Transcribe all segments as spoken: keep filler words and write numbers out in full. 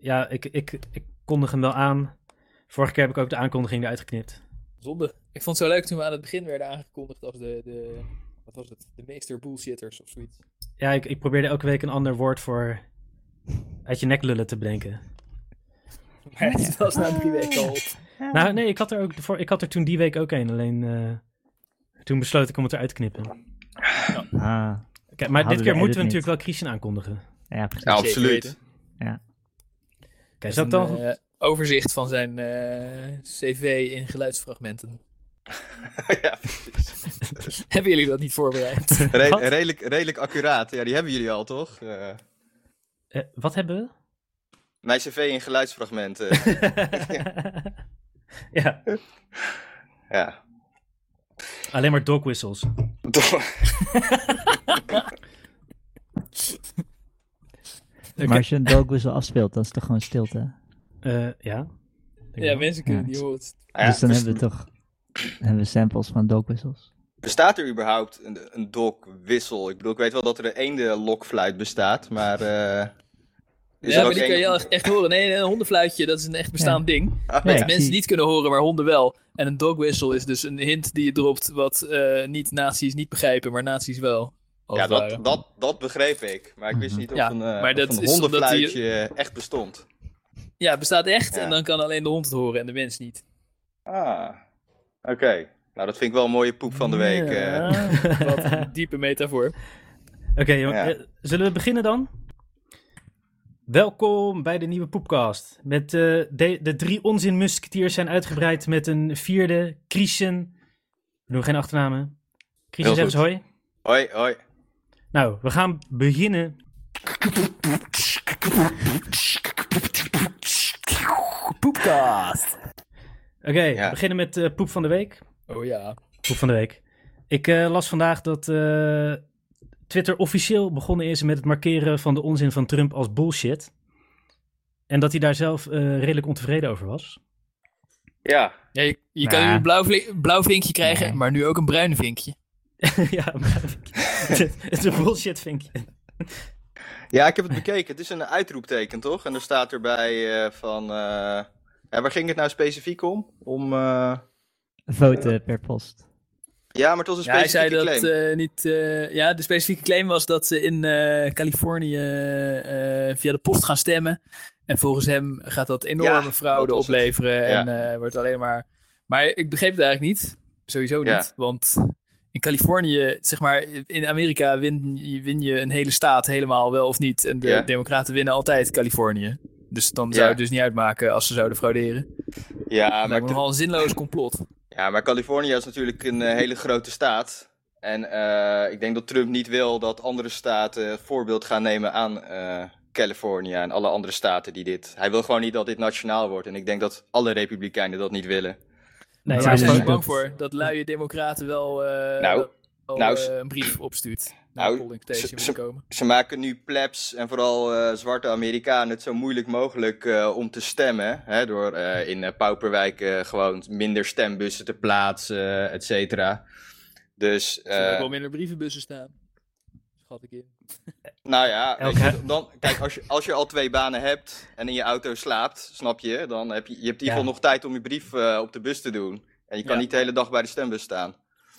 ja, ik, ik, ik kondig hem wel aan. Vorige keer heb ik ook de aankondiging eruit geknipt. Zonde. Ik vond het zo leuk toen we aan het begin werden aangekondigd als de, de wat was het, de meester bullshitters of zoiets. Ja, ik, ik probeerde elke week een ander woord voor uit je nek lullen te bedenken. Maar het was na drie weken al op. Nou, nee, ik had er, ook, voor, ik had er toen die week ook een. Alleen uh, toen besloot ik om het eruit te knippen. Ja. Ah, Kijk, maar dit keer moeten we niet. natuurlijk wel Christian aankondigen. Ja, precies. Ja, absoluut. Ja. Kijk, is dat dan... Een uh, overzicht van zijn uh, cv in geluidsfragmenten. Ja, precies. Hebben jullie dat niet voorbereid? Re- redelijk, redelijk accuraat. Ja, die hebben jullie al, toch? Uh... Uh, wat hebben we? Mijn cv in geluidsfragmenten. Ja. Ja. Alleen maar dog whistles. Okay. Maar als je een dog whistle afspeelt, dan is het toch gewoon stilte? Uh, ja. Ja, mensen kunnen ja. niet horen. Ja, dus dan best- hebben we toch hebben we samples van dog whistles. Bestaat er überhaupt een, een dog whistle? Ik bedoel, ik weet wel dat er een eende lokfluit bestaat, maar... Uh... Is ja, er maar ook die een... kan je echt, echt horen. Nee, een hondenfluitje, dat is een echt bestaand ja. ding. Ah, Wat ja, mensen zie... niet kunnen horen, maar honden wel. En een dog whistle is dus een hint die je dropt wat uh, niet nazi's niet begrijpen, maar nazi's wel. Ja, dat, dat, dat begreep ik. Maar ik wist niet of ja, een, uh, maar of dat een is hondenfluitje die... echt bestond. Ja, het bestaat echt Ja. en dan kan alleen de hond het horen en de mens niet. Ah, oké. Okay. Nou, dat vind ik wel een mooie poep van de week. Ja, uh. wat een diepe metafoor. Oké, okay, jongen. Ja. Zullen we beginnen dan? Welkom bij de nieuwe Poepcast. Met uh, de, de drie onzinmusketiers zijn uitgebreid met een vierde, Christian. We doen geen achternamen. Christian, zeg eens hoi. Hoi, hoi. Nou, we gaan beginnen. Poepcast. Oké, okay, ja. we beginnen met uh, poep van de week. Oh ja. Poep van de week. Ik uh, las vandaag dat uh, Twitter officieel begonnen is met het markeren van de onzin van Trump als bullshit. En dat hij daar zelf uh, redelijk ontevreden over was. Ja. ja je je nah. kan nu een blauw, vlink, blauw vinkje krijgen, nee. maar nu ook een bruin vinkje. Ja, een bruin vinkje. Het is een bullshit vinkje. Ja, ik heb het bekeken. Het is een uitroepteken, toch? En er staat erbij uh, van... Uh... Ja, waar ging het nou specifiek om? Om... Uh... Voten per post. Ja, maar het was een ja, specifieke hij zei claim. dat uh, niet... Uh, ja, de specifieke claim was dat ze in uh, Californië uh, via de post gaan stemmen. En volgens hem gaat dat enorme ja, fraude dat opleveren. Ja. En uh, wordt alleen maar... Maar ik begreep het eigenlijk niet. Sowieso niet. Ja. Want in Californië, zeg maar, in Amerika win, win je een hele staat helemaal wel of niet. En de ja. democraten winnen altijd Californië. Dus dan zou ja. het dus niet uitmaken als ze zouden frauderen. Ja, maar... Dat is nogal een zinloos complot. Ja, maar Californië is natuurlijk een uh, hele grote staat. En uh, ik denk dat Trump niet wil dat andere staten voorbeeld gaan nemen aan uh, Californië en alle andere staten die dit... Hij wil gewoon niet dat dit nationaal wordt. En ik denk dat alle republikeinen dat niet willen. Nee, daar ben ik bang voor dat luie democraten wel, uh, nou, wel nou, uh, een brief opstuurt. Nou, ze, ze, ze maken nu plebs en vooral uh, zwarte Amerikanen het zo moeilijk mogelijk uh, om te stemmen. Hè, door uh, in uh, pauperwijken uh, gewoon minder stembussen te plaatsen, uh, et cetera. Dus, uh, er zullen ook wel minder brievenbussen staan. Schat ik in. Nou ja, weet je, dan, kijk, als je, als je al twee banen hebt en in je auto slaapt, snap je, dan heb je, je hebt in ieder geval ja. nog tijd om je brief uh, op de bus te doen. En je kan ja. niet de hele dag bij de stembus staan.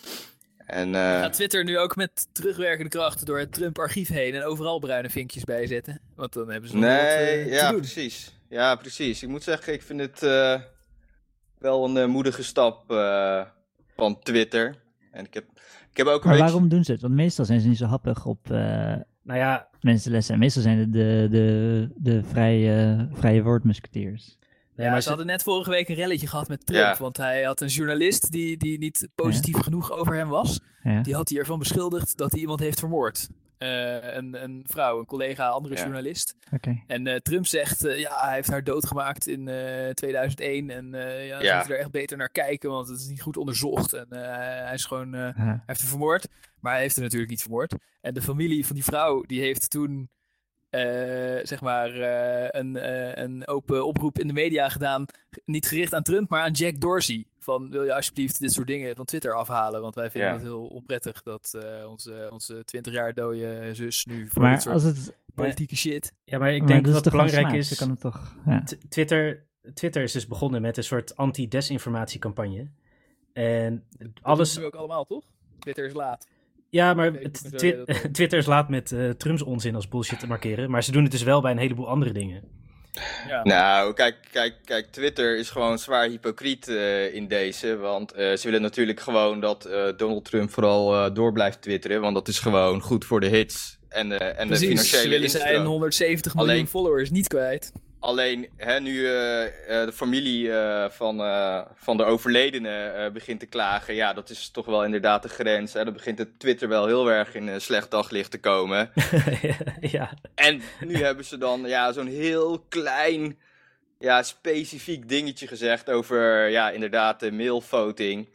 En, uh... Gaat Twitter nu ook met terugwerkende kracht door het Trump-archief heen en overal bruine vinkjes bijzetten? Want dan hebben ze nog nee, wat uh, ja, te doen. precies. Ja, precies. Ik moet zeggen, ik vind het uh, wel een uh, moedige stap uh, van Twitter. En ik heb, ik heb ook een maar beetje... waarom doen ze het? Want meestal zijn ze niet zo happig op uh, nou ja, mensenlessen. En meestal zijn het de, de, de vrije, vrije woordmusketiers. Ja, ja, maar ze hadden net vorige week een relletje gehad met Trump. Ja. Want hij had een journalist die, die niet positief ja. genoeg over hem was. Ja. Die had hij ervan beschuldigd dat hij iemand heeft vermoord. Uh, een, een vrouw, een collega, andere ja. journalist. Okay. En uh, Trump zegt, uh, ja, hij heeft haar doodgemaakt in uh, tweeduizend één. En uh, ja, ze ja. moeten er echt beter naar kijken, want het is niet goed onderzocht. En uh, hij is gewoon, uh, ja. hij heeft hem vermoord. Maar hij heeft hem natuurlijk niet vermoord. En de familie van die vrouw, die heeft toen... Uh, zeg maar uh, een, uh, een open oproep in de media gedaan. Niet gericht aan Trump, maar aan Jack Dorsey. Van, wil je alsjeblieft dit soort dingen van Twitter afhalen? Want wij vinden ja. het heel onprettig dat uh, onze, onze twintig jaar dode zus nu... Voor maar dit soort als het, politieke shit. Ja, maar ik Maar denk dat is wat toch gewoon belangrijk smaak, is... dan kan het toch... Ja. T- Twitter, Twitter is dus begonnen met een soort anti-desinformatiecampagne. En Dat alles... doen we ook allemaal, toch? Twitter is laat. Ja, maar Facebook het- en zo twi- deed dat ook. Twitter is laat met uh, Trumps onzin als bullshit te markeren. Maar ze doen het dus wel bij een heleboel andere dingen. Ja. Nou, kijk, kijk, kijk, Twitter is gewoon zwaar hypocriet uh, in deze. Want uh, ze willen natuurlijk gewoon dat uh, Donald Trump vooral uh, door blijft twitteren. Want dat is gewoon goed voor de hits en, uh, en de Precies, financiële ze willen instroom. zijn honderdzeventig miljoen Alleen- followers niet kwijt. Alleen hè, nu uh, uh, de familie uh, van, uh, van de overledene uh, begint te klagen. Ja, dat is toch wel inderdaad de grens. Hè? Dan begint het Twitter wel heel erg in een slecht daglicht te komen. Ja. En nu hebben ze dan ja, zo'n heel klein, ja, specifiek dingetje gezegd over, ja, inderdaad, de mailvoting.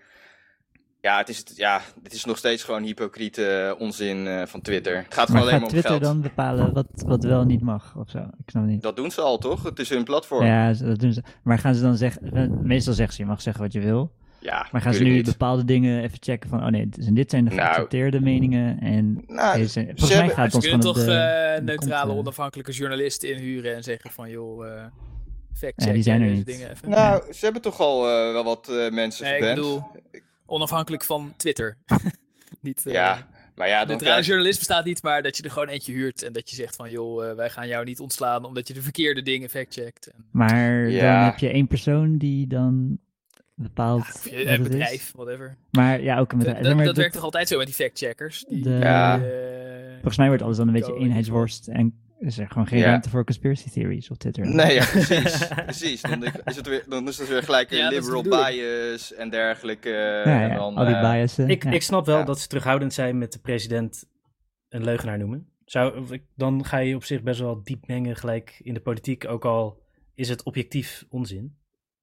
Ja, het is, ja, het is nog steeds gewoon hypocriete onzin uh, van Twitter. Het gaat gewoon Maar alleen gaat maar om Twitter geld. dan bepalen wat, wat wel en niet mag of zo? Ik snap het niet. Dat doen ze al, toch? Het is hun platform. Ja, dat doen ze. Maar gaan ze dan zeggen... eh, Meestal zeggen ze, je mag zeggen wat je wil. Ja, Maar gaan ze nu natuurlijk niet. bepaalde dingen even checken van... Oh nee, dit zijn- dit zijn de Nou. geaccepteerde meningen. En Nou, deze, ze volgens mij hebben- gaat het Ze ons kunnen gewoon toch op de... uh, de neutrale, kont, eh. onafhankelijke journalisten inhuren en zeggen van, joh, uh, fact Ja, check die zijn er deze niet. dingen even. Nou, ze hebben toch al uh, wel wat uh, mensen Nee, ik geband. bedoel, onafhankelijk van Twitter. Niet, uh, Ja, maar ja, dan neutrale krijg... journalist bestaat niet, maar dat je er gewoon eentje huurt en dat je zegt van, joh, uh, wij gaan jou niet ontslaan omdat je de verkeerde dingen factcheckt. En, Maar Ja. dan heb je één persoon die dan bepaalt of je, wat een het bedrijf, is. whatever. Maar ja, ook een Dat, bedrijf. dat, Zeg maar, dat dat- werkt toch altijd zo met die factcheckers? Die, De- Ja. die, uh, Volgens mij wordt alles dan een beetje Go- eenheidsworst en is er gewoon geen Ja. ruimte voor conspiracy theories op Twitter. Nee, ja, precies. precies. Dan is het weer, dan is het weer gelijk een Ja, dat is de liberal bedoeling. bias en dergelijke. Ja, en ja, dan, al die eh, biasen. Ik, ja. ik snap wel Ja. dat ze terughoudend zijn met de president een leugenaar noemen. Zou, dan ga je op zich best wel diep mengen gelijk in de politiek, ook al is het objectief onzin.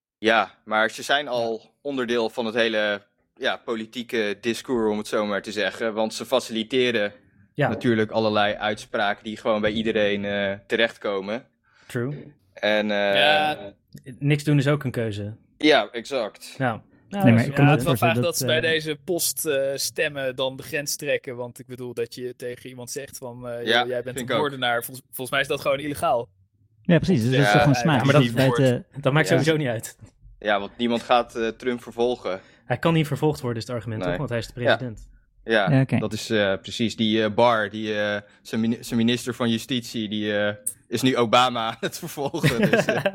Ja, maar ze zijn al onderdeel van het hele ja, politieke discours, om het zo maar te zeggen. Want ze faciliteren Ja, natuurlijk allerlei uitspraken die gewoon bij iedereen eh, terechtkomen. true. En eh, Ja. ja. Niks doen is ook een keuze. exact. Nou, nou Nee, maar dat is ik kan wel me Ja, het is wel voorstellen vaak dat, dat, ze bij eh, deze post eh, stemmen dan de grens trekken. Want ik bedoel dat je tegen iemand zegt van, eh, Ja, joh, jij bent vind een ik ook. moordenaar. Volgens, volgens mij is dat gewoon illegaal. Ja, precies. Dus dat is Ja, toch gewoon ja, smaak. maar dat Dus is buiten, dat maakt Ja. sowieso niet uit. Ja, want niemand gaat eh, Trump vervolgen. Hij kan niet vervolgd worden, is het argument, Nee. toch? Want hij is de president. Ja, Ja, oké. dat is eh, precies. Die eh, Barr, die, eh, zijn, mini- zijn minister van Justitie, die eh, is nu Obama aan het vervolgen. Dus, eh,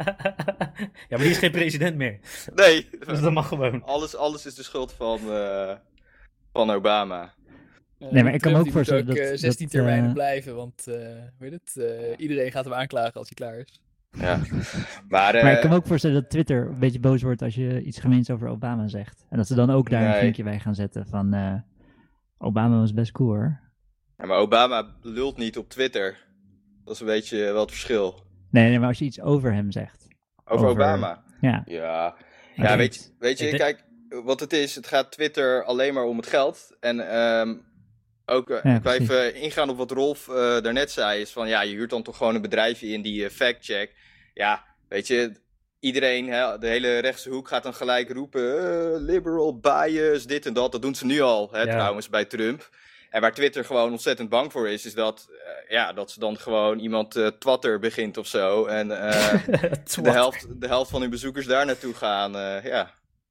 Ja, maar die is geen president meer. nee, Dus dat mag gewoon. alles, alles is de schuld van, eh, van Obama. Eh, Nee, maar ik kan me Trump, ook die voorstellen moet ook, dat- eh, zestien dat, termijnen eh, blijven, want eh weet het, eh, iedereen gaat hem aanklagen als hij klaar is. Ja. Maar, eh, Maar ik kan me ook voorstellen dat Twitter een beetje boos wordt als je iets gemeens over Obama zegt. En dat ze dan ook daar Nee. een vinkje bij gaan zetten van... eh, Obama was best cool hoor. ja, maar Obama lult niet op Twitter. Dat is een beetje wel het verschil. Nee, nee, maar als je iets over hem zegt. Over, Over- Obama. Ja. Ja, Oké. ja weet, je, weet je Ik denk- kijk, wat het is, het gaat Twitter alleen maar om het geld. En ehm, ook, eh, Ja, ik wil precies. even ingaan op wat Rolf eh, daarnet zei, is van ja, je huurt dan toch gewoon een bedrijfje in die eh, fact-check. Ja, weet je, iedereen, hè, de hele rechtse hoek gaat dan gelijk roepen, eh, liberal bias, dit en dat. Dat doen ze nu al, hè, Ja. trouwens, bij Trump. En waar Twitter gewoon ontzettend bang voor is, is dat, eh, ja, dat ze dan gewoon iemand eh twatter begint of zo. En eh, de, helft, de helft van hun bezoekers daar naartoe gaan, eh, ja.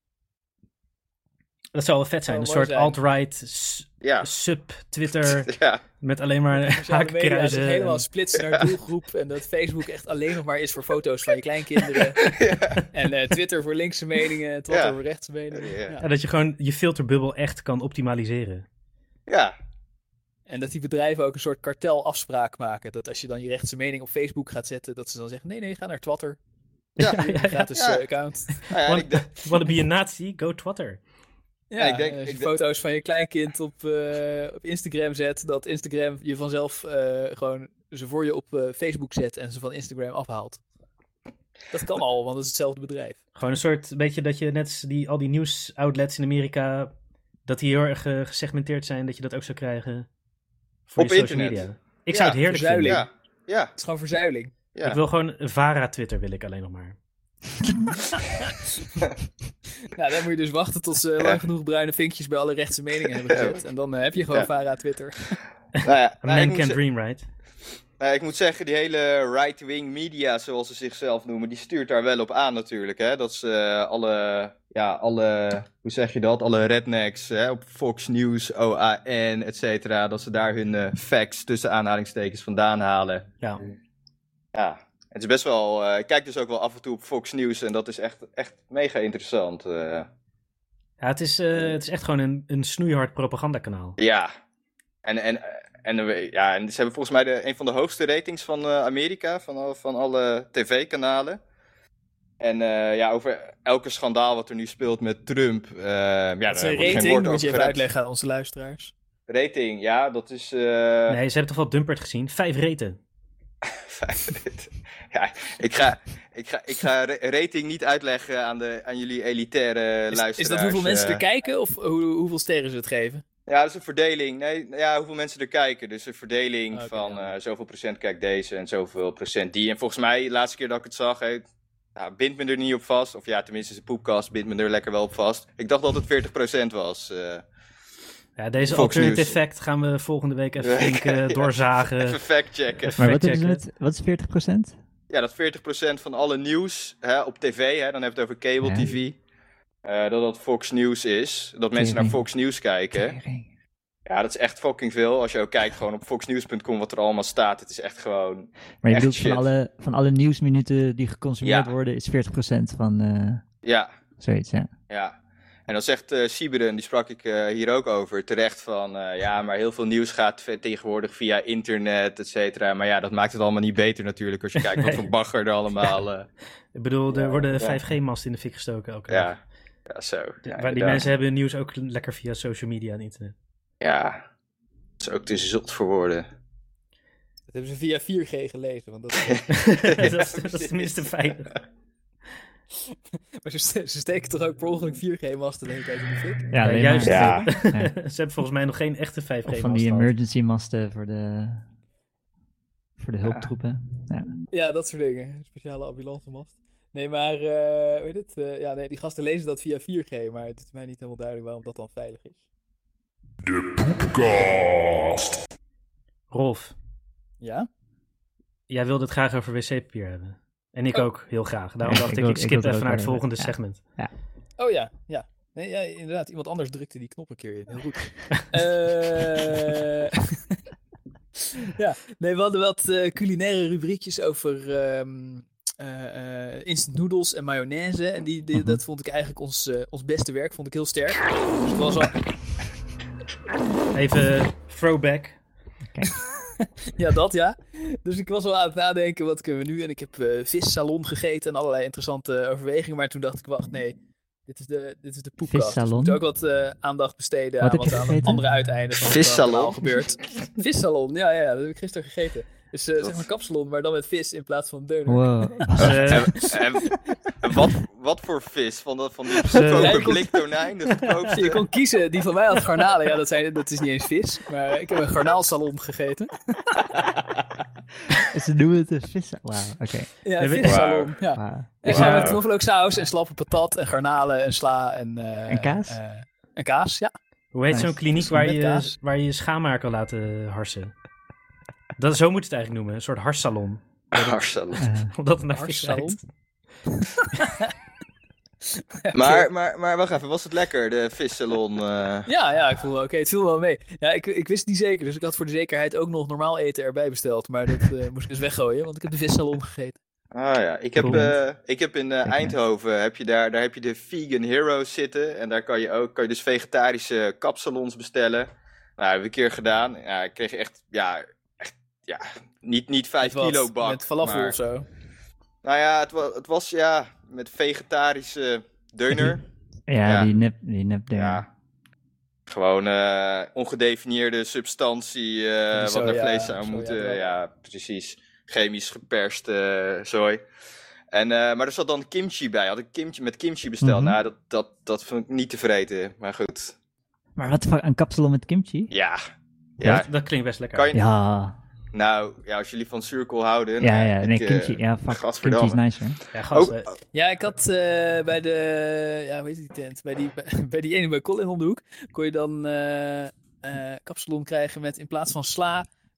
Dat zou wel vet zijn. Een Zou mooi soort zijn. alt-right s- Ja, sub-Twitter ja, met alleen maar Sociale media zich haakkruisen. helemaal splitsen naar doelgroep en dat Facebook echt alleen nog maar is voor foto's van je kleinkinderen. En eh, Twitter voor linkse meningen, Twitter Ja. voor rechtse meningen. Ja. Ja. Ja, dat je gewoon je filterbubbel echt kan optimaliseren. ja, En dat die bedrijven ook een soort kartelafspraak maken. Dat als je dan je rechtse mening op Facebook gaat zetten, dat ze dan zeggen, nee, nee, ga naar Twitter. Ja. ja, ja, ja. Gratis Ja. eh, account. nou ja, en ik denk- Wanna be a Nazi? Go Twitter. Ja, ik denk- als je ik denk- foto's van je kleinkind op, eh, op Instagram zet, dat Instagram je vanzelf eh, gewoon ze voor je op eh, Facebook zet en ze van Instagram afhaalt. Dat kan al, want het is hetzelfde bedrijf. Gewoon een soort, beetje dat je net als die, al die nieuwsoutlets in Amerika, dat die heel erg eh, gesegmenteerd zijn, dat je dat ook zou krijgen voor Op je social internet. media. Ik Ja, zou het heerlijk verzuiling. vinden. ja, ja, Het is gewoon verzuiling. ja. Ik wil gewoon Vara Twitter wil ik alleen nog maar. Nou, dan moet je dus wachten tot ze lang genoeg bruine vinkjes bij alle rechtse meningen hebben gezet. En dan eh, heb je gewoon Ja. Vara Twitter. Nou ja, A nou, ik man moet can ze- dream, right? Nou, ik moet zeggen, die hele right-wing media, zoals ze zichzelf noemen, die stuurt daar wel op aan natuurlijk. Hè? Dat ze uh, alle, ja, alle, hoe zeg je dat, alle rednecks hè, op Fox News, O A N, et cetera, dat ze daar hun uh, facts tussen aanhalingstekens vandaan halen. Ja. Ja, het is best wel, uh, ik kijk dus ook wel af en toe op Fox News en dat is echt, echt mega interessant. Uh. Ja, het is, uh, het is echt gewoon een, een snoeihard propagandakanaal. Ja, en... en En, ja, en ze hebben volgens mij de, een van de hoogste ratings van uh, Amerika, van, van alle tv-kanalen. En uh, ja, over elke schandaal wat er nu speelt met Trump. Uh, ja, dat is een rating, moet je even uitleggen aan onze luisteraars. Rating, ja, dat is... Uh... Nee, ze hebben toch wel Dumpert gezien? Vijf raten. Vijf raten. Ja, ik ga, ik, ga, ik ga rating niet uitleggen aan, de, aan jullie elitaire is, luisteraars. Is dat hoeveel mensen uh... er kijken of hoe, hoeveel sterren ze het geven? Ja, dat is een verdeling. Nee, ja, hoeveel mensen er kijken. Dus een verdeling okay, van uh, zoveel procent kijkt deze en zoveel procent die. En volgens mij, de laatste keer dat ik het zag, hey, nou, bindt me er niet op vast. Of ja, tenminste, zijn poepkast bindt me er lekker wel op vast. Ik dacht dat het veertig procent was. Uh, ja, deze alternative fact gaan we volgende week even flink uh, doorzagen. Even factchecken. Maar wat is, het, wat is veertig procent? Ja, dat veertig procent van alle nieuws hè, op tv, hè, dan hebben we het over cable ja. T V... Uh, dat dat Fox News is. Dat Tering. Mensen naar Fox News kijken. Tering. Ja, dat is echt fucking veel. Als je ook kijkt gewoon op fox news punt com wat er allemaal staat. Het is echt gewoon. Maar je bedoelt van alle, van alle nieuwsminuten die geconsumeerd ja. worden, is veertig procent van. Uh, ja. Zoiets, ja. Ja. En dan zegt uh, Siberen, die sprak ik uh, hier ook over, terecht van. Uh, ja, maar heel veel nieuws gaat tegenwoordig via internet, et cetera. Maar ja, dat maakt het allemaal niet beter natuurlijk. Als je kijkt wat voor bagger er allemaal. Uh, ik bedoel, er ja, worden ja. vijf G-masten in de fik gestoken elke ja. dag. Ja, zo. Ja, die inderdaad. Mensen hebben hun nieuws ook lekker via social media en internet. Ja, dat is ook te zot voor woorden. Dat hebben ze via vier G gelezen. Want dat, dat, is, dat is tenminste veilig. Maar ze, ste- ze steken toch ook per ongeluk vier G-masten de hele tijd in de fik? Ja, ja juist. Ja. Ja. Ze hebben volgens mij nog geen echte vijf G-masten. Van die emergency masten voor de, voor de hulptroepen. Ja. ja, dat soort dingen. Speciale ambulance mast. Nee, maar, uh, hoe heet het? Uh, ja, nee, die gasten lezen dat via vier G, maar het is mij niet helemaal duidelijk waarom dat dan veilig is. De Poepcast. Rolf. Ja? Jij wilde het graag over wc-papier hebben. En ik oh. ook, heel graag. Daarom ja, dacht ik, ik, ik skip even naar het volgende ja. segment. Ja. Oh ja, ja. Nee, ja, inderdaad. Iemand anders drukte die knop een keer in. Heel goed. uh... ja, nee, we hadden wat uh, culinaire rubriekjes over... Um... Uh, uh, instant noodles en mayonaise. En die, die, dat vond ik eigenlijk ons, uh, ons beste werk. Vond ik heel sterk. Dus het was al... Even throwback. Okay. ja, dat ja. Dus ik was wel aan het nadenken, wat kunnen we nu? En ik heb uh, vissalon gegeten en allerlei interessante overwegingen. Maar toen dacht ik, wacht, nee. Dit is de, dit is de poepkast. Dus we moeten ook wat uh, aandacht besteden wat aan wat aan het andere uiteinde van het verhaal gebeurt. Vissalon, ja, ja, dat heb ik gisteren gegeten. Dus uh, zeg maar kapsalon, maar dan met vis in plaats van deuner. Wow. uh, en, en, en wat, wat voor vis? Van, de, van die goedkope uh, blik tonijn? Je kon kiezen, die van mij had garnalen. Ja, dat, zijn, dat is niet eens vis. Maar ik heb een garnaalsalon gegeten. Ze doen het een vis. Wauw, oké. Okay. Ja, een vissalon. Wow. Ja. Wow. En wow. Met knoflooksaus en slappe patat en garnalen en sla en... Uh, en kaas? Uh, en kaas, ja. Hoe heet nice. Zo'n kliniek waar je, waar je je schaamhaar kan laten harsen? Dat, zo moet je het eigenlijk noemen. Een soort harssalon. Harssalon. Uh, Omdat het naar vis lijkt. maar, maar, maar wacht even, was het lekker, de vissalon? Uh... Ja, ja, ik voel oké, okay, het viel wel mee. Ja, ik, ik wist het niet zeker, dus ik had voor de zekerheid ook nog normaal eten erbij besteld. Maar dat uh, moest ik dus weggooien, want ik heb de vissalon gegeten. Ah ja, ik heb, uh, ik heb in uh, Eindhoven, heb je daar, daar heb je de Vegan Heroes zitten. En daar kan je ook kan je dus vegetarische kapsalons bestellen. Nou, heb ik een keer gedaan. Ja, ik kreeg echt, ja, echt, ja niet, niet vijf kilo bak. Met falafel maar, of zo? Nou ja, het was, het was ja, met vegetarische deuner. Ja, ja. die nep, die nep deuner. Ja. Gewoon uh, ongedefinieerde substantie uh, zo, wat naar ja, vlees zou zo, moeten. Ja, ja, precies. Chemisch geperst uh, zooi. En, uh, maar er zat dan kimchi bij. Had ik kimchi, met kimchi besteld. Mm-hmm. Nou, dat, dat, dat vond ik niet te vreten. Maar goed. Maar wat voor een kapsalon met kimchi? Ja. ja. Dat, dat klinkt best lekker. Kan je... Ja. Nou, ja, als jullie van zuurkool houden... Ja, ja, ik, nee, kimchi, ja, fuck, kimchi is nice, hoor. Ja, gast, oh, oh. ja, ik had uh, bij de, ja, hoe heet die tent? Bij die, bij, bij die ene bij Colin om de hoek, kon je dan uh, uh, kapsalon krijgen met in plaats van sla,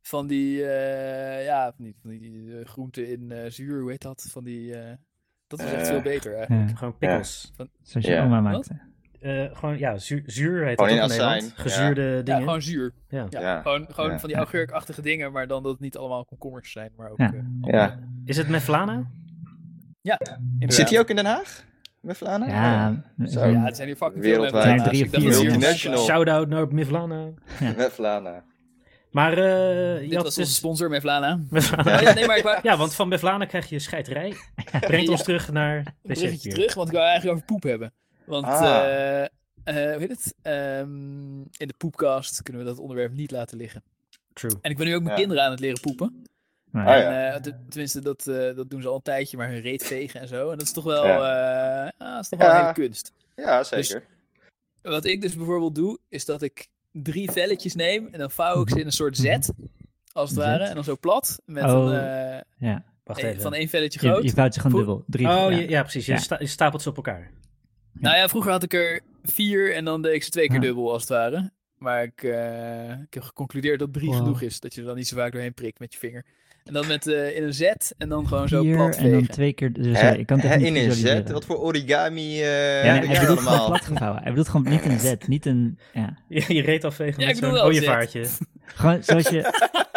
van die, uh, ja, van die, van die uh, groenten in uh, zuur, hoe heet dat? Van die, uh, dat is echt uh, veel beter eigenlijk. Ja. Gewoon pickles. Van, Zoals je Ja. oma maakte. Uh, gewoon, ja, zuur, zuur heet Gewoon dat in ook in Nederland. azijn, Gezuurde ja, dingen. gewoon zuur. Ja. Ja, Ja. Gewoon, gewoon Ja. van die augurkachtige dingen, maar dan dat het niet allemaal komkommers zijn, maar ook... Ja. Uh, Ja. Is het Mevlana? ja, Zit hij ook in Den Haag? Met Vlaanderen? Ja, Zo. Ja, het zijn hier fucking veel Wereldwijd. mensen. Er zijn drie Ik of dacht vier. dat hier Multinational. Shout-out naar Mevlana. Met Vlaanderen. Maar uh, je Dit had was onze dus... sponsor, Mevlana. Mevlana. Ja, ja, nee, maar ik wou Ja, want van Mevlana krijg je scheiterij. Brengt ons Ja. terug naar een bruggetje wc-papier. terug, want ik wou eigenlijk over poep hebben. Want, Ah. eh uh, hoe heet het? Um, in de poepcast kunnen we dat onderwerp niet laten liggen. True. En ik ben nu ook mijn Ja. kinderen aan het leren poepen. maar, Ah, En, ja. uh, t- tenminste, dat, uh, dat doen ze al een tijdje, maar hun reet vegen en zo. En dat is toch wel, Ja. uh, ah, dat is toch wel Ja. een hele kunst. Ja, zeker. Wat ik dus bijvoorbeeld doe, is dat ik drie velletjes neem en dan vouw ik ze in een soort Z, als het Zet? ware. En dan zo plat, met Oh. een, uh, ja. Wacht een- even. van één velletje Je, groot. je vouwt ze gewoon Voel- dubbel. Drie, Oh, ja. ja, ja precies. Je, Ja. sta- je stapelt ze op elkaar. Nou ja, vroeger had ik er vier en dan deed ik ze twee keer Ja. dubbel, als het ware. Maar ik, uh, ik heb geconcludeerd dat drie Wow. genoeg is. Dat je er dan niet zo vaak doorheen prikt met je vinger. En dan met, uh, in een Z en dan gewoon zo Vier plat en dan vegen. twee keer... Dus, Hè? sorry, ik kan het Hè, echt niet in een visualiseren. Z? Wat voor origami uh, Ja, heb nee, jij hij bedoelt gewoon allemaal? plat gevouwen. Hij bedoelt gewoon niet een Z, niet een... Ja. Je, je reet afvegen Ja, met ik bedoel zo'n wel ooievaartje. Gewoon zoals je...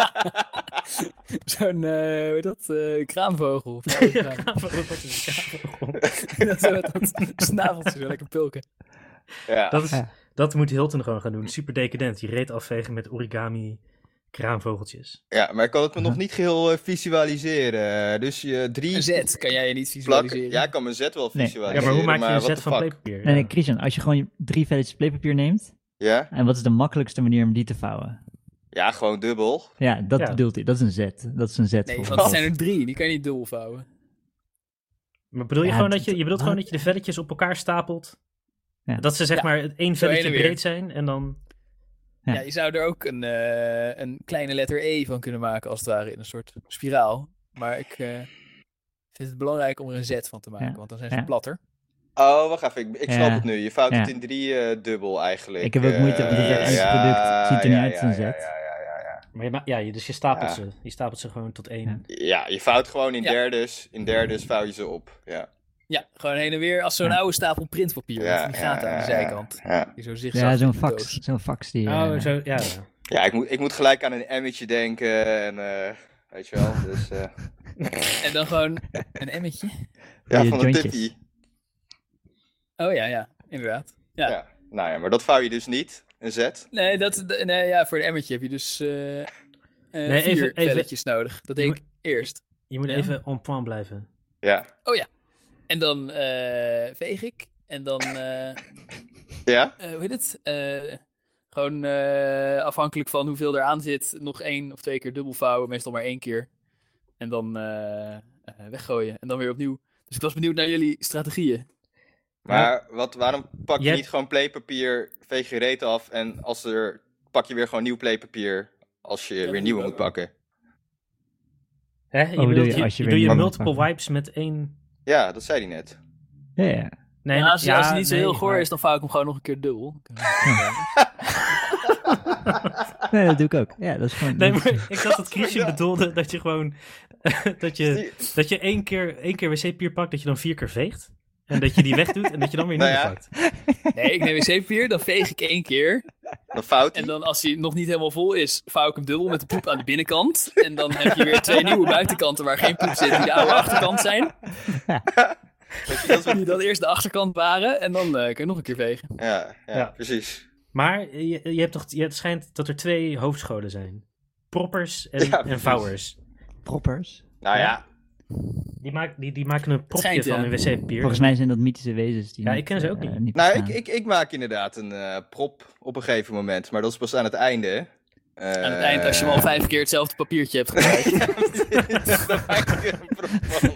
Zo'n, uh, hoe heet dat, uh, kraanvogel. Ja, wat is een kraanvogel? dat, zo, dat snaveltje zo lekker pulken. Ja. Dat, is, Ja. dat moet Hilton gewoon gaan doen. Super decadent. Je reet afvegen met origami kraanvogeltjes. ja, maar ik kan het me nog niet geheel uh, visualiseren. Dus je drie Een Z kan jij je niet plakken. visualiseren. Ja, ik kan mijn Z wel Nee. visualiseren. Ja, maar hoe maak je een what zet the van fuck? playpapier? Nee, nee, Ja. Christian, als je gewoon je drie velletjes playpapier neemt... Ja? En wat is de makkelijkste manier om die te vouwen? Ja, gewoon dubbel. Ja, dat Ja. bedoelt hij. Dat is een Z. Dat is een Z. Nee, volgens want er mij. zijn er drie. Die kan je niet dubbel vouwen. Maar bedoel je Ja, gewoon het- dat je, je bedoelt gewoon dat je de velletjes op elkaar stapelt? Ja. Dat ze zeg Ja. maar één Zo heen velletje en weer. breed zijn en dan... Ja. Ja. Je zou er ook een, uh, een kleine letter E van kunnen maken, als het ware, in een soort spiraal. Maar ik uh, vind het belangrijk om er een Z van te maken, Ja. want dan zijn ze Ja. platter. Oh, wacht even. Ik, ik Ja. snap het nu. Je vouwt Ja. het in drie uh, dubbel eigenlijk. Ik heb ook moeite, want het Uh, eindproduct ziet er niet uit als een Z. Ja, ja, ja, ja, Maar je, ma- ja, je, dus je stapelt Ja. ze. Je stapelt ze gewoon tot één. Ja. ja. Ja, je vouwt gewoon in Ja. derdes. In derdes vouw je ze op. Ja. Ja, gewoon heen en weer als zo'n Ja. oude stapel printpapier. Ja, met die gaten ja, aan de ja, zijkant. Ja. Die zo zigzag Ja, in zo'n de fax. doos. Zo'n fax die... Oh, eh, zo, ja. ja. Ja, ik moet, ik moet gelijk aan een emmetje denken. En uh, weet je wel. Dus, uh, En dan gewoon een emmetje. ja, je van een jointjes. tippie. Oh ja, ja, inderdaad. Ja. Ja. Nou ja, maar dat vouw je dus niet. Een Z. Nee, dat, nee, ja, voor een emmertje heb je dus uh, uh, Nee, vier even- even- velletjes nodig. Dat deed Je ik eerst. Je moet Ja. even on point blijven. Ja. En dan uh, veeg ik. En dan, uh, Ja? uh, hoe heet het? Uh, gewoon uh, afhankelijk van hoeveel er aan zit, nog één of twee keer dubbel vouwen. Meestal maar één keer. En dan uh, uh, weggooien. En dan weer opnieuw. Dus ik was benieuwd naar jullie strategieën. Maar wat, waarom pak je Je hebt- niet gewoon playpapier, veeg je reet af en als er, pak je weer gewoon nieuw playpapier als je dat weer doe nieuwe ik moet ook. pakken? Hè? Je, Oh, bedoel bedoelt, je je, als je je weer doe je nieuwe multiple moet wipes met één... Ja, dat zei hij net. Ja, ja. Nee, ja, als, ja, als het niet zo nee, heel goor maar- is, dan vouw ik hem gewoon nog een keer dubbel. Nee, dat doe ik ook. Ja, dat is gewoon... Nee, dat maar is- ik dacht dat Christian Ja. bedoelde dat je gewoon... dat je, dat je één keer, één keer wc-papier pakt, dat je dan vier keer veegt. En dat je die wegdoet en dat je dan weer Nou nieuwe ja. pakt. Nee, ik neem wc-papier, dan veeg ik één keer. Dan fout hij. En dan als hij nog niet helemaal vol is, vouw ik hem dubbel met de poep aan de binnenkant. En dan heb je weer twee nieuwe buitenkanten waar geen poep zit, die de oude achterkant zijn. Weet je, dat is wat- Die dan eerst de achterkant waren en dan uh, kun je nog een keer vegen. Ja, ja, Ja. precies. Maar je, je hebt toch, je, het schijnt dat er twee hoofdscholen zijn. Proppers en, Ja, en precies. vouwers. Proppers. Nou ja, Die, maak, die, die maken een propje Schijnt, ja. van een wc-papier. Volgens mij zijn dat mythische wezens die Ja, niet, ik ken ze ook eh, niet. niet nou, ik, bestaan. ik, ik maak inderdaad een eh, prop op een gegeven moment, maar dat is pas aan het einde. Aan het eind, als je hem al vijf keer hetzelfde papiertje hebt gebruikt. Dan maak ik er een prop van.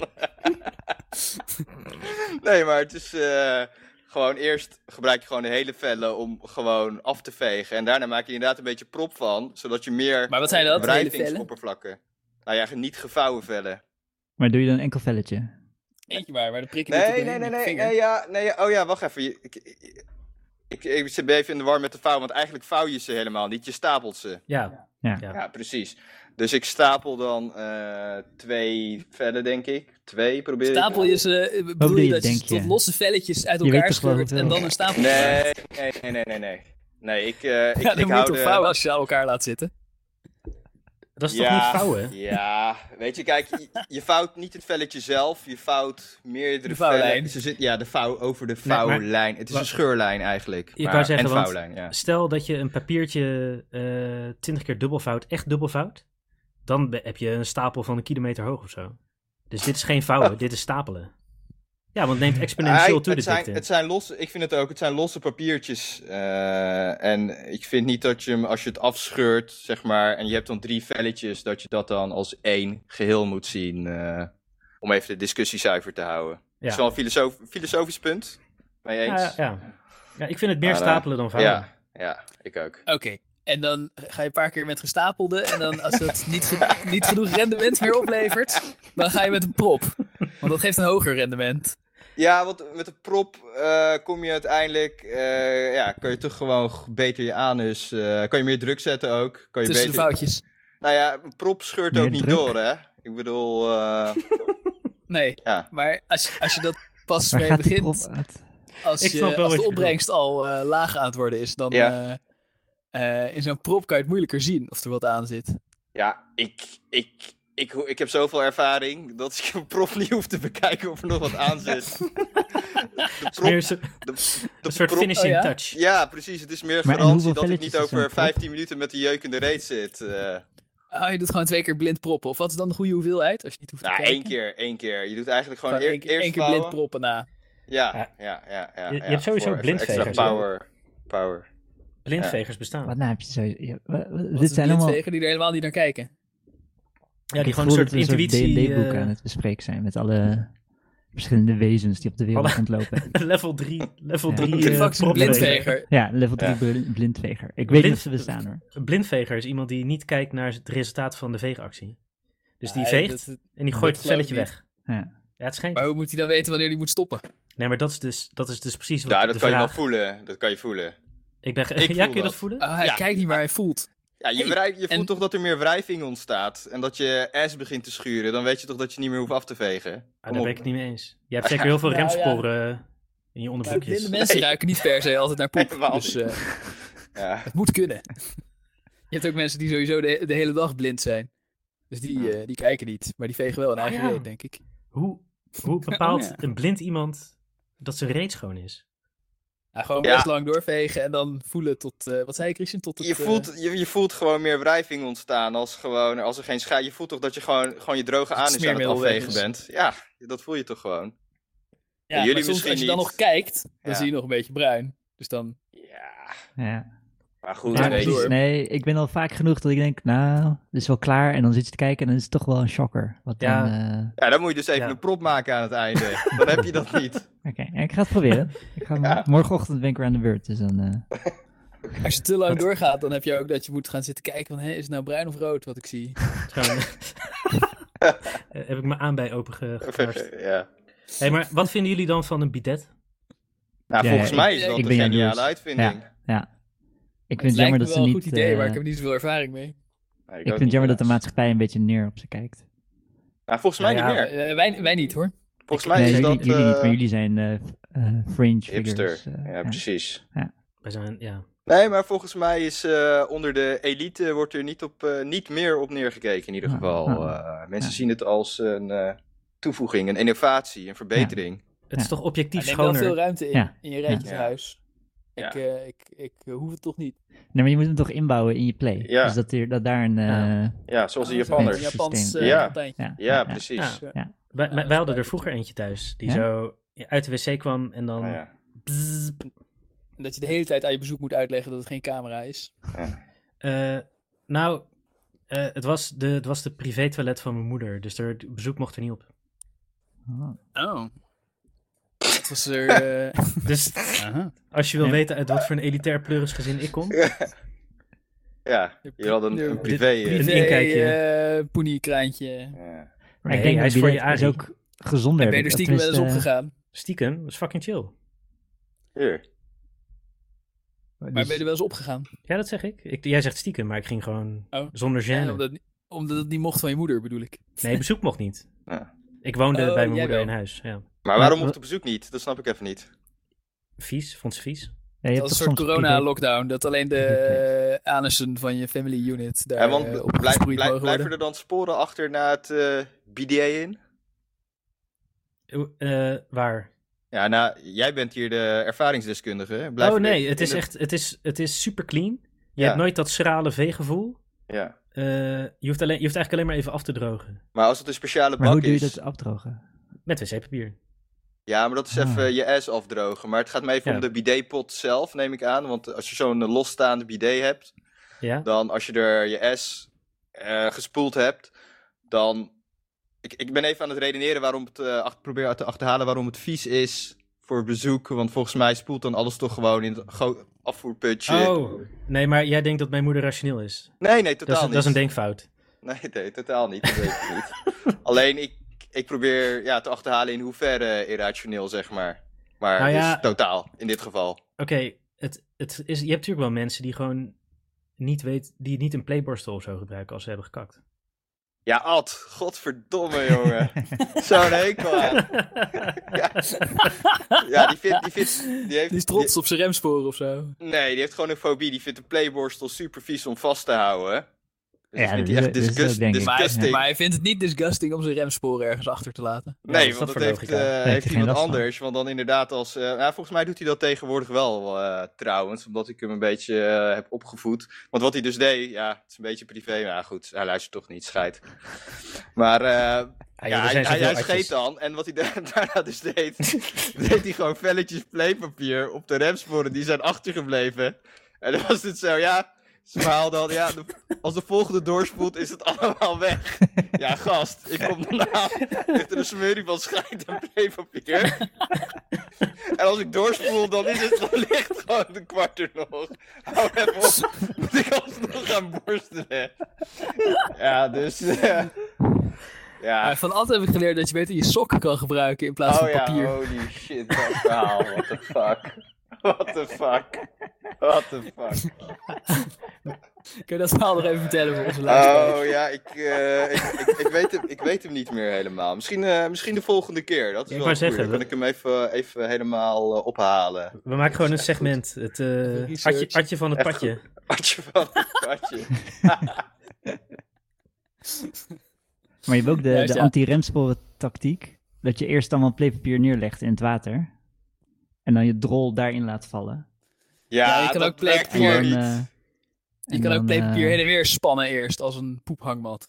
Nee, maar het is uh, gewoon eerst gebruik je gewoon de hele vellen om gewoon af te vegen. En daarna maak je inderdaad een beetje prop van, zodat je meer Maar wat zijn dat, hele vellen? wrijvingsoppervlakken. Nou ja, niet gevouwen vellen. Maar doe je dan een enkel velletje? Eentje maar, maar dan prik je dit Nee, op nee, je nee, nee, vinger. nee, ja, nee, ja, oh ja, wacht even. Je- Ik, ik, ik, ik zit even in de war met de vouw, want eigenlijk vouw je ze helemaal niet, je stapelt ze. Ja, Ja. ja. Ja, precies. Dus ik stapel dan uh, twee vellen, denk ik. Twee probeer ik. Stapel je ze, bedoel je dat je ze tot je? losse velletjes uit Je weet elkaar toch wel scheurt en hoeveel? dan een stapel Nee, maakt? nee, nee, nee, nee, nee. Nee, ik, uh, ik, Ja, dan ik moet hou toch de... vouwen als je ze aan elkaar laat zitten? Dat is ja, toch niet vouwen? Ja, weet je, kijk, je, je vouwt niet het velletje zelf, je vouwt meerdere De vouwlijn. vellen. Ze zit, ja, de vouw over de Nee, maar- vouwlijn. Het is maar- een scheurlijn eigenlijk. Ik maar, wou zeggen, en want vouwlijn, ja. stel dat je een papiertje uh, twintig keer dubbelvouwt, echt dubbelvouwt, dan be- heb je een stapel van een kilometer hoog of zo. Dus dit is geen vouwen, dit is stapelen. Ja, want het neemt exponentieel Ah, toe, de het, zijn, dikte. het zijn losse, ik vind het ook, het zijn losse papiertjes. Uh, en ik vind niet dat je hem, als je het afscheurt, zeg maar, en je hebt dan drie velletjes, dat je dat dan als één geheel moet zien. Uh, om even de discussie zuiver te houden. Ja. Dat is wel een filosof, filosofisch punt. Ben je eens? Ja, ja. ja, ik vind het meer Maar, uh, stapelen dan vouwen. Ja, ja, ik ook. Oké. Okay. En dan ga je een paar keer met gestapelde. En dan als het niet, ge- niet genoeg rendement meer oplevert, dan ga je met een prop. Want dat geeft een hoger rendement. Ja, want met de prop uh, kom je uiteindelijk, uh, ja, kan je toch gewoon beter je anus, uh, kan je meer druk zetten ook. Kan je Tussen beter... de foutjes. Nou ja, een prop scheurt Meer ook niet druk. door, hè. Ik bedoel, uh... Nee, ja. maar als je, als je dat pas Waar mee gaat die begint, prop uit? als, Ik je, snap wel als wat de je opbrengst al uh, laag aan het worden is, dan Ja. uh, uh, in zo'n prop kan je het moeilijker zien of er wat aan zit. Ja, ik, ik, ik, ik heb zoveel ervaring dat ik een prop niet hoef te bekijken of er nog wat aan zit. De Het is meer zo- de, de een soort prop- finishing Oh ja? touch. Ja, precies. Het is meer Maar en garantie hoeveel dat ik velletjes niet is zo'n over prop? vijftien minuten met de jeukende reet zit. Uh, Oh, je doet gewoon twee keer blind proppen. Of wat is dan de goede hoeveelheid? Als je niet hoeft te nou, kijken. één keer, één keer. Je doet eigenlijk gewoon, Gewoon eer, één keer, eerst één keer vouwen. blind proppen na. Ja, Ja. ja, ja. ja, Je- ja, je hebt sowieso voor even blindvegers, extra hè? power. Power. Blindvegers bestaan. Wat nou heb je zo... Ja, wa- wa- Wat dit is zijn allemaal... blindvegen die er helemaal niet naar kijken. Ja, die Ik gewoon voel een dat soort we intuïtie... D en D-boek eh, aan het bespreken zijn met alle verschillende wezens die op de wereld Alle- rondlopen. level drie, level Ja. drie What the uh, fuck is een propveger. blindveger? Ja, level drie Ja. bl- blindveger. Ik weet Blind- niet of ze bestaan hoor. Een blindveger is iemand die niet kijkt naar het resultaat van de veegactie. Dus die Ja, veegt dat- en die dat gooit het geloof ik velletje niet. weg. Ja. Ja, het schijnt. Maar hoe moet hij dan weten wanneer hij moet stoppen? Nee, maar dat is dus, dat is dus precies wat Ja, dat de kan je wel vraag... voelen. Dat kan je voelen. Ik ben ge- Ik ja, voel kun je dat dat. voelen? Ah, hij Ja. kijkt niet, maar hij voelt. Ja, je, Hey, wrijf- je voelt en- toch dat er meer wrijving ontstaat. En dat je ass begint te schuren. Dan weet je toch dat je niet meer hoeft af te vegen. Ah, Kom daar ben op. ik het niet mee eens. Je hebt zeker heel veel Nou, ja. remsporen in je Ja, onderbroekjes. blinde mensen Nee. ruiken niet per se altijd naar poep. Helemaal Dus niet. eh, Ja. het moet kunnen. Je hebt ook mensen die sowieso de, de hele dag blind zijn. Dus die, eh, die kijken niet. Maar die vegen wel een eigen ja. reet, denk ik. Hoe, hoe bepaalt Oh, ja. een blind iemand dat zijn reet schoon is? Ja, gewoon Ja. best lang doorvegen en dan voelen tot... eh, wat zei je, Christian? Tot het, Je, eh, voelt, je, je voelt gewoon meer wrijving ontstaan als, gewoon, als er geen schijn... Je voelt toch dat je gewoon, gewoon je droge het anus aan het smeermiddel weg afvegen is. bent. Ja, dat voel je toch gewoon. ja, jullie maar soms misschien als je dan niet. nog kijkt, dan Ja. zie je nog een beetje bruin. Dus dan... Ja, Ja. maar goed. Ja, Ja, weet je. door. precies. Nee, ik ben al vaak genoeg dat ik denk, nou, dit is wel klaar. En dan zit je te kijken en dan is het toch wel een shocker. Wat dan, Ja. eh, Ja, dan moet je dus even Ja. een prop maken aan het einde. Dan heb je dat niet. Oké, ja, ik ga het proberen. Ik ga, Ja. Morgenochtend ben ik weer aan de beurt, dus dan... eh, Als je te lang doorgaat, dan heb je ook dat je moet gaan zitten kijken van... Hé, is het nou bruin of rood wat ik zie? Gewoon, eh, heb ik mijn aanbij open ge- geknarst. Ja. Hey, maar wat vinden jullie dan van een bidet? Nou, Ja, volgens ja, mij ik- is dat ik een ben geniale jaloers. uitvinding. Ja. ja. Ik Het vind het lijkt jammer me dat wel ze een niet... goed idee, eh, maar ik heb er niet zoveel ervaring mee. Nee, ik ook vind het niet, jammer dat de helaas. maatschappij een beetje neer op ze kijkt. Nou, volgens mij Ja, niet ja, meer. Eh, wij, wij niet hoor. Volgens mij Nee, is jullie, dat jullie niet, eh, maar jullie zijn eh, eh, fringe hipster. figures. eh, ja, precies. Wij zijn, ja. Nee, maar volgens mij is eh, onder de elite wordt er niet, op, eh, niet meer op neergekeken in ieder Ah, geval. ah. Eh, mensen Ja. zien het als een eh, toevoeging, een innovatie, een verbetering. Het is Ja. toch objectief Hij neemt wel schoner? veel ruimte in, Ja. in je rijtjeshuis. Ja. Ik, eh, ik, ik eh, hoef het toch niet. Nee, maar je moet hem toch inbouwen in je play. Ja. Dus dat, er, dat daar een... eh, Ja. Ja, zoals de Oh, zo'n Japanners. Ja. Japans systeem. eh, Ja. gordijntje. ja, Ja, ja, precies. Ja. Ja. Wij, Ja, wij- dat wij is hadden er leuk. vroeger eentje thuis. Die Ja? zo uit de wc kwam en dan... Nou ja. bzzz, En dat je de hele tijd aan je bezoek moet uitleggen dat het geen camera is. eh, nou, eh, het, was de, het was de privé-toilet van mijn moeder. Dus er, het bezoek mocht er niet op. Oh. Oh. Wat was er... eh, Dus aha. als je wil Ja. weten uit wat voor een elitair pleurisgezin ik kom... Ja, je had een, De- een de- privé... eh, Een Privé, inkijkje. eh, poeniekraantje. ja. Maar Nee, ik denk hij dat is voor je bidet is Arie. ook gezonder. Ben je er Of stiekem wel eens tenminste, opgegaan? Stiekem, dat is fucking chill. Hier. dus- Maar ben je er wel eens opgegaan? Ja, dat zeg ik. ik jij zegt stiekem, maar ik ging gewoon Oh. zonder Ja, gêne. omdat, Omdat het niet mocht van je moeder, bedoel ik. Nee, bezoek mocht niet. Ja. Ik woonde Oh, bij mijn jij moeder wel. in huis. Ja. Maar waarom Maar- mocht het bezoek niet? Dat snap ik even niet. Vies, vond ze vies. Ja, je Dat hebt was een toch soort soms privé- corona-lockdown. Dat alleen de eh, anussen van je family unit daar Ja, want eh, op blijf, gesproeid blijf, mogen blijven worden. er dan sporen achter na het eh B D A in? Eh, waar? Ja, nou, jij bent hier de ervaringsdeskundige. hè? Blijf oh er nee, in het is de- echt, het is, het is super clean. Je Ja. hebt nooit dat schrale veegevoel. Ja. Eh, je, hoeft alleen, je hoeft eigenlijk alleen maar even af te drogen. Maar als het een speciale Maar hoe bak doe je is... dat afdrogen? Met wc-papier. Ja, maar dat is Ah. even je ass afdrogen. Maar het gaat me even Ja. om de bidetpot zelf, neem ik aan. Want als je zo'n eh, losstaande bidet hebt, Ja? dan als je er je ass eh, gespoeld hebt, dan... Ik, ik ben even aan het redeneren waarom het... eh achter, probeer te achterhalen waarom het vies is voor bezoek. Want volgens mij spoelt dan alles toch gewoon in het go- afvoerputje. Oh, nee, maar jij denkt dat mijn moeder rationeel is. Nee, nee, Dat totaal is, niet. dat is een denkfout. Nee, nee, totaal niet. Dat weet ik niet. Alleen, ik, ik probeer ja, te achterhalen in hoeverre irrationeel, zeg maar. Maar Nou ja- dus totaal, in dit geval. Oké, het, het is, je hebt natuurlijk wel mensen die gewoon niet weten, die niet een playborstel of zo gebruiken als ze hebben gekakt. Ja, Ad, godverdomme, jongen. Zo'n hekel aan. Ja. ja, die vindt... Die, vindt, die, heeft, Die is trots op zijn remsporen of zo. die- nee, die heeft gewoon een fobie. Die vindt een playborstel super vies om vast te houden. Dus Ja, dat vindt dat hij is- echt dat is ook, disgust, denk ik. Maar, disgusting. maar hij vindt het niet disgusting om zijn remsporen ergens achter te laten. Ja, Nee, wat is want dat dat voor heeft, logica? eh, Nee, heeft heeft er geen iemand last van. anders. Want dan inderdaad als... eh, nou, volgens mij doet hij dat tegenwoordig wel eh, trouwens. Omdat ik hem een beetje eh, heb opgevoed. Want wat hij dus deed, ja, het is een beetje privé. Maar ja, goed, hij luistert toch niet, scheid. Maar eh, Ah, ja, er hij, zijn hij, zoveel hij atjes. scheet dan. En wat hij da- daarna dus deed... deed hij gewoon velletjes playpapier op de remsporen. Die zijn achtergebleven. En dan was het zo, ja... Zijn verhaal dan, ja, de- als de volgende doorspoelt, is het allemaal weg. Ja, gast, ik kom daarna, ligt er een smeurie van scheid en playpapier. En als ik doorspoel, dan is het, dan ligt gewoon de kwart er nog. Hou even op, moet ik alsnog gaan borstelen. Ja, dus, eh, Maar ja. van altijd heb ik geleerd dat je beter je sokken kan gebruiken in plaats Oh van ja, papier. holy shit, dat verhaal, what the fuck. What the fuck. What the fuck. Kun je dat verhaal nog even vertellen voor onze luisteraars? Oh ja, ik, eh, ik, ik, ik, weet hem, ik weet hem niet meer helemaal. Misschien, eh, misschien de volgende keer. Dat is Ja, ik wel wou goed. zeggen, Dan kan dat- ik hem even, even helemaal eh, ophalen. We maken gewoon een segment. Het eh research. atje, atje van het Echt padje. Padje van het padje. Maar je hebt ook de, Juist, de ja. anti-remsporen tactiek. Dat je eerst allemaal playpapier neerlegt in het water. En dan je drol daarin laat vallen. Ja, Ja, je kan dat ook play- werkt En gewoon dan, niet. eh, je en kan ook dan, playpapier eh, heen en weer spannen eerst als een poephangmat.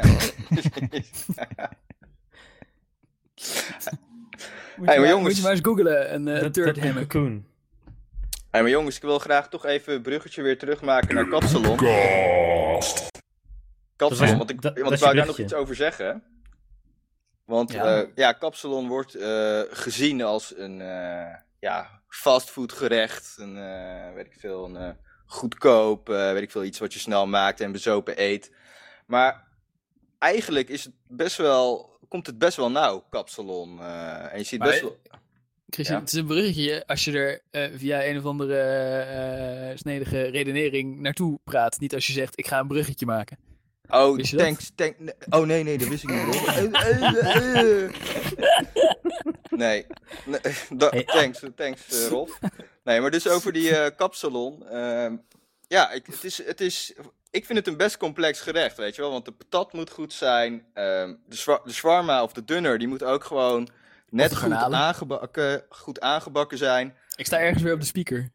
Moet, Hey, je, maar maar, jongens. moet je maar eens googlen, een uh, Dat- third dat- hammock. cocoon. Hey, maar jongens, ik wil graag toch even een bruggetje weer terugmaken naar Kapsalon. Gast. Kapsalon, Dat- want ik, dat- want dat ik is wou je daar nog bruggetje. iets over zeggen. Want Ja. ja, ja Kapsalon wordt eh, gezien als een eh ja, fastfoodgerecht. Een, eh, weet ik veel, een eh, goedkoop, eh, weet ik veel, iets wat je snel maakt en bezopen eet. Maar eigenlijk is het best wel, komt het best wel nauw, Kapsalon. Eh, en je ziet Maar- best wel... Christian, Ja. het is een bruggetje als je er eh, via een of andere eh snedige redenering naartoe praat. Niet als je zegt, ik ga een bruggetje maken. Oh, Wist je dat? thanks, thank, nee, oh nee, nee, dat wist ik niet. hoor. Eh, eh, eh. Nee, nee da- Hey. thanks, thanks eh, Rolf. Nee, maar dus over die eh, kapsalon. ehm, ja, ik, het is, het is, ik vind het een best complex gerecht, weet je wel. Want de patat moet goed zijn. ehm, de, zwa- de shawarma of de dunner, die moet ook gewoon net de goed garnalen. aangebakken, goed aangebakken zijn. Ik sta ergens weer op de speaker.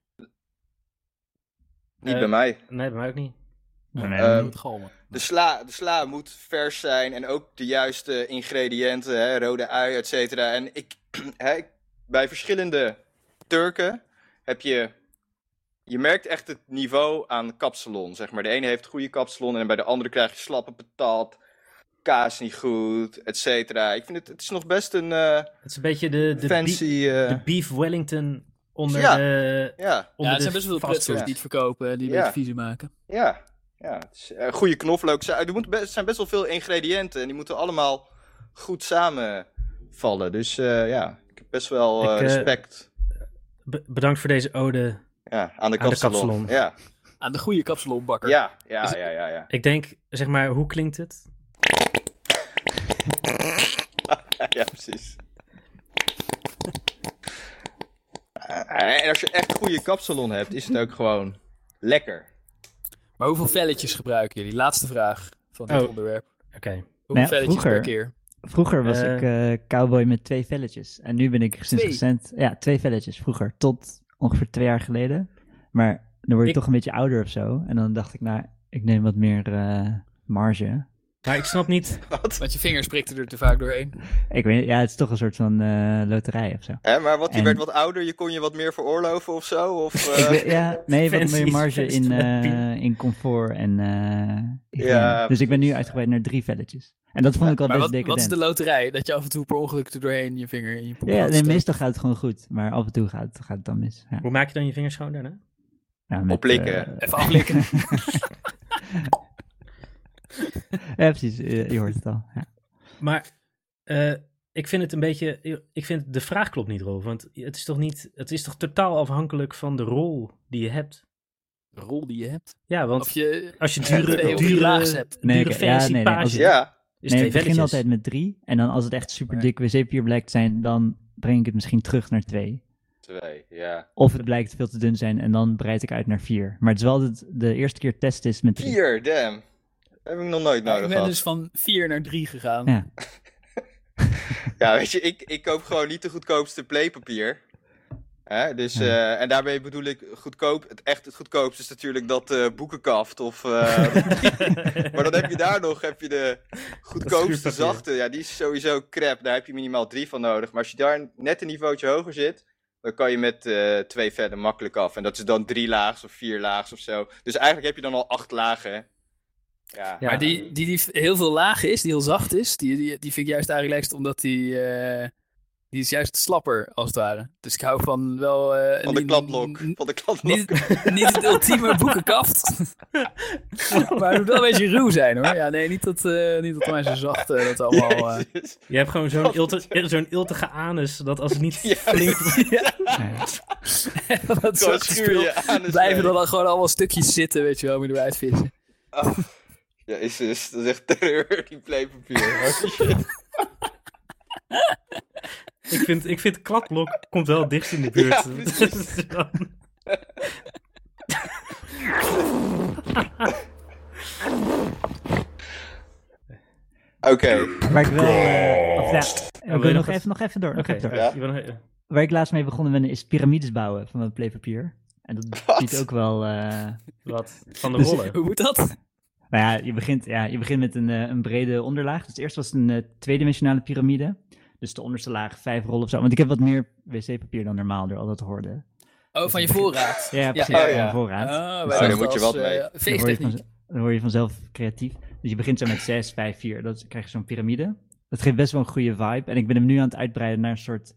Niet Eh, bij mij. Nee, bij mij ook niet. nee, nee, Ehm, Moet galmen. De sla, de sla moet vers zijn en ook de juiste ingrediënten, hè, rode ui, et cetera. En ik, hè, ik- bij verschillende Turken heb je, je merkt echt het niveau aan kapsalon, zeg maar. De ene heeft goede kapsalon en bij de andere krijg je slappe patat, kaas niet goed, et cetera. Ik vind het, het is nog best een eh, Het is een beetje de, de, fancy, bie- eh, de beef Wellington onder Ja. de... ja, Onder Ja, er de zijn best wel veel fastfood. prutsers die het verkopen, die een Ja. beetje vieze maken. ja, ja. Het is, eh, goede knoflook. Er moet best- zijn best wel veel ingrediënten en die moeten allemaal goed samenvallen. Dus eh, ja, ik heb best wel eh, Ik, eh, respect Be- bedankt voor deze ode. ja, aan de aan de kapsalon. kapsalon. Ja. Aan de goede kapsalonbakker. Ja, ja, ja, ja, ja. Ik denk, zeg maar, hoe klinkt het? Ja, precies. En als je echt een goede kapsalon hebt, is het ook gewoon lekker. Maar hoeveel velletjes gebruiken jullie? Laatste vraag van dit Oh. onderwerp. Oké. Hoeveel Nou ja, velletjes vroeger- per keer? Vroeger was Eh. ik eh, cowboy met twee velletjes. En nu ben ik sinds Twee? recent... Ja, twee velletjes vroeger. Tot ongeveer twee jaar geleden. Maar dan word je Ik- toch een beetje ouder of zo. En dan dacht ik, nou, ik neem wat meer eh, marge. Maar ik snap niet... Wat? Want je vingers prikten er te vaak doorheen. Ik weet ja, het is toch een soort van eh, loterij of zo. Hè, maar wat, je En- werd wat ouder, je kon je wat meer veroorloven of zo? Of, uh... Ik weet- ja, nee, wat Fancy meer marge in, feestje. eh, in comfort en eh, hygiëne. Ja, Dus ik ben nu precies. uitgebreid naar drie velletjes. En dat vond ik al Maar best wat, wat is decadent. de loterij? Dat je af en toe per ongeluk er doorheen je vinger in je poep Ja, gaat nee, steken? meestal gaat het gewoon goed. Maar af en toe gaat, gaat het dan mis. Ja. Hoe maak je dan je vingers schoon daarna? Ja, met, Oplikken. eh, Even aflikken. ja, precies. eh, je hoort het al. Ja. Maar eh, ik vind het een beetje... Ik vind de vraag klopt niet, Rolf. Want het is toch niet... Het is toch totaal afhankelijk van de rol die je hebt? De rol die je hebt. Ja, want Of je als je twee dure, of drie dure, laagjes hebt. Nee, dure oké, ja, fancy nee, nee, als page het- Ja, is Nee, twee ik begin velletjes. altijd met drie. En dan als het echt super dik wc-papier blijkt te zijn, dan breng ik het misschien terug naar twee. twee, ja. Of het blijkt veel te dun zijn en dan breid ik uit naar vier. Maar het is wel dat de eerste keer test is met drie. Vier, damn. Dat heb ik nog nooit Ja, nodig ik ben gehad. dus van vier naar drie gegaan. Ja. Ja, weet je, ik, ik koop gewoon niet de goedkoopste playpapier. Hè? Dus, Ja. eh, en daarmee bedoel ik goedkoop. Het echt het goedkoopste is natuurlijk dat eh, boekenkaft. Of, eh, maar dan heb je daar nog heb je de goedkoopste schuurpapier. zachte. Ja, die is sowieso crap. Daar heb je minimaal drie van nodig. Maar als je daar net een niveautje hoger zit, dan kan je met eh, twee verder makkelijk af. En dat is dan drie laags of vier laags of zo. Dus eigenlijk heb je dan al acht lagen. Ja, Ja. Maar die, die, die heel veel laag is, die heel zacht is, die, die, die vind ik juist eigenlijk lekkerst omdat die, eh, die is juist slapper als het ware. Dus ik hou van wel... eh, van de niet- kladblok. Van de kladblok. Niet, niet het ultieme boekenkaft. Maar het moet wel een beetje ruw zijn hoor. Ja, nee, niet dat, eh niet dat mij zo zacht eh, dat allemaal... eh, Jezus. Je hebt gewoon zo'n ilte, zo'n iltige anus, dat als het niet Ja, flink... Ja. dat Gewoon soort schuur spul je aan. blijven er dan gewoon allemaal stukjes zitten, weet je wel, moet je eruit vissen. Oh, jezus, dat is echt terreur, die playpapier. Holy shit. Ik vind, ik vind kladblok komt wel dichtst in de buurt. Ja, precies. Oké, Waar ik wel... eh, of ja, wil ik je wil nog nog wat- even, nog even door. Nog Oké, even door. Ja. je bent- Waar ik laatst mee begonnen ben, is piramides bouwen van mijn playpapier. En dat Wat? biedt ook wel... eh, wat? Van de Dus- rollen. Hoe moet dat? Nou ja, je begint, ja, je begint met een, eh, een brede onderlaag. Dus eerst was het een eh, tweedimensionale piramide. Dus de onderste laag vijf rollen of zo. Want ik heb wat meer wc-papier dan normaal door al dat horden. Oh, van je voorraad. Ja, precies. Oh, van ja. voorraad. Oh, Dus wij dan dachten moet je als, wat mee. eh, Dan word, je veegtechniek. van, dan word je vanzelf creatief. Dus je begint zo met zes, vijf, vier. Dan krijg je zo'n piramide. Dat geeft best wel een goede vibe. En ik ben hem nu aan het uitbreiden naar een soort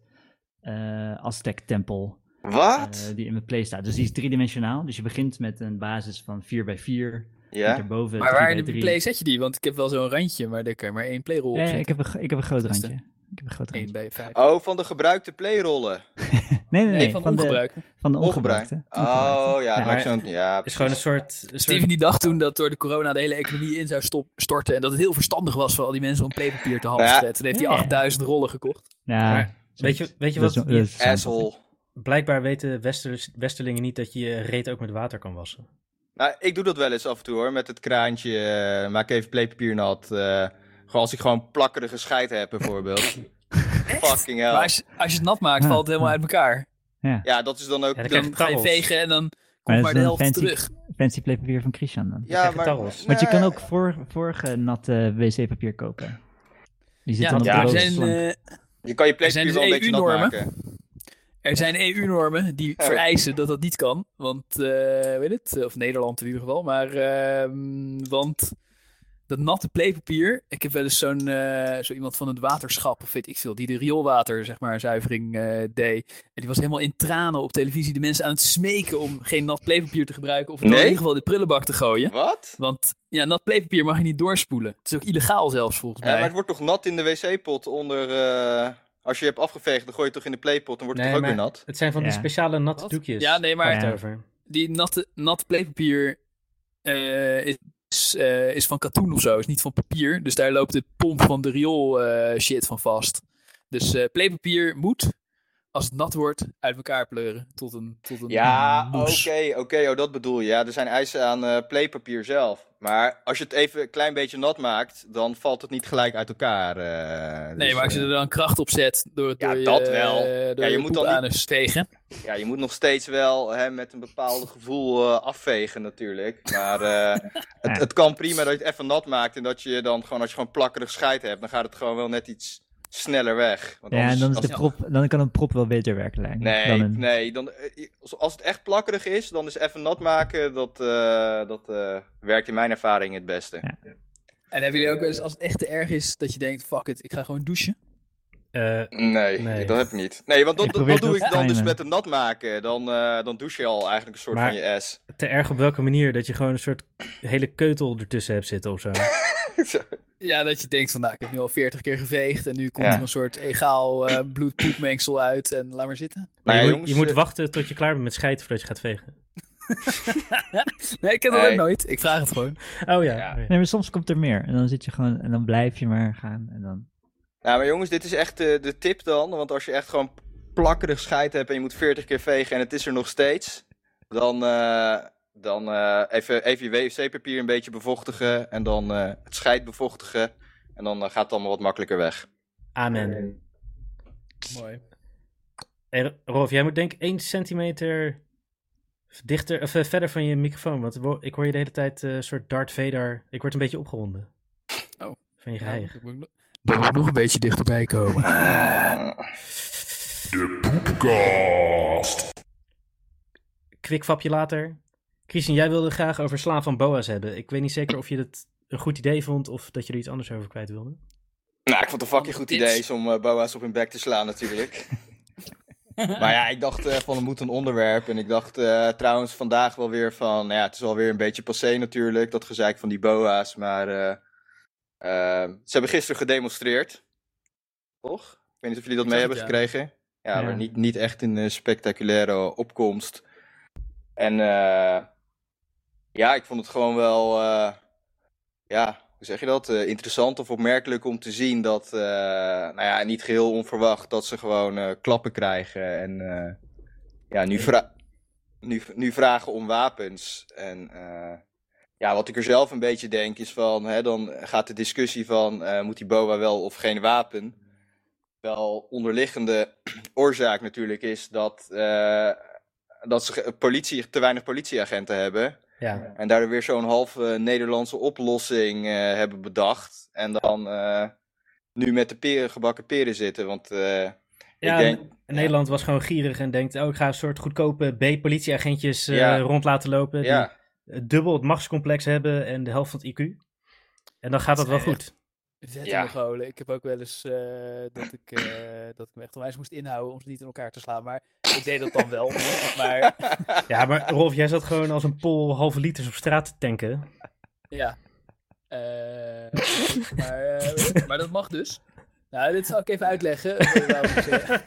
eh Aztec-tempel. wat? eh, die in mijn play staat. Dus die is driedimensionaal. Dus je begint met een basis van vier bij vier. Ja? Daarboven Maar drie waar bij in de drie. play zet je die? Want ik heb wel zo'n randje, maar daar kan je maar één playrol op Ja, ja, zetten. ik, heb een, gro- ik heb een groot Dat is de- randje. Ik heb een groot één randje. bij vijf. Oh, van de gebruikte playrollen. Nee, nee, nee. Nee, van, de, ongebruik. van de Ongebruikt. ongebruikte. Oh, ja. Ja, maar zo'n, ja, Het is gewoon een soort... een soort- Steven die dacht toen dat door de corona de hele economie in zou stop, storten. En dat het heel verstandig was voor al die mensen om playpapier te hamsteren. Ja. Toen heeft hij Ja. achtduizend rollen gekocht. Ja, Maar weet je, weet je dat wat? is- dat is een asshole. Blijkbaar weten Westers, Westerlingen niet dat je je reet ook met water kan wassen. Nou, ik doe dat wel eens af en toe hoor, met het kraantje. eh, maak even playpapier nat. eh, gewoon als ik gewoon plakkerige scheid heb bijvoorbeeld. Fucking hell. Maar als, je- als je het nat maakt, Ja. valt het helemaal uit elkaar. Ja, Ja, dat is dan ook... Ja, dan dan- krijg Dan ga je tarrels. vegen en dan Maar komt dat maar is de een helft fancy- terug. fancy playpapier van Christian dan. ja, krijg je maar... tarrels. Want je kan nee. ook voor, vorige natte wc-papier kopen. Die zit Ja, dan op ja, de er roze zijn, slank. eh, Je kan je Er zijn playpapier dus wel een beetje nat E U-normen. maken. er zijn E U-normen die Oh. vereisen dat dat niet kan. Want, eh, weet het, of Nederland in ieder geval. Maar, ehm, want dat natte playpapier. Ik heb wel eens zo'n eh, zo iemand van het waterschap, of weet ik veel, die de rioolwater, zeg maar, zuivering eh, deed. En die was helemaal in tranen op televisie de mensen aan het smeken om geen nat playpapier te gebruiken. Of het dan Nee? in ieder geval in de prullenbak te gooien. Wat? Want ja, nat playpapier mag je niet doorspoelen. Het is ook illegaal zelfs volgens Ja, mij. maar het wordt toch nat in de wc-pot onder... eh, als je hebt afgeveegd, dan gooi je het toch in de playpot, dan wordt het Nee, toch ook maar weer nat? Het zijn van die Ja. speciale natte Wat? doekjes. Ja, nee, maar- Waar het Ja. over. Die natte, natte playpapier uh, is, uh, is van katoen of zo, is niet van papier. Dus daar loopt de pomp van de riool uh, shit van vast. Dus uh, playpapier moet, als het nat wordt, uit elkaar pleuren tot een tot een Ja, oké, moes. oké, okay, oh, dat bedoel je. Ja, er zijn eisen aan uh, playpapier zelf. Maar als je het even een klein beetje nat maakt, dan valt het niet gelijk uit elkaar. Uh, dus, nee, maar als je er dan kracht op zet door het ja, door dat je, wel. door Ja, je je moet dan poepanus vegen. Ja, je moet nog steeds wel hè, met een bepaald gevoel uh, afvegen natuurlijk. Maar uh, het, het kan prima dat je het even nat maakt en dat je dan gewoon, als je gewoon plakkerig scheid hebt, dan gaat het gewoon wel net iets sneller weg. Want Ja, anders, en dan, is als, de prop, dan kan een prop wel beter werken, lijkt me. Nee, dan een... nee dan, als het echt plakkerig is, dan is even nat maken, dat, uh, dat uh, werkt in mijn ervaring het beste. Ja. En hebben jullie ook wel eens, als het echt te erg is, dat je denkt, fuck it, ik ga gewoon douchen? Uh, nee, nee, dat heb ik niet. Nee, want dat, Ik dat, probeer dat doe het ik dan te dus timen. met het nat maken. Dan, uh, dan douche je al eigenlijk een soort Maar- van je ass. te erg op welke manier? Dat je gewoon een soort hele keutel ertussen hebt zitten of zo. Ja, dat je denkt van, nou, ik heb nu al veertig keer geveegd en nu komt Ja. er een soort egaal uh, bloedpoepmengsel uit en laat maar zitten. Maar Nou je, ja, moet, jongens, je moet uh, wachten tot je klaar bent met scheiden voordat je gaat vegen. Nee, ik heb dat Nee. ook nooit. Ik vraag het gewoon. Oh ja. Ja. Oh, ja. Nee, maar soms komt er meer. En dan zit je gewoon, en dan blijf je maar gaan. En dan... Nou, maar jongens, dit is echt de, de tip dan. Want als je echt gewoon plakkerig scheid hebt en je moet veertig keer vegen en het is er nog steeds. Dan, uh, dan uh, even, even je wc-papier een beetje bevochtigen. En dan uh, het scheid bevochtigen. En dan uh, gaat het allemaal wat makkelijker weg. Amen. Mooi. Hey, Rolf, jij moet denk ik één centimeter dichter, of, uh, verder van je microfoon. Want wo- ik hoor je de hele tijd een uh, soort Darth Vader. Ik word een beetje opgewonden. Oh. Van je geheig. Dan moet ik nog- dan moet ik nog een beetje dichterbij komen. De Poepcast. Kwikvapje later. Christian, jij wilde graag over slaan van boa's hebben. Ik weet niet zeker of je het een goed idee vond of dat je er iets anders over kwijt wilde. Nou, ik vond het een fucking goed Tips. idee is om uh, boa's op hun bek te slaan natuurlijk. Maar ja, ik dacht uh, van het moet een onderwerp. En ik dacht uh, trouwens vandaag wel weer van, nou ja, het is alweer een beetje passé natuurlijk, dat gezeik van die boa's. Maar uh, uh, ze hebben gisteren gedemonstreerd. Toch? Ik weet niet of jullie dat Ik mee zag hebben het, ja. gekregen. Ja, Ja. maar niet, niet echt een uh, spectaculaire opkomst. En uh, ja, ik vond het gewoon wel, uh, ja, hoe zeg je dat? Uh, interessant of opmerkelijk om te zien dat, uh, nou ja, niet geheel onverwacht dat ze gewoon uh, klappen krijgen. En uh, ja, nu, vra- nu, nu vragen om wapens. En uh, ja, wat ik er zelf een beetje denk is van, hè, dan gaat de discussie van, uh, moet die boa wel of geen wapen? Wel onderliggende oorzaak natuurlijk is dat, uh, dat ze politie, te weinig politieagenten hebben. Ja. En daardoor weer zo'n halve Nederlandse oplossing uh, hebben bedacht. En dan uh, nu met de peren, gebakken peren zitten. Want uh, Ja, ik denk... N- Nederland was gewoon gierig en denkt, oh, ik ga een soort goedkope B-politieagentjes uh, Ja. rond laten lopen. Ja, Die dubbel het machtscomplex hebben en de helft van het I Q. En dan gaat dat wel goed. Vette Ja. Mongolen. Ik heb ook wel eens uh, dat, ik, uh, dat ik me echt onwijs moest inhouden om ze niet in elkaar te slaan. Maar ik deed dat dan wel. Maar Ja, maar Rolf, jij zat gewoon als een pol halve liters op straat te tanken. ja. Uh, maar, uh, maar dat mag dus. Nou, dit zal ik even uitleggen. Waarom ik zeg.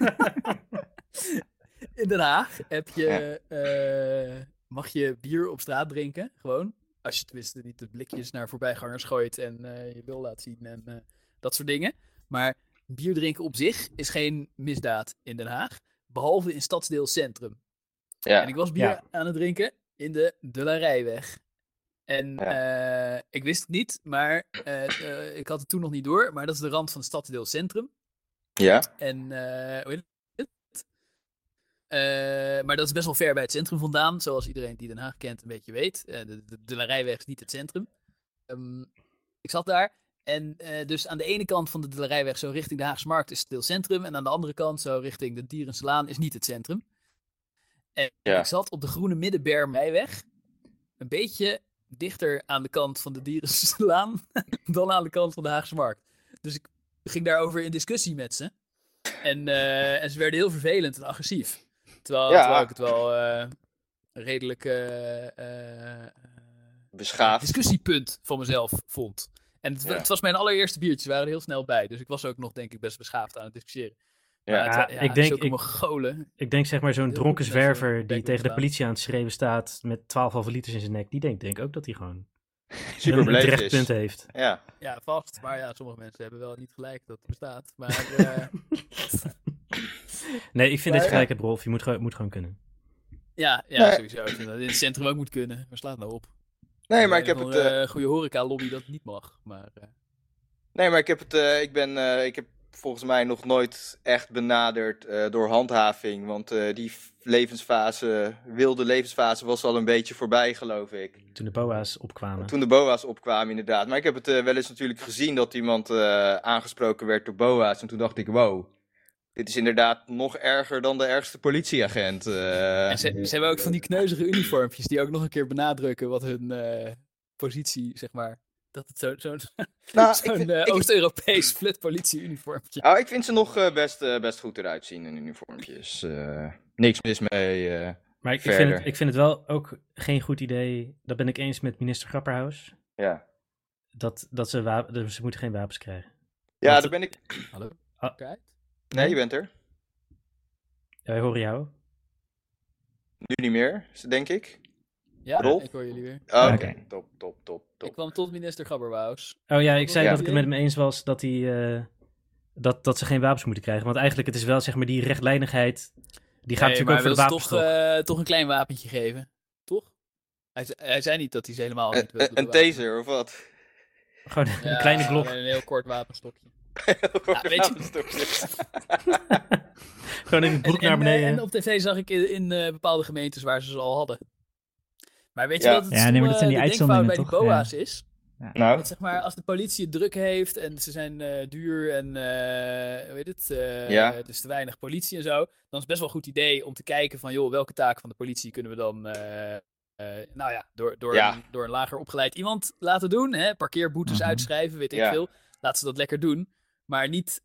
In Den Haag heb je, uh, mag je bier op straat drinken, gewoon. Als je tenminste niet de blikjes naar voorbijgangers gooit en uh, je wil laat zien en uh, dat soort dingen. Maar bier drinken op zich is geen misdaad in Den Haag. Behalve in stadsdeel Centrum. ja. En ik was bier Ja. aan het drinken in de De La Rijweg. En Ja. uh, ik wist het niet, maar uh, uh, ik had het toen nog niet door. Maar dat is de rand van het stadsdeel Centrum. Ja, En uh, hoe heet het? Uh, maar dat is best wel ver bij het centrum vandaan. Zoals iedereen die Den Haag kent een beetje weet. Uh, de, de, de La Rijweg is niet het centrum. Um, ik zat daar. En uh, dus aan de ene kant van de De La Rijweg, zo richting de Haagse Markt, is het deel centrum. En aan de andere kant, zo richting de Dierense Laan, is niet het centrum. En Ja. ik zat op de Groene Middenbermijweg. Een beetje dichter aan de kant van de Dierense Laan dan aan de kant van de Haagse Markt. Dus ik ging daarover in discussie met ze. En, uh, en ze werden heel vervelend en agressief. Terwijl, Ja. terwijl ik het wel uh, een redelijk uh, uh, beschaafd. discussiepunt van mezelf vond. En het, Ja. het was mijn allereerste biertje, ze waren er heel snel bij. Dus ik was ook nog, denk ik, best beschaafd aan het discussiëren. Ja. Maar het- ja, ik denk- zulke ik- Mongolen. Ik denk zeg maar zo'n Heel dronken goed mensen zwerver die bek tegen de staan. politie aan het schreeuwen staat met twaalf halve liters in zijn nek. Die denkt denk ik ook dat hij gewoon Super een beleefd terecht is. punt heeft. Ja. Ja, vast. Maar ja, sommige mensen hebben wel niet gelijk dat het bestaat. Maar eh, Nee, ik vind Maar dat je ja. gelijk hebt, Rolf. Je moet, gewoon- moet gewoon kunnen. ja, ja Nee. sowieso. Ik vind dat het in het centrum ook moet kunnen. Waar slaat het nou op? Nee, maar ik heb het... eh, een goede horeca-lobby dat het niet mag. Maar eh, Nee, maar ik heb het. eh, ik ben. eh, ik heb volgens mij nog nooit echt benaderd eh, door handhaving. Want eh, die f- levensfase, wilde levensfase, was al een beetje voorbij, geloof ik. Toen de boa's opkwamen. Toen de boa's opkwamen, inderdaad. Maar ik heb het eh, wel eens natuurlijk gezien dat iemand eh, aangesproken werd door boa's. En toen dacht ik, wow. Dit is inderdaad nog erger dan de ergste politieagent. eh. en ze, ze hebben ook van die kneuzige uniformpjes die ook nog een keer benadrukken wat hun eh, positie, zeg maar. Dat het zo- zo'n Nou, ik zo'n vind- eh, ik- Oost-Europees flat politie-uniformpje. Nou, ik vind ze nog eh, best, eh, best goed eruit zien in uniformpjes. Eh, niks mis mee. eh. Maar ik, ik, vind verder. het, ik vind het wel ook geen goed idee. Dat ben ik eens met minister Grapperhaus. Ja, Dat, dat ze, wapen, dus ze moeten geen wapens krijgen. ja Want- daar ben ik. Hallo? Ah. Kijk. Nee, je bent er. Ja, wij horen jou. Nu niet meer, denk ik. Ja, Rolf? ik hoor jullie weer. Oh, Oké, Oké. top, top, top, Ik top. kwam tot minister Gabberwaus. Oh ja, ik zei Ja. dat ik het met hem eens was dat, hij, eh, dat, dat ze geen wapens moeten krijgen. Want eigenlijk het is wel zeg maar die rechtlijnigheid. Die gaat natuurlijk ook voor de wil wapens ze toch, eh, toch een klein wapentje geven. Toch? Hij, ze- hij zei niet dat hij ze helemaal Een, niet wilde een, een bewapenen. taser of wat? Gewoon Ja, een kleine glok. Een heel kort wapenstokje. Ja, weet je- Gewoon in de broek En, naar en, beneden. en op tv zag ik in, in eh, bepaalde gemeentes waar ze ze al hadden. Maar weet je Ja. wat het Ja, nee, maar dat zijn die stomme- de denkfout bij uitzonderingen, die toch? boa's is? Nou, Dat zeg maar, als de politie het druk heeft en ze zijn eh, duur en eh hoe heet het, eh, Ja. het is te weinig politie en zo, dan is het best wel een goed idee om te kijken van, joh, welke taken van de politie kunnen we dan, eh, eh, nou ja, door, door, Ja. Een, door een lager opgeleid iemand laten doen, hè? Parkeerboetes Mhm. uitschrijven, weet ik Ja. veel. Laten ze dat lekker doen, maar niet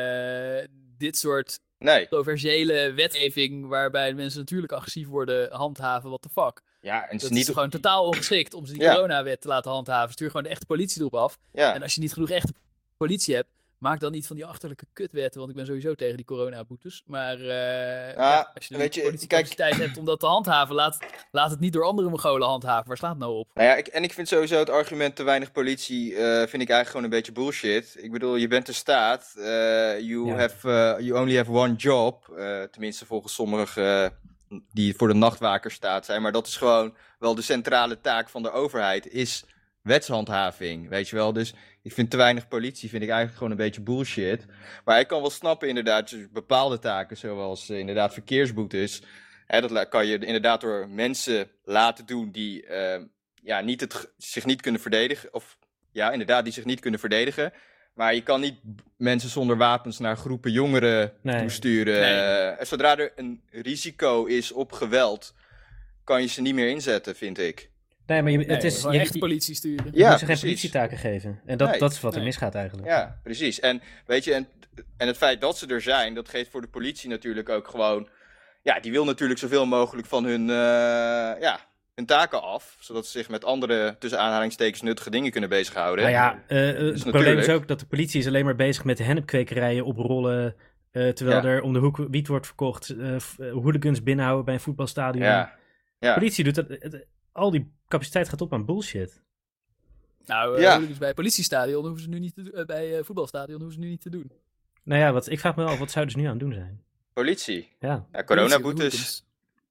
eh, dit soort nee. controversiële wetgeving waarbij mensen natuurlijk agressief worden handhaven, what the fuck. Ja, en het is Dat niet... is gewoon totaal ongeschikt om ze die Ja. coronawet te laten handhaven. Stuur gewoon de echte politie erop af. Ja, En als je niet genoeg echte politie hebt, maak dan niet van die achterlijke kutwetten, want ik ben sowieso tegen die coronaboetes. Maar eh, ja, als je, weet je, de politiecapaciteit hebt om dat te handhaven, laat, laat het niet door andere Mongolen handhaven. Waar slaat het nou op? nou ja, ik, en ik vind sowieso het argument te weinig politie, eh, vind ik eigenlijk gewoon een beetje bullshit. Ik bedoel, je bent de staat, eh, you, Ja. have, eh, you only have one job, eh, tenminste volgens sommigen eh, die voor de nachtwaker staat zijn. Maar dat is gewoon wel de centrale taak van de overheid, is wetshandhaving, weet je wel. Dus ik vind te weinig politie, vind ik eigenlijk gewoon een beetje bullshit. Maar ik kan wel snappen inderdaad, dus bepaalde taken, zoals eh, inderdaad verkeersboetes. Hè, dat la- kan je inderdaad door mensen laten doen die eh, ja, niet het, g- zich niet kunnen verdedigen. Of ja, inderdaad, die zich niet kunnen verdedigen. Maar je kan niet b- mensen zonder wapens naar groepen jongeren Nee. toesturen. Nee. Eh, en zodra er een risico is op geweld, kan je ze niet meer inzetten, vind ik. Nee, maar je, Nee, het is, gewoon je, echt je, politie sturen. je Ja, moet ze geen precies. politietaken geven. En dat, Nee, dat is wat er nee. misgaat eigenlijk. Ja, precies. En weet je, en, en het feit dat ze er zijn, dat geeft voor de politie natuurlijk ook gewoon. Ja, die wil natuurlijk zoveel mogelijk van hun, eh, ja, hun taken af. Zodat ze zich met andere, tussen aanhalingstekens, nuttige dingen kunnen bezighouden. Nou ja, eh, eh, het probleem natuurlijk- is ook dat de politie is alleen maar bezig met de hennepkwekerijen oprollen. eh, terwijl Ja. er om de hoek wiet wordt verkocht. eh, f- eh, hooligans binnenhouden bij een voetbalstadion. Ja, ja. Politie doet dat. het- al die capaciteit gaat op aan bullshit. Nou, eh, Ja. hooligans bij politiestadion hoeven ze nu niet te doen. eh, bij eh, voetbalstadion hoeven ze nu niet te doen. Nou ja, wat, ik vraag me wel af, wat zouden ze nu aan het doen zijn? Politie. Ja, Ja, coronaboetes.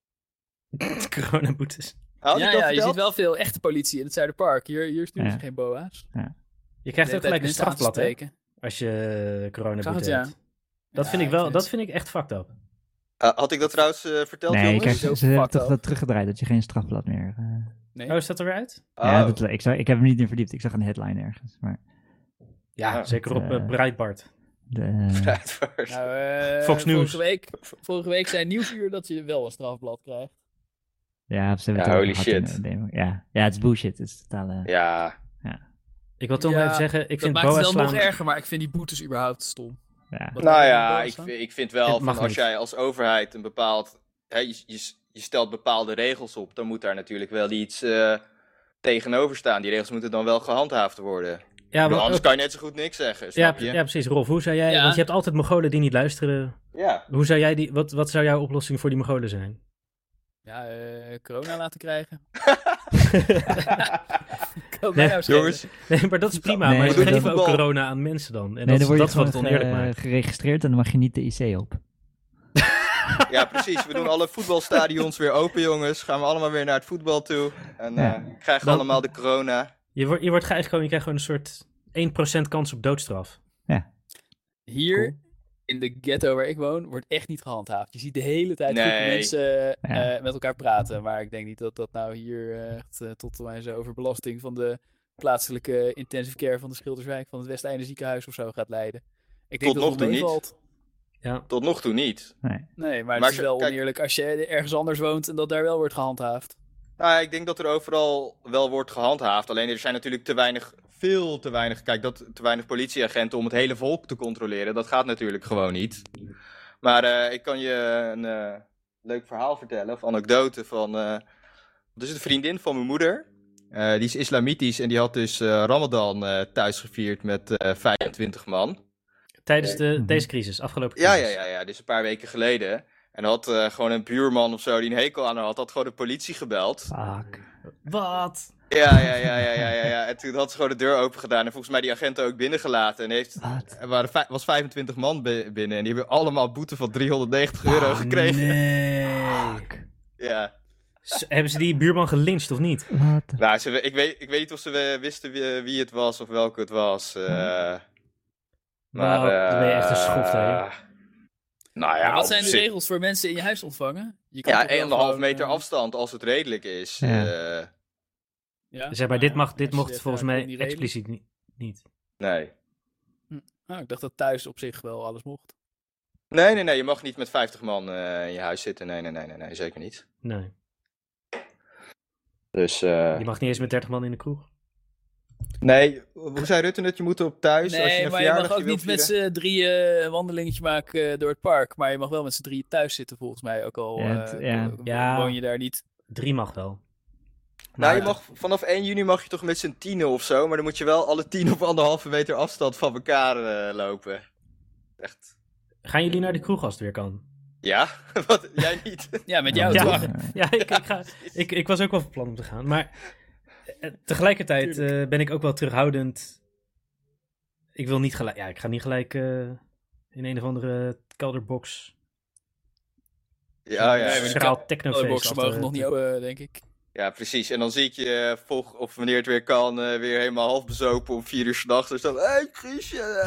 coronaboetes. Had Ja, ik dat ja, je verteld? ziet wel veel echte politie in het Zuiderpark. Hier, hier sturen ze Ja. geen boa's. Je krijgt De ook hele gelijk een tijd mensen aan te strafblad, hè? spreken. Als je Zag coronaboete het, ja. hebt. Dat Ja, vind ik ik wel, vind dat het- vind ik echt fucked up. Ah, had ik dat trouwens eh, verteld, Nee, je jongens? krijgt, Zo ze hebben fucked toch up. dat teruggedraaid, dat je geen strafblad meer... eh, Nee. Oh, is dat er weer uit? Ja, Oh. dat, ik, zag, ik heb hem niet in verdiept. Ik zag een headline ergens. Maar Ja, Ja, zeker op eh, uh, Breitbart. de, eh, Fruitvaart. Nou, eh, Fox News. Vorige week, vorige week zei Nieuwsuur dat je wel een strafblad krijgt. ja, ze hebben Ja, het holy over gehad shit. in de demo. ja. ja, het is bullshit. Het is totale... Ja, Ik wil toch Ja, nog even zeggen, ik dat vind maakt het boa's wel nog slaan... erger, maar ik vind die boetes überhaupt stom. ja. Wat nou er in ja, boa's ik, staan? vind- ik vind wel, Het van mag als niet. jij als overheid een bepaald... Hè, je, je, je stelt bepaalde regels op, dan moet daar natuurlijk wel iets eh, tegenover staan. Die regels moeten dan wel gehandhaafd worden. Ja, Maar wa- anders kan je net zo goed niks zeggen, ja, snap je? ja, precies. Rolf, hoe zou jij... Ja. Want je hebt altijd Mongolen die niet luisteren. Ja. Hoe zou jij die... Wat, wat zou jouw oplossing voor die Mongolen zijn? Ja, eh, corona laten krijgen. Kan Nee, mij nou schelen. Jongens, Nee, maar dat is prima. Nee, maar ze we doen geven ook voetbal. corona aan mensen dan. En Nee, dat, dan word je dat is wat het gewoon oneerlijk ge- maakt. geregistreerd en dan mag je niet de I C op. ja precies. We doen alle voetbalstadions weer open, jongens. Gaan we allemaal weer naar het voetbal toe. En eh Ja. krijgen we Dan- allemaal de corona. Je wordt, je wordt eigenlijk gewoon... Je krijgt gewoon een soort één procent kans op doodstraf. Hier, Cool. in de ghetto waar ik woon, wordt echt niet gehandhaafd. Je ziet de hele tijd Nee. groepen mensen eh, Ja. eh, met elkaar praten. Maar ik denk niet dat dat nou hier eh, echt uh, tot en zo overbelasting van de plaatselijke intensive care van de Schilderswijk, van het Westeinde ziekenhuis of zo gaat leiden. Ik denk Tot dat nog het toe niet. meevalt. Ja. Tot nog toe niet. Nee. Nee, maar, Maar het is ze- wel kijk- oneerlijk als je ergens anders woont en dat daar wel wordt gehandhaafd. Nou, ja, ik denk dat er overal wel wordt gehandhaafd. Alleen er zijn natuurlijk te weinig, veel te weinig, kijk, dat, te weinig politieagenten om het hele volk te controleren. Dat gaat natuurlijk gewoon niet. Maar eh, ik kan je een eh, leuk verhaal vertellen, of anekdote van, eh wat is het, een vriendin van mijn moeder. Eh, die is islamitisch en die had dus eh, Ramadan eh, thuis gevierd met eh, vijfentwintig man. Tijdens de, Mhm. deze crisis, afgelopen Ja, crisis. ja, ja, ja, dus een paar weken geleden. En had eh, gewoon een buurman of zo die een hekel aan haar had, had gewoon de politie gebeld. Fuck. Wat? Ja, ja, ja, ja, ja, ja, ja. En toen had ze gewoon de deur open gedaan. En volgens mij die agenten ook binnengelaten. En heeft, Wat? er waren vij- was vijfentwintig man bi- binnen. En die hebben allemaal boete van driehonderdnegentig euro gekregen. Nee. Ja. S- Hebben ze die buurman gelyncht of niet? Wat? Nou, ze, ik, weet, ik weet niet of ze eh, wisten wie, wie het was of welke het was. eh. maar, Nou, dan ben je echt een eh, schoft, hè? Nou ja, Maar wat op zijn de zich- regels voor mensen in je huis ontvangen? Je kan Ja, toch wel anderhalf gewoon, meter eh, afstand als het redelijk is. Ja. eh, Ja, Zeg maar, dit, mag, dit als je mocht zegt, volgens ja, mij ik weet niet redelijk. expliciet ni- niet. nee. Oh, ik dacht dat thuis op zich wel alles mocht. Nee, nee, nee. Je mag niet met vijftig man eh, in je huis zitten. Nee, nee, nee, nee, nee. Zeker niet. Nee. Dus, eh, Je mag niet eens met dertig man in de kroeg. nee, hoe zei Rutte het? Je moet op thuis als je Nee, een maar je mag verjaardag ook wil niet met vieren. z'n drieën een wandelingetje maken eh, door het park. Maar je mag wel met z'n drieën thuis zitten volgens mij. Ook al Ja, het- eh, ja. wo- Ja. woon je daar niet. Drie mag wel. Nou, je Maar- mag, vanaf één juni mag je toch met z'n tienen of zo, maar dan moet je wel alle tien op anderhalve meter afstand van elkaar eh, lopen. Echt. Gaan jullie naar de kroeg als het weer kan? Ja? Wat? Jij niet? Ja, met jou Ja. toch? Ja, ik, ik, ga, ik, ik was ook wel van plan om te gaan. Maar eh, tegelijkertijd eh, ben ik ook wel terughoudend. Ik wil niet gelijk... Ja, ik ga niet gelijk eh, in een of andere kelderbox... Ja, ja. Nee, maar die schraal Alle technofeest. boxen achter- mogen nog niet open, denk ik. Ja, precies. En dan zie ik je eh, volg, of wanneer het weer kan, eh, weer helemaal half bezopen om vier uur s'nachts. Dus dan, hé, hey, Chrisje.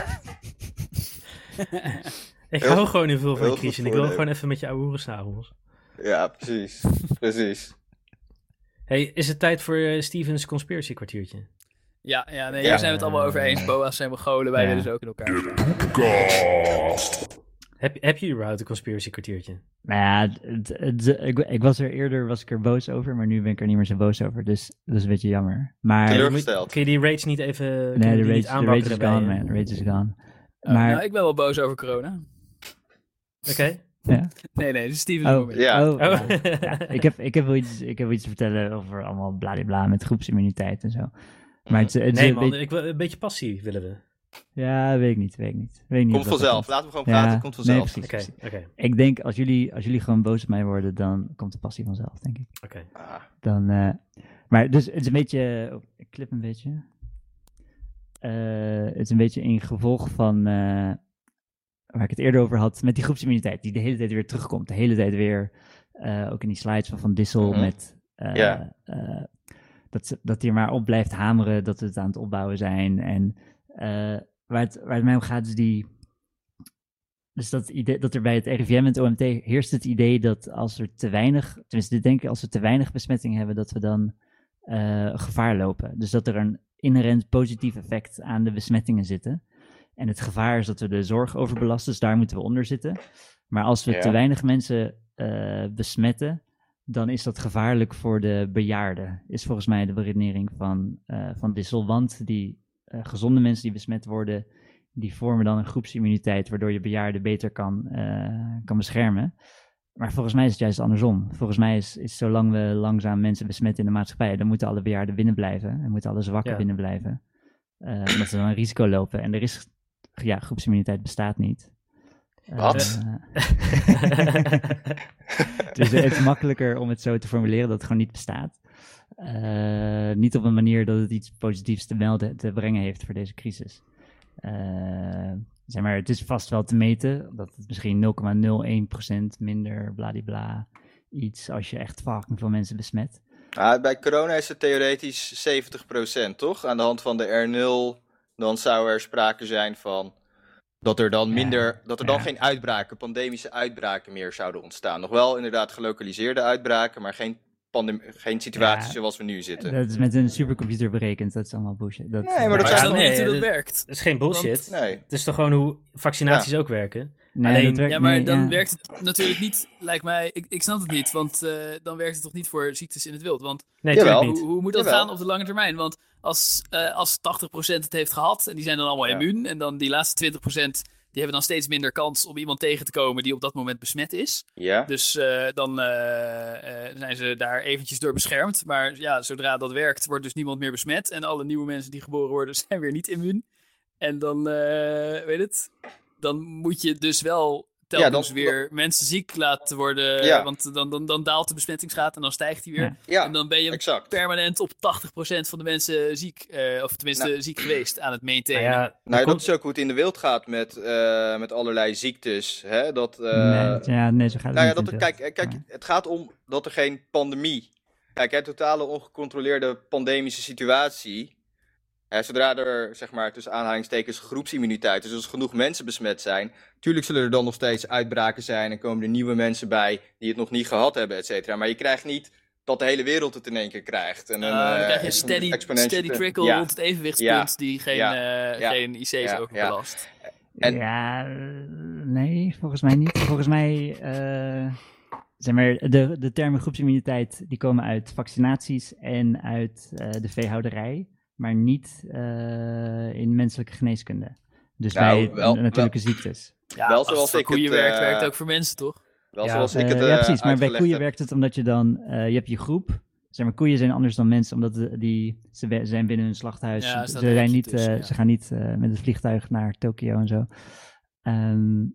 Ik Heel hou goed- gewoon heel veel van heel je Christian. goed Ik wil voornemen. gewoon even met je ouwe hoeren s'avonds. Ja, precies. Precies. Hey, is het tijd voor eh, Stevens conspiracy kwartiertje? Ja, ja nee, Ja. hier zijn we het allemaal over eens. Boa's zijn Mongolen, wij Ja. willen ze ook in elkaar staan. Podcast. Heb, heb je überhaupt een conspiracy kwartiertje? Nou ja, het, het, het- ik, ik was er eerder was ik er boos over, maar nu ben ik er niet meer zo boos over. Dus dat is een beetje jammer. Maar Teleurgesteld. Kun je die rage niet even kun je nee, de die niet rage, de rage is aanwakkeren bij gone, je? man. De rage is gone. Oh, Maar, nou, ik ben wel boos over corona. Oké. ja. Nee, nee, dit is Steven Oh, moment. Ja. oh, Oh. ja. Ja, ik, heb, ik, heb wel iets, ik heb wel iets te vertellen over allemaal bladibla met groepsimmuniteit en zo. Maar het, het is Nee een man, beetje- ik wil, een beetje passie willen we. ja, weet ik niet, weet ik niet. Weet ik niet Komt of dat vanzelf. komt. Laten we gewoon Ja, praten. Komt nee, vanzelf. precies, Oké, precies. oké, Ik denk, als jullie, als jullie gewoon boos op mij worden, dan komt de passie vanzelf, denk ik. oké. Ah. Dan, eh, maar dus het is een beetje, oh, ik klip een beetje. Eh, het is een beetje in gevolg van, eh, waar ik het eerder over had, met die groepsimmuniteit, die de hele tijd weer terugkomt. De hele tijd weer, eh, ook in die slides van Van Dissel, Mhm. met eh, Ja. eh, dat, ze- dat hij er maar op blijft hameren, dat we het aan het opbouwen zijn. En eh, waar, het, waar het mij om gaat is die... Dus dat, idee, dat er bij het R I V M en het O M T heerst het idee dat als er te weinig, tenminste dit denk ik, als we te weinig besmetting hebben, dat we dan eh, gevaar lopen. Dus dat er een inherent positief effect aan de besmettingen zitten. En het gevaar is dat we de zorg overbelasten, dus daar moeten we onder zitten. Maar als we Ja. te weinig mensen eh, besmetten, dan is dat gevaarlijk voor de bejaarden. Is volgens mij de beredenering van, eh van Dissel. Want die eh, gezonde mensen die besmet worden, die vormen dan een groepsimmuniteit, waardoor je bejaarden beter kan, eh, kan beschermen. Maar volgens mij is het juist andersom. Volgens mij is, is zolang we langzaam mensen besmetten in de maatschappij, dan moeten alle bejaarden binnen blijven en moeten alle zwakken Ja. binnen blijven. Uh, omdat ze dan een risico lopen. En er is, ja, groepsimmuniteit bestaat niet. Wat? Uh, dus het is makkelijker om het zo te formuleren dat het gewoon niet bestaat. Uh, niet op een manier dat het iets positiefs te melden, te brengen heeft voor deze crisis. Uh, zeg maar, het is vast wel te meten dat het misschien nul komma nul één procent minder bladibla iets als je echt fucking veel mensen besmet. Ah, bij corona is het theoretisch zeventig procent, toch? Aan de hand van de R nul, dan zou er sprake zijn van dat er dan minder, ja, dat er dan ja. geen uitbraken, pandemische uitbraken meer zouden ontstaan. Nog wel inderdaad gelokaliseerde uitbraken, maar geen Pandem- geen situatie ja, zoals we nu zitten. Dat is met een supercomputer berekend, dat is allemaal bullshit. Dat, nee, maar dat is dan niet nee, hoe dat dat werkt. Dat is geen bullshit. Want, nee. Het is toch gewoon hoe vaccinaties ja. ook werken. Nee, Alleen, werkt, ja, maar nee, dan ja. werkt het natuurlijk niet, lijkt mij, ik, ik snap het niet, want uh, dan werkt het toch niet voor ziektes in het wild. Want nee, natuurlijk hoe, niet. hoe moet dat Jawel. gaan op de lange termijn? Want als, uh, als tachtig procent het heeft gehad en die zijn dan allemaal ja. immuun en dan die laatste twintig procent... die hebben dan steeds minder kans om iemand tegen te komen die op dat moment besmet is. Ja. Dus uh, dan uh, uh, zijn ze daar eventjes door beschermd. Maar ja, zodra dat werkt, wordt dus niemand meer besmet. En alle nieuwe mensen die geboren worden, zijn weer niet immuun. En dan, uh, weet het, dan moet je dus wel telkens ja, dan, weer dan... mensen ziek laten worden. Ja. Want dan, dan, dan daalt de besmettingsgraad en dan stijgt die weer. Ja. Ja, en dan ben je exact. permanent op tachtig procent van de mensen ziek. Uh, of tenminste nou, ziek geweest aan het maintainen. Nou ja, nou, komt... dat is ook hoe het in de wereld gaat met, uh, met allerlei ziektes. Hè? Dat, uh, nee, ja, nee, zo gaat het nou ja, niet. Dat er, kijk, kijk ja. Het gaat om dat er geen pandemie... Kijk, hè, totale ongecontroleerde pandemische situatie... Hè, zodra er, zeg maar, tussen aanhalingstekens groepsimmuniteit, dus als genoeg mensen besmet zijn, tuurlijk zullen er dan nog steeds uitbraken zijn en komen er nieuwe mensen bij die het nog niet gehad hebben, et cetera. Maar je krijgt niet dat de hele wereld het in één keer krijgt. En uh, een, dan uh, krijg je een steady, steady trickle ja. rond het evenwichtspunt ja. die geen, ja. uh, ja. geen I C's ja. ook ja. belast. En... Ja, nee, volgens mij niet. Volgens mij, uh, zeg maar, de, de termen groepsimmuniteit die komen uit vaccinaties en uit uh, de veehouderij. Maar niet uh, in menselijke geneeskunde. Dus nou, bij wel, natuurlijke wel, ziektes. Ja, wel zoals ik koeien het, werkt, uh, werkt ook voor mensen, toch? Wel ja. zoals ik het uh, Ja, precies. Maar bij koeien heb. werkt het omdat je dan... Uh, je hebt je groep. Zeg maar, koeien zijn anders dan mensen, omdat de, die, ze zijn binnen hun slachthuis. Ja, ze, zijn niet, tussen, uh, ja. ze gaan niet uh, met het vliegtuig naar Tokio en zo. Um...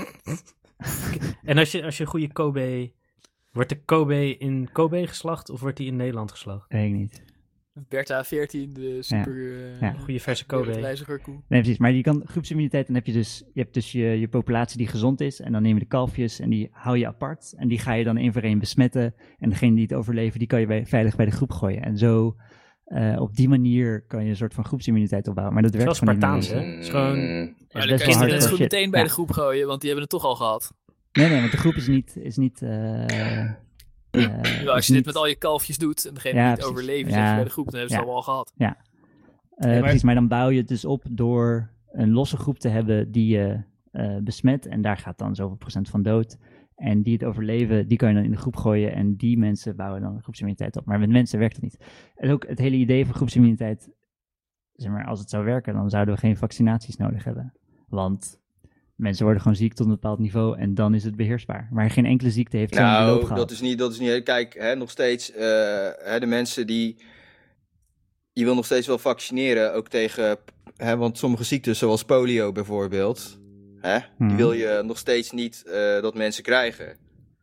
en als je, als je een goede Kobe... Wordt de Kobe in Kobe geslacht of wordt die in Nederland geslacht? Weet ik niet. Bertha veertien, de super ja. Uh, ja. goede verse Kobe. reizigerkoe. Nee, precies. Maar je kan groepsimmuniteit, dan heb je dus, je hebt dus je, je populatie die gezond is. En dan neem je de kalfjes en die hou je apart. En die ga je dan één voor één besmetten. En degene die het overleven, die kan je bij, veilig bij de groep gooien. En zo, uh, op die manier kan je een soort van groepsimmuniteit opbouwen. Maar dat werkt gewoon niet. Het is wel Spartaans, hè? Het is gewoon... Maar dan kan je het goed meteen bij ja. de groep gooien, want die hebben het toch al gehad. Nee, nee, want de groep is niet... Is niet uh, Uh, ja, als je niet... dit met al je kalfjes doet en degene ja, die het overleven ja. zeg je bij de groep, dan hebben ze ja. het al wel gehad. Ja, uh, nee, maar... precies. Maar dan bouw je het dus op door een losse groep te hebben die je uh, besmet. En daar gaat dan zoveel procent van dood. En die het overleven, die kan je dan in de groep gooien. En die mensen bouwen dan groepsimmuniteit op. Maar met mensen werkt het niet. En ook het hele idee van groepsimmuniteit, zeg maar, als het zou werken, dan zouden we geen vaccinaties nodig hebben. Want... mensen worden gewoon ziek tot een bepaald niveau en dan is het beheersbaar. Maar geen enkele ziekte heeft zo'n nou, beloop gehad. dat is niet, dat is niet... Kijk, hè, nog steeds, uh, hè, de mensen die... Je wil nog steeds wel vaccineren, ook tegen... Hè, want sommige ziektes, zoals polio bijvoorbeeld... Hè, hmm. die wil je nog steeds niet uh, dat mensen krijgen.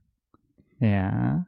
Ja.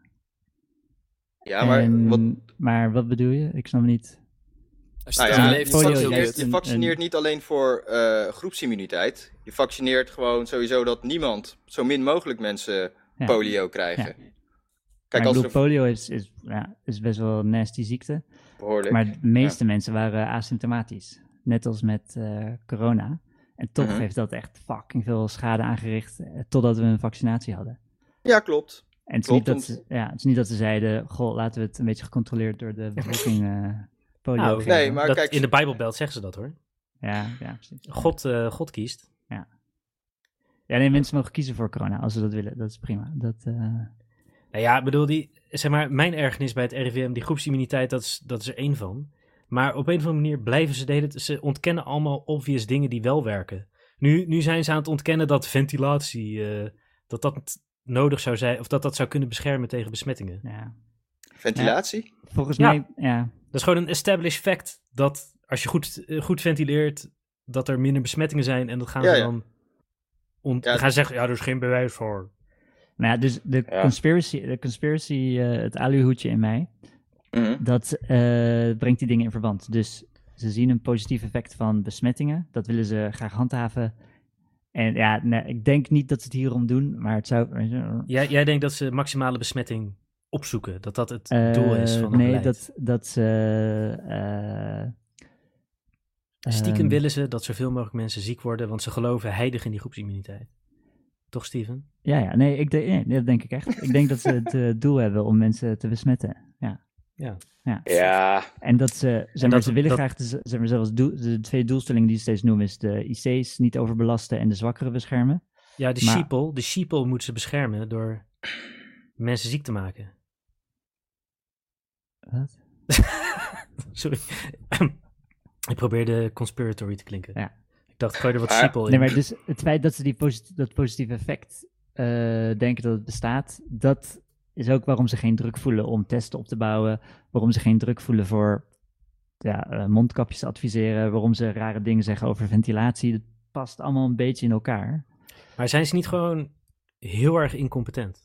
Ja, maar... En, wat... maar wat bedoel je? Ik snap niet... Als je, nou ja, leeft, je, vaccineert, je vaccineert niet alleen voor uh, groepsimmuniteit. Je vaccineert gewoon sowieso dat niemand, zo min mogelijk mensen, ja. polio krijgen. Ja. Kijk, als bedoel, er... polio is, is, ja, is best wel een nasty ziekte. Behoorlijk. Maar de meeste ja. mensen waren asymptomatisch. Net als met uh, corona. En toch uh-huh. heeft dat echt fucking veel schade aangericht, uh, totdat we een vaccinatie hadden. Ja, klopt. En het is, klopt, niet, dat ze, ja, het is niet dat ze zeiden, goh, laten we het een beetje gecontroleerd door de bevolking... Uh, Nou, nee, maar dat, kijk, in de Bijbelbelt zeggen ze dat, hoor. Ja, ja precies. God, uh, God kiest. Ja. Ja, nee, mensen mogen kiezen voor corona als ze dat willen. Dat is prima. Dat, uh... Nou ja, bedoel, die, zeg maar, mijn ergernis bij het R I V M, die groepsimmuniteit, dat is, dat is er één van. Maar op een of andere manier blijven ze deden. Ze ontkennen allemaal obvious dingen die wel werken. Nu, nu zijn ze aan het ontkennen dat ventilatie, uh, dat dat nodig zou zijn, of dat dat zou kunnen beschermen tegen besmettingen. Ja. Ventilatie? Ja, volgens ja. mij, ja. Dat is gewoon een established fact dat als je goed, uh, goed ventileert, dat er minder besmettingen zijn. En dat gaan Ja, ze ja. dan... ont- Ja, gaan ze zeggen, ja, er is geen bewijs voor. Nou ja, dus de Ja. conspiracy, de conspiracy uh, het aluhoedje in mij, Mhm. dat uh, brengt die dingen in verband. Dus ze zien een positief effect van besmettingen. Dat willen ze graag handhaven. En ja, nee, ik denk niet dat ze het hierom doen, maar het zou... Jij, jij denkt dat ze maximale besmetting opzoeken? Dat dat het Uh, doel is van het nee, beleid? dat, dat ze... Uh, Stiekem um, willen ze dat zoveel mogelijk mensen ziek worden, want ze geloven heilig in die groepsimmuniteit. Toch, Steven? Ja, ja, nee, ik de, nee, dat denk ik echt. Ik denk dat ze het uh, doel hebben om mensen te besmetten. Ja. Ja. Ja. Ja, En dat ze, zeg maar, dat- ze willen dat- graag, de, zeg maar, zelfs doel, de twee doelstellingen die ze steeds noemen, is de I C's niet overbelasten en de zwakkeren beschermen. Ja, de Maar- sheeple, de sheeple moeten ze beschermen door mensen ziek te maken. Wat? Sorry. Ik probeerde conspiratory te klinken. Ja. Ik dacht, gooi er wat Maar- sheeple in. Nee, maar dus het feit dat ze die posit- dat positieve effect uh, denken dat het bestaat, dat is ook waarom ze geen druk voelen om testen op te bouwen, waarom ze geen druk voelen voor ja, uh, mondkapjes te adviseren, waarom ze rare dingen zeggen over ventilatie. Het past allemaal een beetje in elkaar. Maar zijn ze niet gewoon heel erg incompetent?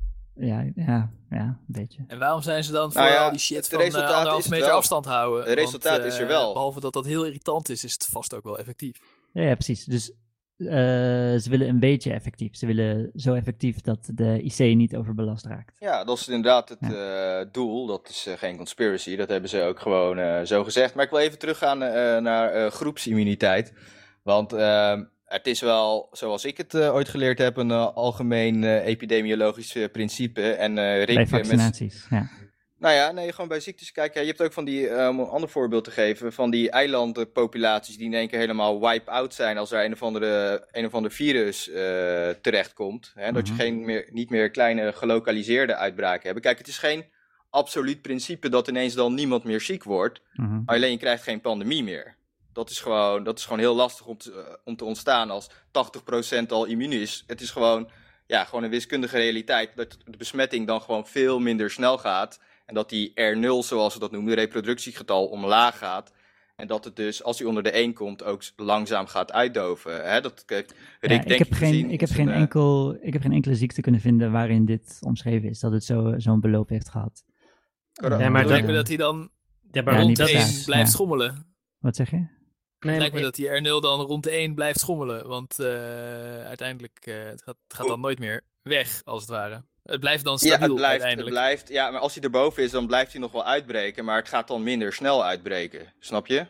Ja, ja, ja, een beetje. En waarom zijn ze dan voor Nou ja, al die shit het van uh, resultaat is anderhalf het meter wel. afstand houden? Het resultaat Want, is er uh, wel. Behalve dat dat heel irritant is, is het vast ook wel effectief. Ja, ja, precies. Dus uh, ze willen een beetje effectief. Ze willen zo effectief dat de I C niet overbelast raakt. ja, dat is inderdaad het uh, doel. Dat is uh, geen conspiracy. Dat hebben ze ook gewoon uh, zo gezegd. Maar ik wil even teruggaan uh, naar uh, groepsimmuniteit. Want uh, het is wel, zoals ik het uh, ooit geleerd heb, een uh, algemeen uh, epidemiologisch uh, principe. En, uh, Rick, Bij uh, vaccinaties, met... ja. Nou ja, nee, gewoon bij ziektes. Kijk, ja, je hebt ook van die, uh, om een ander voorbeeld te geven, van die eilandenpopulaties die in één keer helemaal wipe-out zijn als er een of andere, een of ander virus uh, terechtkomt. Hè, dat Mhm. je geen meer, niet meer kleine gelokaliseerde uitbraken hebt. Kijk, het is geen absoluut principe dat ineens dan niemand meer ziek wordt, Mhm. alleen je krijgt geen pandemie meer. Dat is gewoon, dat is gewoon heel lastig om te, uh, om te ontstaan als tachtig procent al immuun is. Het is gewoon, ja, gewoon een wiskundige realiteit dat de besmetting dan gewoon veel minder snel gaat. En dat die R nul, zoals we dat noemen, de reproductiegetal, omlaag gaat. En dat het dus, als hij onder de één komt, ook langzaam gaat uitdoven. Hè? Dat, Rick, Ja, denk ik, heb je geen, gezien ik, heb in geen zijn, uh, enkel, ik heb geen enkele ziekte kunnen vinden waarin dit omschreven is. Dat het zo, zo'n beloop heeft gehad. Corona. Ja, maar Het lijkt dat- me dat hij dan Ja, maar Ja, rond niet dat één bestaat. is... blijft Ja. schommelen. Wat zeg je? Nee, Het lijkt me maar- dat die R nul dan rond de één blijft schommelen. Want uh, uiteindelijk uh, het gaat het gaat dan nooit meer weg, als het ware. Het blijft dan Ja, stabiel het blijft, het uiteindelijk. blijft. Ja, maar als hij erboven is, dan blijft hij nog wel uitbreken. Maar het gaat dan minder snel uitbreken. Snap je?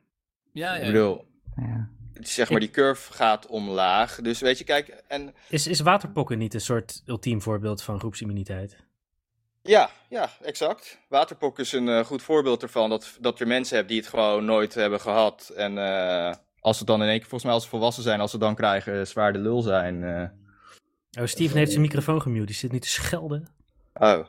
Ja, Ik ja. bedoel, Ja. het is zeg maar, die curve gaat omlaag. Dus weet je, kijk, en Is, is waterpokken niet een soort ultiem voorbeeld van groepsimmuniteit? ja, ja, exact. Waterpok is een uh, goed voorbeeld ervan. Dat, dat je mensen hebt die het gewoon nooit hebben gehad. En uh, als ze dan in één keer, volgens mij als ze volwassen zijn, als ze dan krijgen, zwaar de lul zijn. Uh. Oh, Steven heeft zijn microfoon gemute. Die zit nu te schelden. Oh.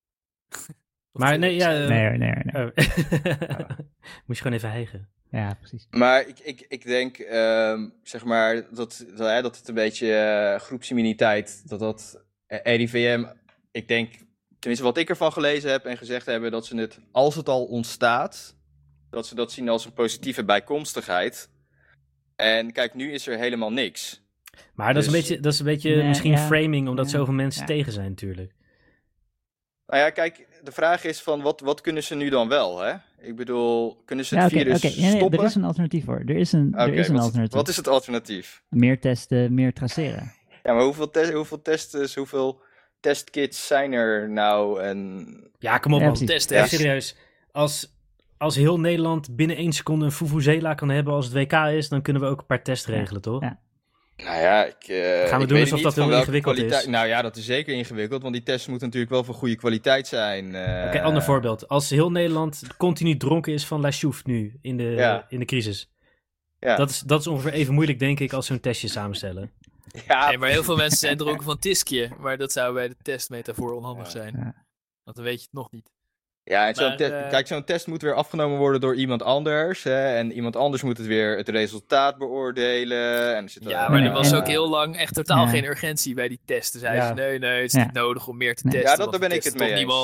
Maar nee, ja... uh, Nee, hoor, nee, hoor, nee. oh. Moest je gewoon even hijgen. Ja, precies. Maar ik, ik, ik denk, um, zeg maar, dat, dat, hè, dat het een beetje uh, groepsimmuniteit, dat dat uh, R I V M, ik denk, tenminste wat ik ervan gelezen heb en gezegd hebben, dat ze het, als het al ontstaat, dat ze dat zien als een positieve bijkomstigheid. En kijk, nu is er helemaal niks. Maar dat is een Dus- beetje, dat is een beetje Nee, misschien ja. framing, omdat Ja. zoveel mensen Ja. tegen zijn natuurlijk. Nou ja, kijk, de vraag is van, wat, wat kunnen ze nu dan wel, hè? Ik bedoel, kunnen ze Ja, het oké, virus oké. Nee, nee, stoppen? er is een alternatief voor. Er is een, er Oké, is een wat, alternatief. wat is het alternatief? Meer testen, meer traceren. Ja, maar hoeveel, te- hoeveel tests, hoeveel testkits zijn er nou? En... Ja, kom op Ja, man. precies. Testen. Ja, Ja. serieus. Als, als heel Nederland binnen één seconde een Vuvuzela kan hebben als het W K is, dan kunnen we ook een paar tests regelen, toch? Ja. Nou ja, ik, uh, Gaan we ik doen weet alsof niet dat van heel welke ingewikkeld kwaliteit- is? Nou ja, dat is zeker ingewikkeld, want die tests moeten natuurlijk wel van goede kwaliteit zijn. uh, Oké, ander voorbeeld. Als heel Nederland continu dronken is van La Chouffe nu, in de, Ja. in de crisis. Ja, Dat, is, dat is ongeveer even moeilijk, denk ik, als zo'n testje samenstellen. ja, Nee, maar heel veel mensen zijn dronken van Tiskje. Maar dat zou bij de testmetafoor onhandig Ja. zijn. Ja. Want dan weet je het nog niet. ja en zo'n Maar, te- eh, kijk, zo'n test moet weer afgenomen worden door iemand anders. Hè, en iemand anders moet het weer het resultaat beoordelen. En er zit Ja, er- maar Nee, er was en- ook heel lang echt totaal Ja. geen urgentie bij die testen. Zeiden Ja. ze, nee, nee, het is Ja. niet nodig om meer te Nee. testen. Ja, dat- want daar ben we ik het testen mee toch eens. niemand.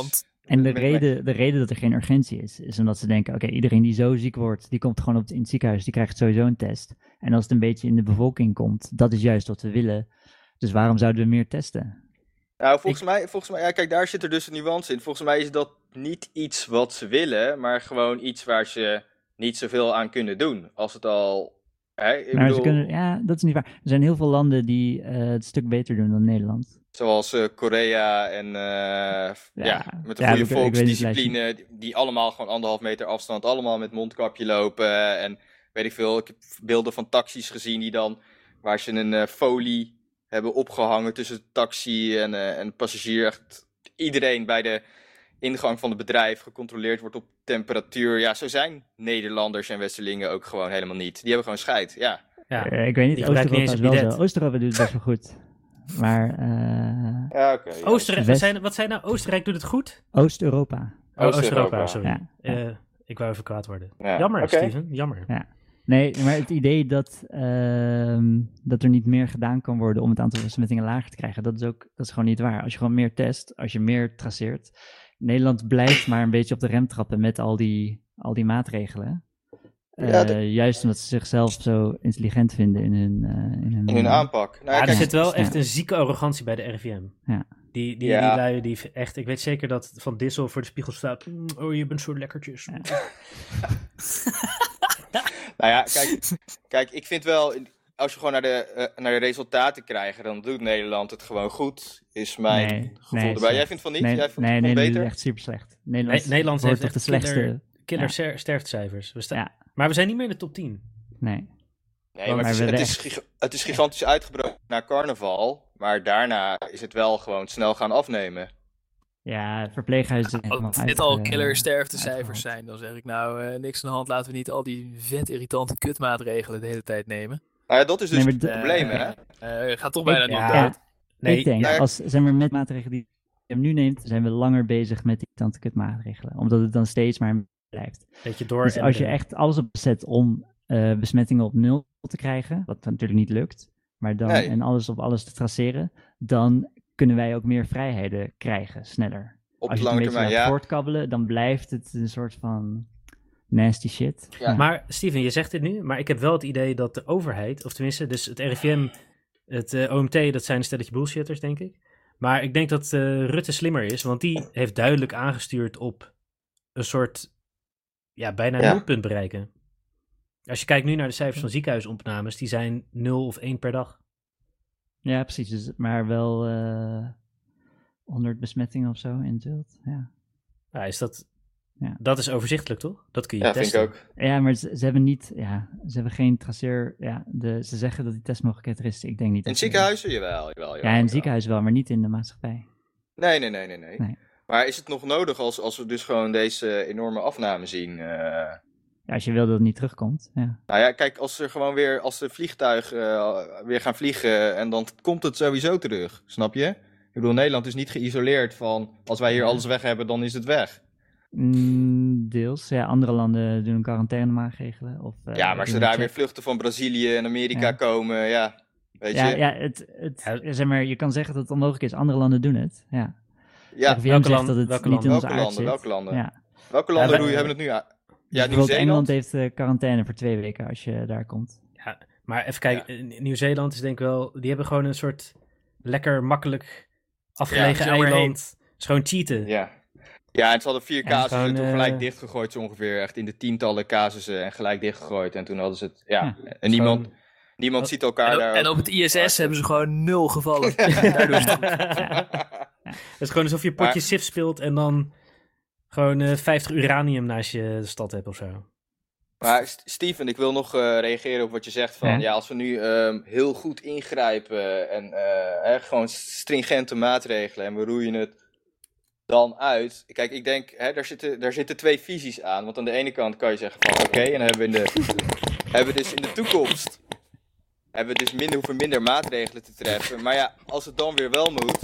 En de Met- reden, de reden dat er geen urgentie is, is omdat ze denken, oké, iedereen die zo ziek wordt, die komt gewoon op het, in het ziekenhuis, die krijgt sowieso een test. En als het een beetje in de bevolking komt, dat is juist wat we willen. Dus waarom zouden we meer testen? Nou, volgens mij, volgens mij, ja, kijk, daar zit er dus een nuance in. Volgens mij is dat niet iets wat ze willen, maar gewoon iets waar ze niet zoveel aan kunnen doen. Als het al, hè, ik Maar bedoel, ze kunnen, ja, dat is niet waar. Er zijn heel veel landen die uh, het een stuk beter doen dan Nederland. zoals uh, Korea en uh, ja, ja, met een ja, goede ik- ik weet niet volksdiscipline, die, die allemaal gewoon anderhalf meter afstand, allemaal met mondkapje lopen en weet ik veel. Ik heb beelden van taxis gezien die dan, waar ze een uh, folie hebben opgehangen tussen de taxi en, uh, en de passagier. Echt iedereen bij de ingang van het bedrijf gecontroleerd wordt op temperatuur. Ja, zo zijn Nederlanders en Westerlingen ook gewoon helemaal niet. Die hebben gewoon scheid, ja. Ja. Uh, ik weet niet, Die gebruiken Oost-Europa niet is eens wel een zo. bidet. Oost-Europa doet het best wel goed. Maar uh, Ja, oké. ja. Oostenrijk, wat West- zijn, wat zijn nou? Oostenrijk doet het goed? Oost-Europa. Oh, Oost-Europa. Oost-Europa, sorry. Ja, ja. Eh, ik wou even kwaad worden. Ja, Jammer, oké. Steven, jammer. Ja. Nee, maar het idee dat, ehm, dat er niet meer gedaan kan worden om het aantal besmettingen lager te krijgen, dat is ook dat is gewoon niet waar. Als je gewoon meer test, als je meer traceert. Nederland blijft maar een beetje op de rem trappen met al die, al die maatregelen. Ja, Uh, de- Juist omdat ze zichzelf zo intelligent vinden in hun, uh, in hun, In hun aanpak. Nou, Ja, er kijk, zit wel ja. echt een zieke arrogantie bij de R I V M. Ja. Die, die, Ja. die lui, die echt, ik weet zeker dat Van Dissel voor de spiegel staat. "Mm, oh, je bent zo lekkertjes. Ja. Nou ja, kijk, kijk, ik vind wel, als je gewoon naar de, eh, naar de resultaten kijkt, dan doet Nederland het gewoon goed, is mijn Nee, gevoel nee, erbij. slecht. Jij vindt van niet? Nee, Jij vond nee, het nee, gewoon nee, beter? echt super slecht. Nederland, Nee, Nederland wordt heeft toch echt de slechtste. killer, killer Ja. ster- sterftecijfers. We staan, Ja. Maar we zijn niet meer in de top tien. Nee. Nee, maar Maar het is, we het, is, echt- giga- het is gigantisch uitgebroken na carnaval, maar daarna is het wel gewoon snel gaan afnemen. Ja, het verpleeghuis is helemaal Als dit al uit, killer uh, sterftecijfers uitgehaald. zijn, dan zeg ik nou eh, niks aan de hand. Laten we niet al die vet irritante kutmaatregelen de hele tijd nemen. Nou ja, dat is dus Nee, het maar probleem, Eh, hè? eh, gaat toch bijna Ik- niet ja. dood. Nee, ik denk, maar- als zijn we met maatregelen die hij hem nu neemt, zijn we langer bezig met die tante kutmaatregelen. Omdat het dan steeds maar blijft. beetje door. Dus en als je de- echt alles op zet om uh, besmettingen op nul te krijgen, wat natuurlijk niet lukt, maar dan Nee. en alles op alles te traceren, dan kunnen wij ook meer vrijheden krijgen, sneller. Op als de je het lange een beetje termijn, laat ja. voortkabbelen, dan blijft het een soort van nasty shit. Ja. Maar Steven, je zegt dit nu, maar ik heb wel het idee dat de overheid, of tenminste, dus het R I V M, het eh, O M T, dat zijn een stelletje bullshitters, denk ik. Maar ik denk dat eh, Rutte slimmer is, want die heeft duidelijk aangestuurd op een soort, ja, bijna Ja. nulpunt bereiken. Als je kijkt nu naar de cijfers van ziekenhuisopnames, die zijn nul of één per dag. Ja, precies. Dus, maar wel uh, honderd besmettingen of zo in het wild. Ja. Ja, is dat, Ja. dat is overzichtelijk, toch? Dat kun je Ja, vind testen. ik ook. Ja, maar ze, ze hebben niet, ja, ze hebben geen traceer. Ja, de, ze zeggen dat die testmogelijkheid er is. Ik denk niet. In dat ziekenhuizen? Jawel, jawel, jawel. Ja, in jawel. het ziekenhuis wel, maar niet in de maatschappij. Nee, nee, nee, nee, nee. Nee. Maar is het nog nodig als, als we dus gewoon deze enorme afname zien? Uh... Ja, als je wil dat het niet terugkomt. Ja. Nou ja, kijk, als er gewoon weer, als de vliegtuigen uh, weer gaan vliegen, en dan komt het sowieso terug, snap je? Ik bedoel, Nederland is niet geïsoleerd van, als wij hier Ja. alles weg hebben, dan is het weg. Mm, deels. Ja, andere landen doen zwarigheidmaatregelen. Of, uh, Ja, maar doen zodra een weer check. vluchten van Brazilië en Amerika Ja. komen, ja, weet Ja, je. ja, het, het, Ja. zeg maar, je kan zeggen dat het onmogelijk is. Andere landen doen het. Ja. Ja, R I V M welke zegt land- dat het welke niet in landen? onze welke aard landen, zit. welke landen? Ja. Welke landen Ja, doen, wij- hebben het nu aan? Dus Ja, bijvoorbeeld Nieuw-Zeeland. Engeland heeft uh, quarantaine voor twee weken als je daar komt. Maar even kijken, eh, Nieuw-Zeeland is denk ik wel, die hebben gewoon een soort lekker makkelijk afgelegen Ja, er overheen. eiland. Het is gewoon cheaten. Ja. Ja, en ze hadden vier En casussen gewoon, en toen eh, gelijk dichtgegooid zo ongeveer. Echt in de tientallen casussen en gelijk dichtgegooid. En toen hadden ze het, ja. Ja. En niemand, Gewoon- niemand ziet elkaar En, op- daar. en op het I S S hebben ze gewoon nul gevallen. Daardoor is het goed. Het is gewoon alsof je een potje Maar- Civ speelt en dan gewoon eh, vijftig uranium naast je stad hebt of zo. Maar St- Steven, ik wil nog uh, reageren op wat je zegt van, Ja. ja, als we nu um, heel goed ingrijpen en uh, hè, gewoon stringente maatregelen en we roeien het dan uit. Kijk, ik denk, hè, daar, zitten, daar zitten twee visies aan. Want aan de ene kant kan je zeggen van, oké, en dan hebben we, in de, hebben we dus in de toekomst, hebben we dus minder, hoeven minder maatregelen te treffen. Maar ja, als het dan weer wel moet,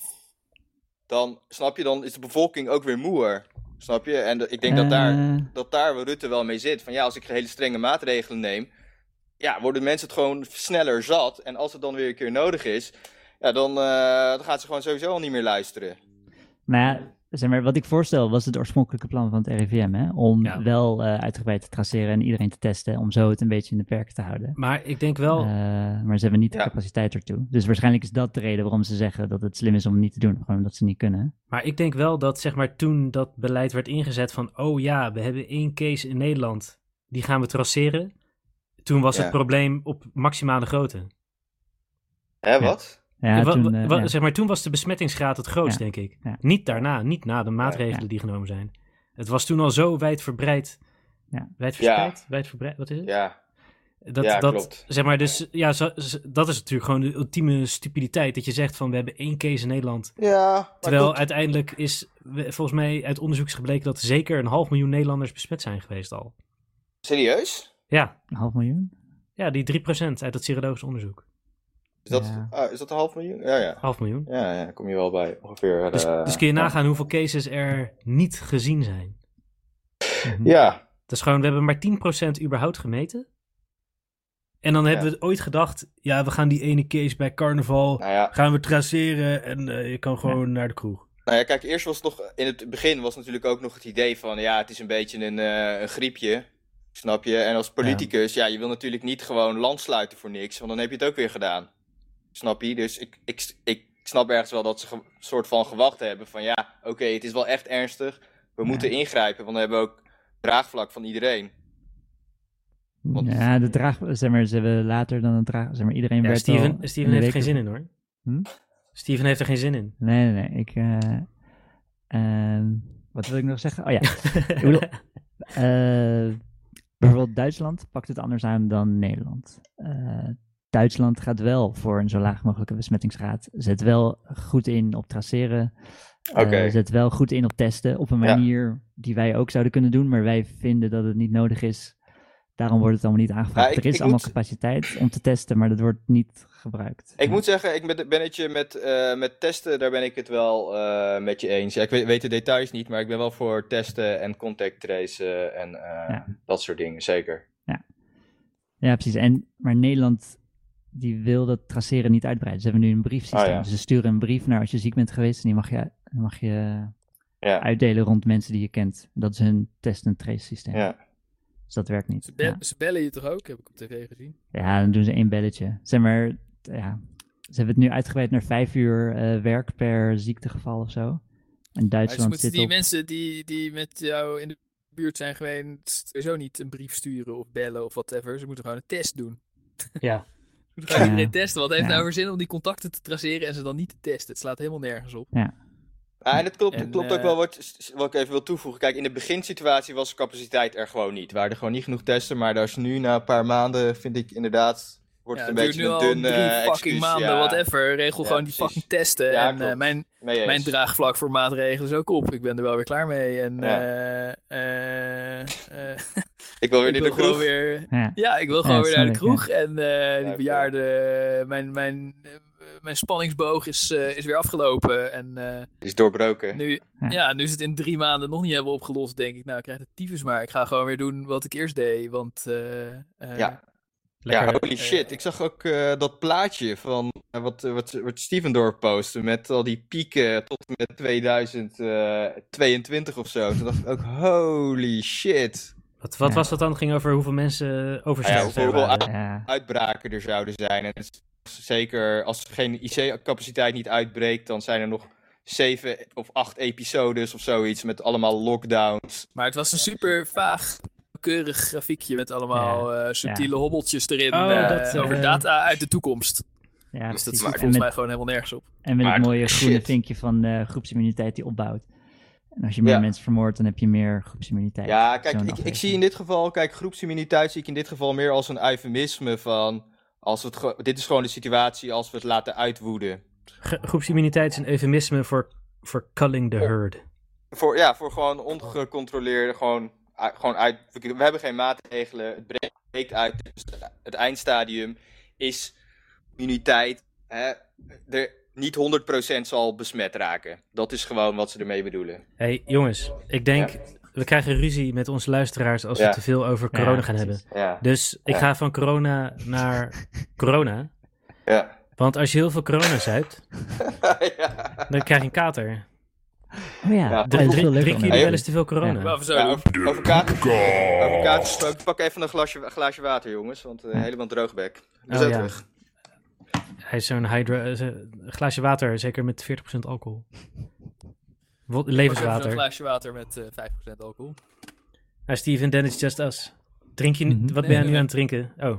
dan, snap je, dan is de bevolking ook weer moeer. Snap je? En de, ik denk dat daar... Eh, dat daar waar Rutte wel mee zit. Van ja, als ik hele strenge maatregelen neem, ja, worden mensen het gewoon sneller zat. En als het dan weer een keer nodig is, ja, dan, uh, dan gaan ze gewoon sowieso al niet meer luisteren. Nou ja, zeg maar, wat ik voorstel was het oorspronkelijke plan van het R I V M, hè? Om Ja. wel uh, uitgebreid te traceren en iedereen te testen, om zo het een beetje in de perken te houden. Maar ik denk wel... Uh, maar ze hebben niet de Ja. capaciteit ertoe. Dus waarschijnlijk is dat de reden waarom ze zeggen dat het slim is om het niet te doen. Gewoon omdat ze niet kunnen. Maar ik denk wel dat, zeg maar, toen dat beleid werd ingezet van... oh ja, we hebben één case in Nederland, die gaan we traceren. Toen was Ja. het probleem op maximale grootte. Hè, wat? Ja, Ja, wa- toen, wa- uh, wa- ja. Zeg maar, toen was de besmettingsgraad het grootst, Ja. denk ik. Ja. Niet daarna, niet na de maatregelen Ja. die genomen zijn. Het was toen al zo wijdverbreid. Ja. Wijdverspreid? Wijdverbreid, wat is het? Ja, Dat, ja dat, klopt. Zeg maar, dus ja, zo, zo- dat is natuurlijk gewoon de ultieme stupiditeit. Dat je zegt van, we hebben één case in Nederland. Ja, maar Terwijl goed. uiteindelijk is, we- volgens mij uit onderzoek is gebleken dat zeker een half miljoen Nederlanders besmet zijn geweest al. Serieus? Ja, Een half miljoen? ja die drie procent uit het serologisch onderzoek. Is dat, Ja. ah, is dat een half miljoen? Ja, ja. Half miljoen. Ja, ja, kom je wel bij ongeveer. Dus, eh, dus kun je ja. nagaan hoeveel cases er niet gezien zijn. Mhm. Ja, Dat is gewoon, we hebben maar tien procent überhaupt gemeten. En dan hebben Ja. we ooit gedacht, ja, we gaan die ene case bij carnaval, nou ja. gaan we traceren en eh, je kan gewoon naar de kroeg. Nou ja, kijk, eerst was het nog, in het begin was natuurlijk ook nog het idee van, ja, het is een beetje een, eh, een griepje, snap je? En als politicus, ja. je wil natuurlijk niet gewoon land sluiten voor niks, want dan heb je het ook weer gedaan. Snap je? Dus ik, ik, ik snap ergens wel dat ze een soort van gewacht hebben van, ja, oké, okay, het is wel echt ernstig, we Ja. moeten ingrijpen, want dan hebben we ook draagvlak van iedereen. Want- Ja, de draag, zeg maar, ze hebben later dan een draag, zeg maar, iedereen Ja, werd Steven, al Steven in de heeft er week- geen zin in hoor. Hm? Steven heeft er geen zin in. Nee, nee, nee, ik, eh, ehm, wat wil ik nog zeggen? Oh ja, ik bedoel, eh, bijvoorbeeld Duitsland pakt het anders aan dan Nederland. Eh, Duitsland gaat wel voor een zo laag mogelijke besmettingsgraad. Zet wel goed in op traceren. Eh, Oké. zet wel goed in op testen. Op een Ja. manier die wij ook zouden kunnen doen. Maar wij vinden dat het niet nodig is. Daarom wordt het allemaal niet aangevraagd. Ja, ik- er is ik allemaal moet- capaciteit om te testen, maar dat wordt niet gebruikt. Ik Ja. moet zeggen, ik ben, ben het je met, eh, met testen, daar ben ik het wel eh, met je eens. Ja, ik weet, weet de details niet, maar ik ben wel voor testen en contact tracen en eh, Ja. dat soort dingen, zeker. Ja, precies. En, maar Nederland die wil dat traceren niet uitbreiden. Ze hebben nu een briefsysteem. Oh, ja. Dus ze sturen een brief naar als je ziek bent geweest en die mag je, die mag je Ja, uitdelen rond mensen die je kent. Dat is hun test- en trace systeem. ja. Dus dat werkt niet. Ze, be- Ja. ze bellen je toch ook, heb ik op tv gezien. Ja, dan doen ze één belletje. Zeg maar, t- ja, ze hebben het nu uitgebreid naar vijf uur eh, werk per ziektegeval of zo. En Maar ze Duitsland moeten zit die op... mensen die, die met jou in de buurt zijn geweest, sowieso niet een brief sturen of bellen of whatever. Ze moeten gewoon een test doen. Ja. Ze moeten gewoon Ja. iedereen testen. Wat heeft Ja. nou voor zin om die contacten te traceren en ze dan niet te testen? Het slaat helemaal nergens op. Ah, en het klopt, En, klopt eh, ook wel wat, wat ik even wil toevoegen. Kijk, in de beginsituatie was de capaciteit er gewoon niet. Er waren er gewoon niet genoeg testen, maar dat is nu na een paar maanden, vind ik inderdaad, wordt Ja, het een het duurt beetje nu een al dun drie eh, fucking excuus. maanden, ja, whatever. Regel Ja, gewoon die precies. fucking testen. Ja, en klopt. eh, mijn, mee eens. mijn draagvlak voor maatregelen is ook op. Ik ben er wel weer klaar mee. En Ja. eh, eh, eh, Ik wil weer ik naar wil de gewoon kroeg. weer... Ja. Ja, ik wil Ja, gewoon weer naar de snap ik, kroeg. En eh, die oké. bejaarde... Mijn, mijn, eh, mijn spanningsboog is, eh, is weer afgelopen. En eh, Is doorbroken. nu, Ja. ja, nu is het in drie maanden nog niet hebben opgelost, denk ik. Nou, ik krijg de tyfus maar. Ik ga gewoon weer doen wat ik eerst deed. Want... eh, eh, Ja. Lekker. Ja, holy shit. Ik zag ook eh, dat plaatje van eh, wat, wat, wat Steven doorpostte met al die pieken tot en met tweeduizend tweeëntwintig of zo. Toen dacht ik ook, holy shit. Wat, wat Ja. was dat dan? Het ging over hoeveel mensen oversterven Ja, hoeveel- waren. Ja. Uitbraken er zouden zijn. En het is zeker als geen I C-capaciteit niet uitbreekt, dan zijn er nog zeven of acht episodes of zoiets met allemaal lockdowns. Maar het was een super vaag, keurig grafiekje met allemaal eh, subtiele hobbeltjes erin. Oh, eh, dat, eh, over data uit de toekomst. Ja, Dus dat precies. slaat En volgens mij met, gewoon helemaal nergens op. en met Maar het mooie shit. groene vinkje van eh, groepsimmuniteit die opbouwt. En als je meer Ja. mensen vermoordt, dan heb je meer groepsimmuniteit. Ja, kijk, Zo'n ik, ik afweging. zie in dit geval, kijk, groepsimmuniteit zie ik in dit geval meer als een eufemisme van, als we het ge- dit is gewoon de situatie als we het laten uitwoeden. Ge- Groepsimmuniteit is een eufemisme voor, voor culling the herd. Voor, ja, voor gewoon ongecontroleerde, gewoon, u- gewoon uit, we, we hebben geen maatregelen, het breekt uit, dus het eindstadium is immuniteit, hè, er niet honderd procent zal besmet raken. Dat is gewoon wat ze ermee bedoelen. Hey jongens, ik denk, Ja. we krijgen ruzie met onze luisteraars als Ja. we te veel over Ja, corona gaan precies. hebben. Ja, Dus ik Ja. ga van corona naar corona. ja. Want als je heel veel corona zuipt, ja. dan krijg je een kater. Oh ja, Ja, dat Drink- is veel leuker. Drinken om jullie te wel eens te veel corona? Ja. Maar we zo Ja, doen. over, over kater, over kater gesproken. Pak even een glasje, glaasje water, jongens. Want uh, helemaal droogbek. We Oh, zijn ja. terug. Hij is zo'n hydra... eh, Een glaasje water, zeker met veertig procent alcohol. Wat- Een Levenswater. glaasje water met uh, vijf procent alcohol. Nou, Steven, then it's just us. Drink je... Mhm. Wat ben Nee, jij nee, nu nee. aan het drinken? Oh,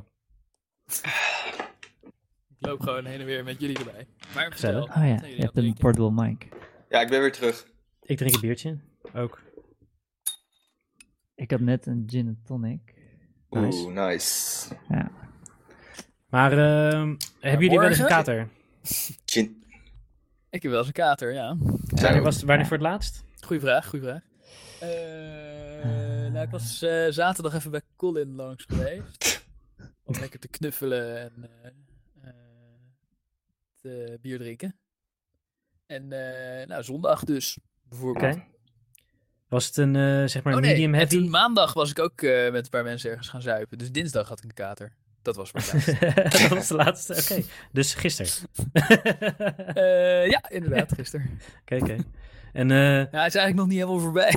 Ik loop gewoon heen en weer met jullie erbij. Maar Gezellig. vertel, Oh ja, wat zijn je jullie hebt aan een het portable mic. Ja, ik ben weer terug. ik drink een biertje. Ook. Ik had net een gin and tonic. Nice. Oeh, nice. Ja. Maar ehm, hebben jullie wel eens een morgen? kater? Gin. drinken? Ik heb wel eens een kater, ja. Wanneer, was, wanneer voor het laatst? Goeie vraag, goeie vraag. Eh, nou, ik was eh, zaterdag even bij Colin langs geweest. Om lekker te knuffelen en eh, eh, te bier drinken. En eh, nou, zondag dus, bijvoorbeeld. Oké. Was het een, eh, zeg maar, Oh nee, medium en heavy? toen maandag was ik ook eh, met een paar mensen ergens gaan zuipen. Dus dinsdag had ik een kater. Dat was mijn laatste. Dat was de laatste, oké. Dus gisteren. Eh, ja, inderdaad, gisteren. Oké, oké. En, eh, Ja, hij is eigenlijk nog niet helemaal voorbij.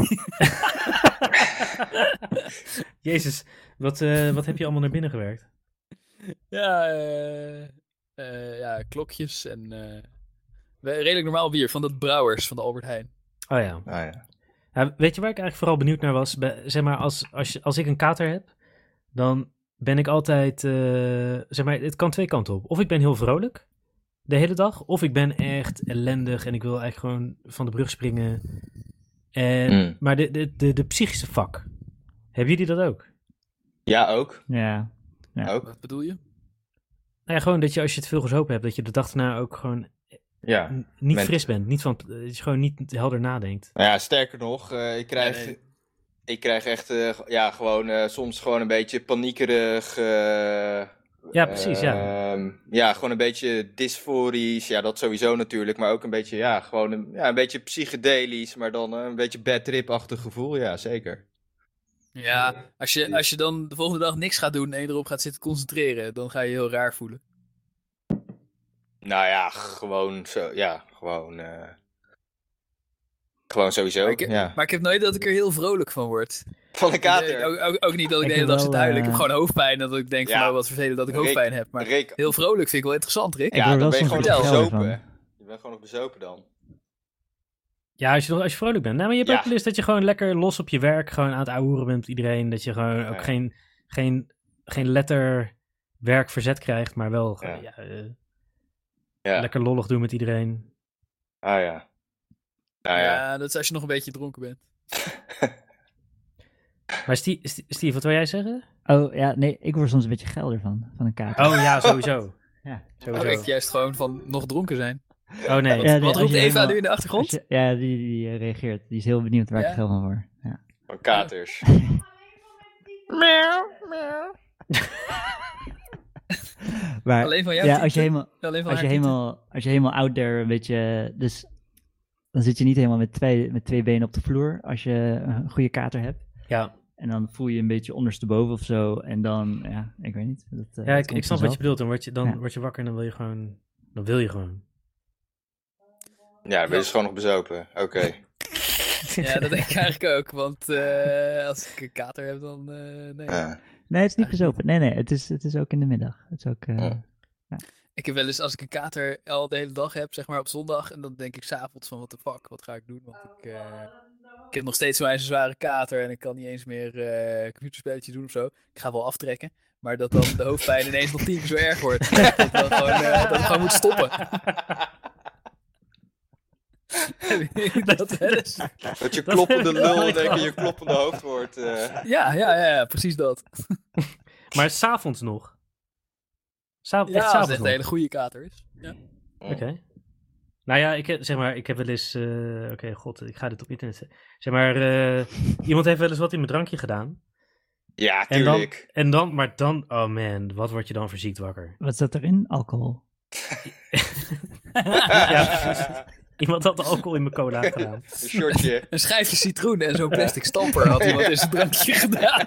Jezus, wat, eh, wat heb je allemaal naar binnen gewerkt? ja, eh, eh, ja, klokjes en eh, redelijk normaal bier van dat Brouwers van de Albert Heijn. Oh ja. Ah, ja. Ja, weet je waar ik eigenlijk vooral benieuwd naar was? Bij, zeg maar, als, als, je, als ik een kater heb, dan ben ik altijd, eh, zeg maar, het kan twee kanten op. Of ik ben heel vrolijk de hele dag, of ik ben echt ellendig en ik wil eigenlijk gewoon van de brug springen. En, Mm. Maar de, de, de, de psychische vak, hebben jullie dat ook? Ja, ook. Ja. Ja. Ook. Wat bedoel je? Nou ja, gewoon dat je als je het veel gezopen hebt, dat je de dag daarna ook gewoon Ja. n- niet Ment- fris bent. Niet van, dat je gewoon niet helder nadenkt. Nou ja, sterker nog, eh, ik krijg... Nee, nee. Ik krijg echt, eh, ja, gewoon eh, soms gewoon een beetje paniekerig. eh, Ja, precies, ja. ehm, ja, gewoon een beetje dysforisch. Ja, dat sowieso natuurlijk. Maar ook een beetje, ja, gewoon een, ja, een beetje psychedelisch. Maar dan eh, een beetje bad trip-achtig gevoel. Ja, zeker. Ja, als je, als je dan de volgende dag niks gaat doen en je erop gaat zitten concentreren, dan ga je je heel raar voelen. Nou ja, gewoon zo, ja, gewoon... eh, gewoon sowieso, Maar ik, ja. maar ik heb nooit dat ik er heel vrolijk van word. Van een kater. Nee, ook, ook, ook niet dat ik Ik de hele heb dag zit te wel, huilen. Ik heb eh, gewoon hoofdpijn. En dat ik denk van, Ja. oh, wat vervelend dat ik Rick- hoofdpijn heb. Maar Rick, heel vrolijk vind ik wel interessant, Rick. Ik ja, word dan wel ben je soms gewoon nog verteld bezopen. ervan. Je bent gewoon nog bezopen dan. Ja, als je, als je vrolijk bent. Nou, maar je hebt Ja. ook wel eens dat je gewoon lekker los op je werk gewoon aan het ouwehoeren bent met iedereen. Dat je gewoon Ja, ook ja. geen, geen, geen letter werk verzet krijgt, maar wel gewoon, Ja. ja, eh, Ja, lekker lollig doen met iedereen. ah ja. Nou ja. ja. dat is als je nog een beetje dronken bent. Maar Stie- Stie- Steve, wat wil jij zeggen? Oh ja, nee, ik word soms een beetje geilder van, van een kaart. Oh ja, sowieso. Ja. Sowieso. Oh, ik juist gewoon van nog dronken zijn. Oh nee. Ja, nee, Wat als roept je Eva helemaal- nu in de Als achtergrond? je- ja, die, die eh, reageert. Die is heel benieuwd waar Ja? ik geil van word. Ja. Van katers. Maar Alleen van jou? ja, als je helemaal, Alleen van als je haar titel? helemaal, als je helemaal out there een beetje, dus dan zit je niet helemaal met twee, met twee benen op de vloer als je een goede kater hebt. Ja, En dan voel je een beetje ondersteboven of zo. En dan, ja, ik weet niet. Dat, eh, ja dat ik, komt ik snap wat je vanzelf. bedoelt. Dan word je, dan Ja. word je wakker en dan wil je gewoon... Dan wil je gewoon. Ja, dan ben je dus gewoon nog bezopen. Oké. Ja, dat denk ik eigenlijk ook. Want eh, als ik een kater heb, dan eh, nee. Ja. Nee, het is niet gezopen. Nee, nee, het is, het is ook in de middag. Het is ook, eh, Ja. Ik heb wel eens, als ik een kater al de hele dag heb, zeg maar op zondag, en dan denk ik s'avonds van, what the fuck, wat ga ik doen? Want ik, eh, ik heb nog steeds zo'n zware kater en ik kan niet eens meer eh computerspelletjes doen of zo. Ik ga wel aftrekken, maar dat dan de hoofdpijn ineens nog tien keer zo erg wordt. Dat, ik dan gewoon, eh, dat ik gewoon moet stoppen. dat, wel eens. Dat je Dat kloppende heb ik lul nooit in één keer je gehad. kloppende hoofd wordt. eh. Ja, ja, ja, ja, precies dat. Maar s'avonds nog? Sa echt Ja, als s'avonds het echt nog? een hele goede kater is. Ja. Oké. Nou ja, ik heb, zeg maar, ik heb wel eens... eh, Oké, god, ik ga dit op internet zetten. Zeg maar, eh, iemand heeft wel eens wat in mijn drankje gedaan. Ja, En dan, tuurlijk. en dan, maar dan, oh man, wat word je dan verziekt wakker? wat zat erin? Alcohol. Ja, precies. Iemand had alcohol in mijn cola gedaan. Een shortje. Een schijfje citroen en zo'n plastic stamper had iemand in zijn drankje gedaan.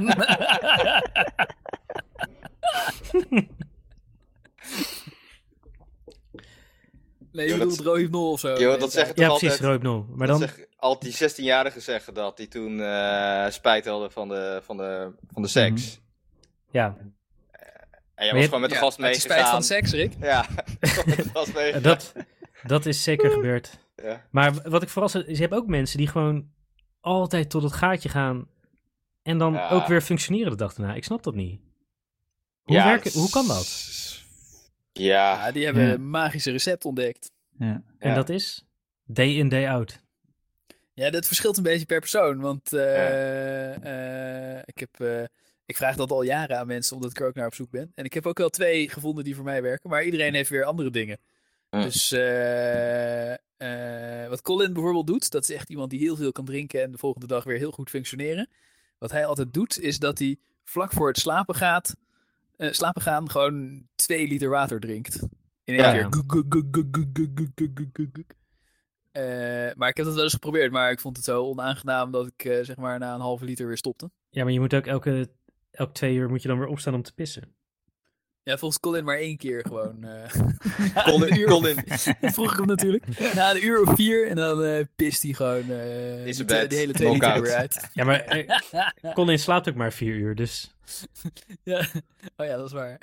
Nee, je Jo, bedoelt dat- Rohypnol of zo. Jo, Nee, dat zeggen Ja, toch precies, altijd... Rohypnol. Maar dat dan, zeg- al die zestienjarigen zeggen dat, die toen eh, spijt hadden van de, van de, van de seks. ja, En jij Maar was je- gewoon met de Ja, gast had je spijt meegegaan. van seks, Rick? Ja, met de gast meegegaan. dat, dat is zeker gebeurd. Ja. Maar wat ik vooral zeg, is je hebt ook mensen die gewoon altijd tot het gaatje gaan en dan Ja. ook weer functioneren de dag daarna. Ik snap dat niet. Hoe, Ja, werken, hoe kan dat? Ja, Ja, die hebben Ja. een magische recept ontdekt. Ja. En Ja. dat is day in, day out. Ja, dat verschilt een beetje per persoon. Want eh, eh, ik, heb, eh, ik vraag dat al jaren aan mensen, omdat ik er ook naar op zoek ben. En ik heb ook wel twee gevonden die voor mij werken. Maar iedereen heeft weer andere dingen. Hm. Dus eh, eh, wat Colin bijvoorbeeld doet, dat is echt iemand die heel veel kan drinken en de volgende dag weer heel goed functioneren. Wat hij altijd doet, is dat hij vlak voor het slapen gaat, eh, slapen gaan gewoon twee liter water drinkt. In één Ja. keer. Guk, guk, guk, guk, guk, guk, guk, guk, guk, guk, guk. Eh, maar ik heb dat wel eens geprobeerd, maar ik vond het zo onaangenaam dat ik eh, zeg maar na een halve liter weer stopte. Ja, maar je moet ook elke, elke twee uur moet je dan weer opstaan om te pissen. Ja, volgens Colin maar één keer gewoon. eh Colin, een uur- Colin. vroeg ik hem natuurlijk. Na een uur of vier en dan eh, pist hij gewoon eh In die, zijn twee- bed, die hele twee liter er knock-out. weer uit. Ja, maar eh, Colin slaapt ook maar vier uur, dus... Ja. Oh ja, dat is waar.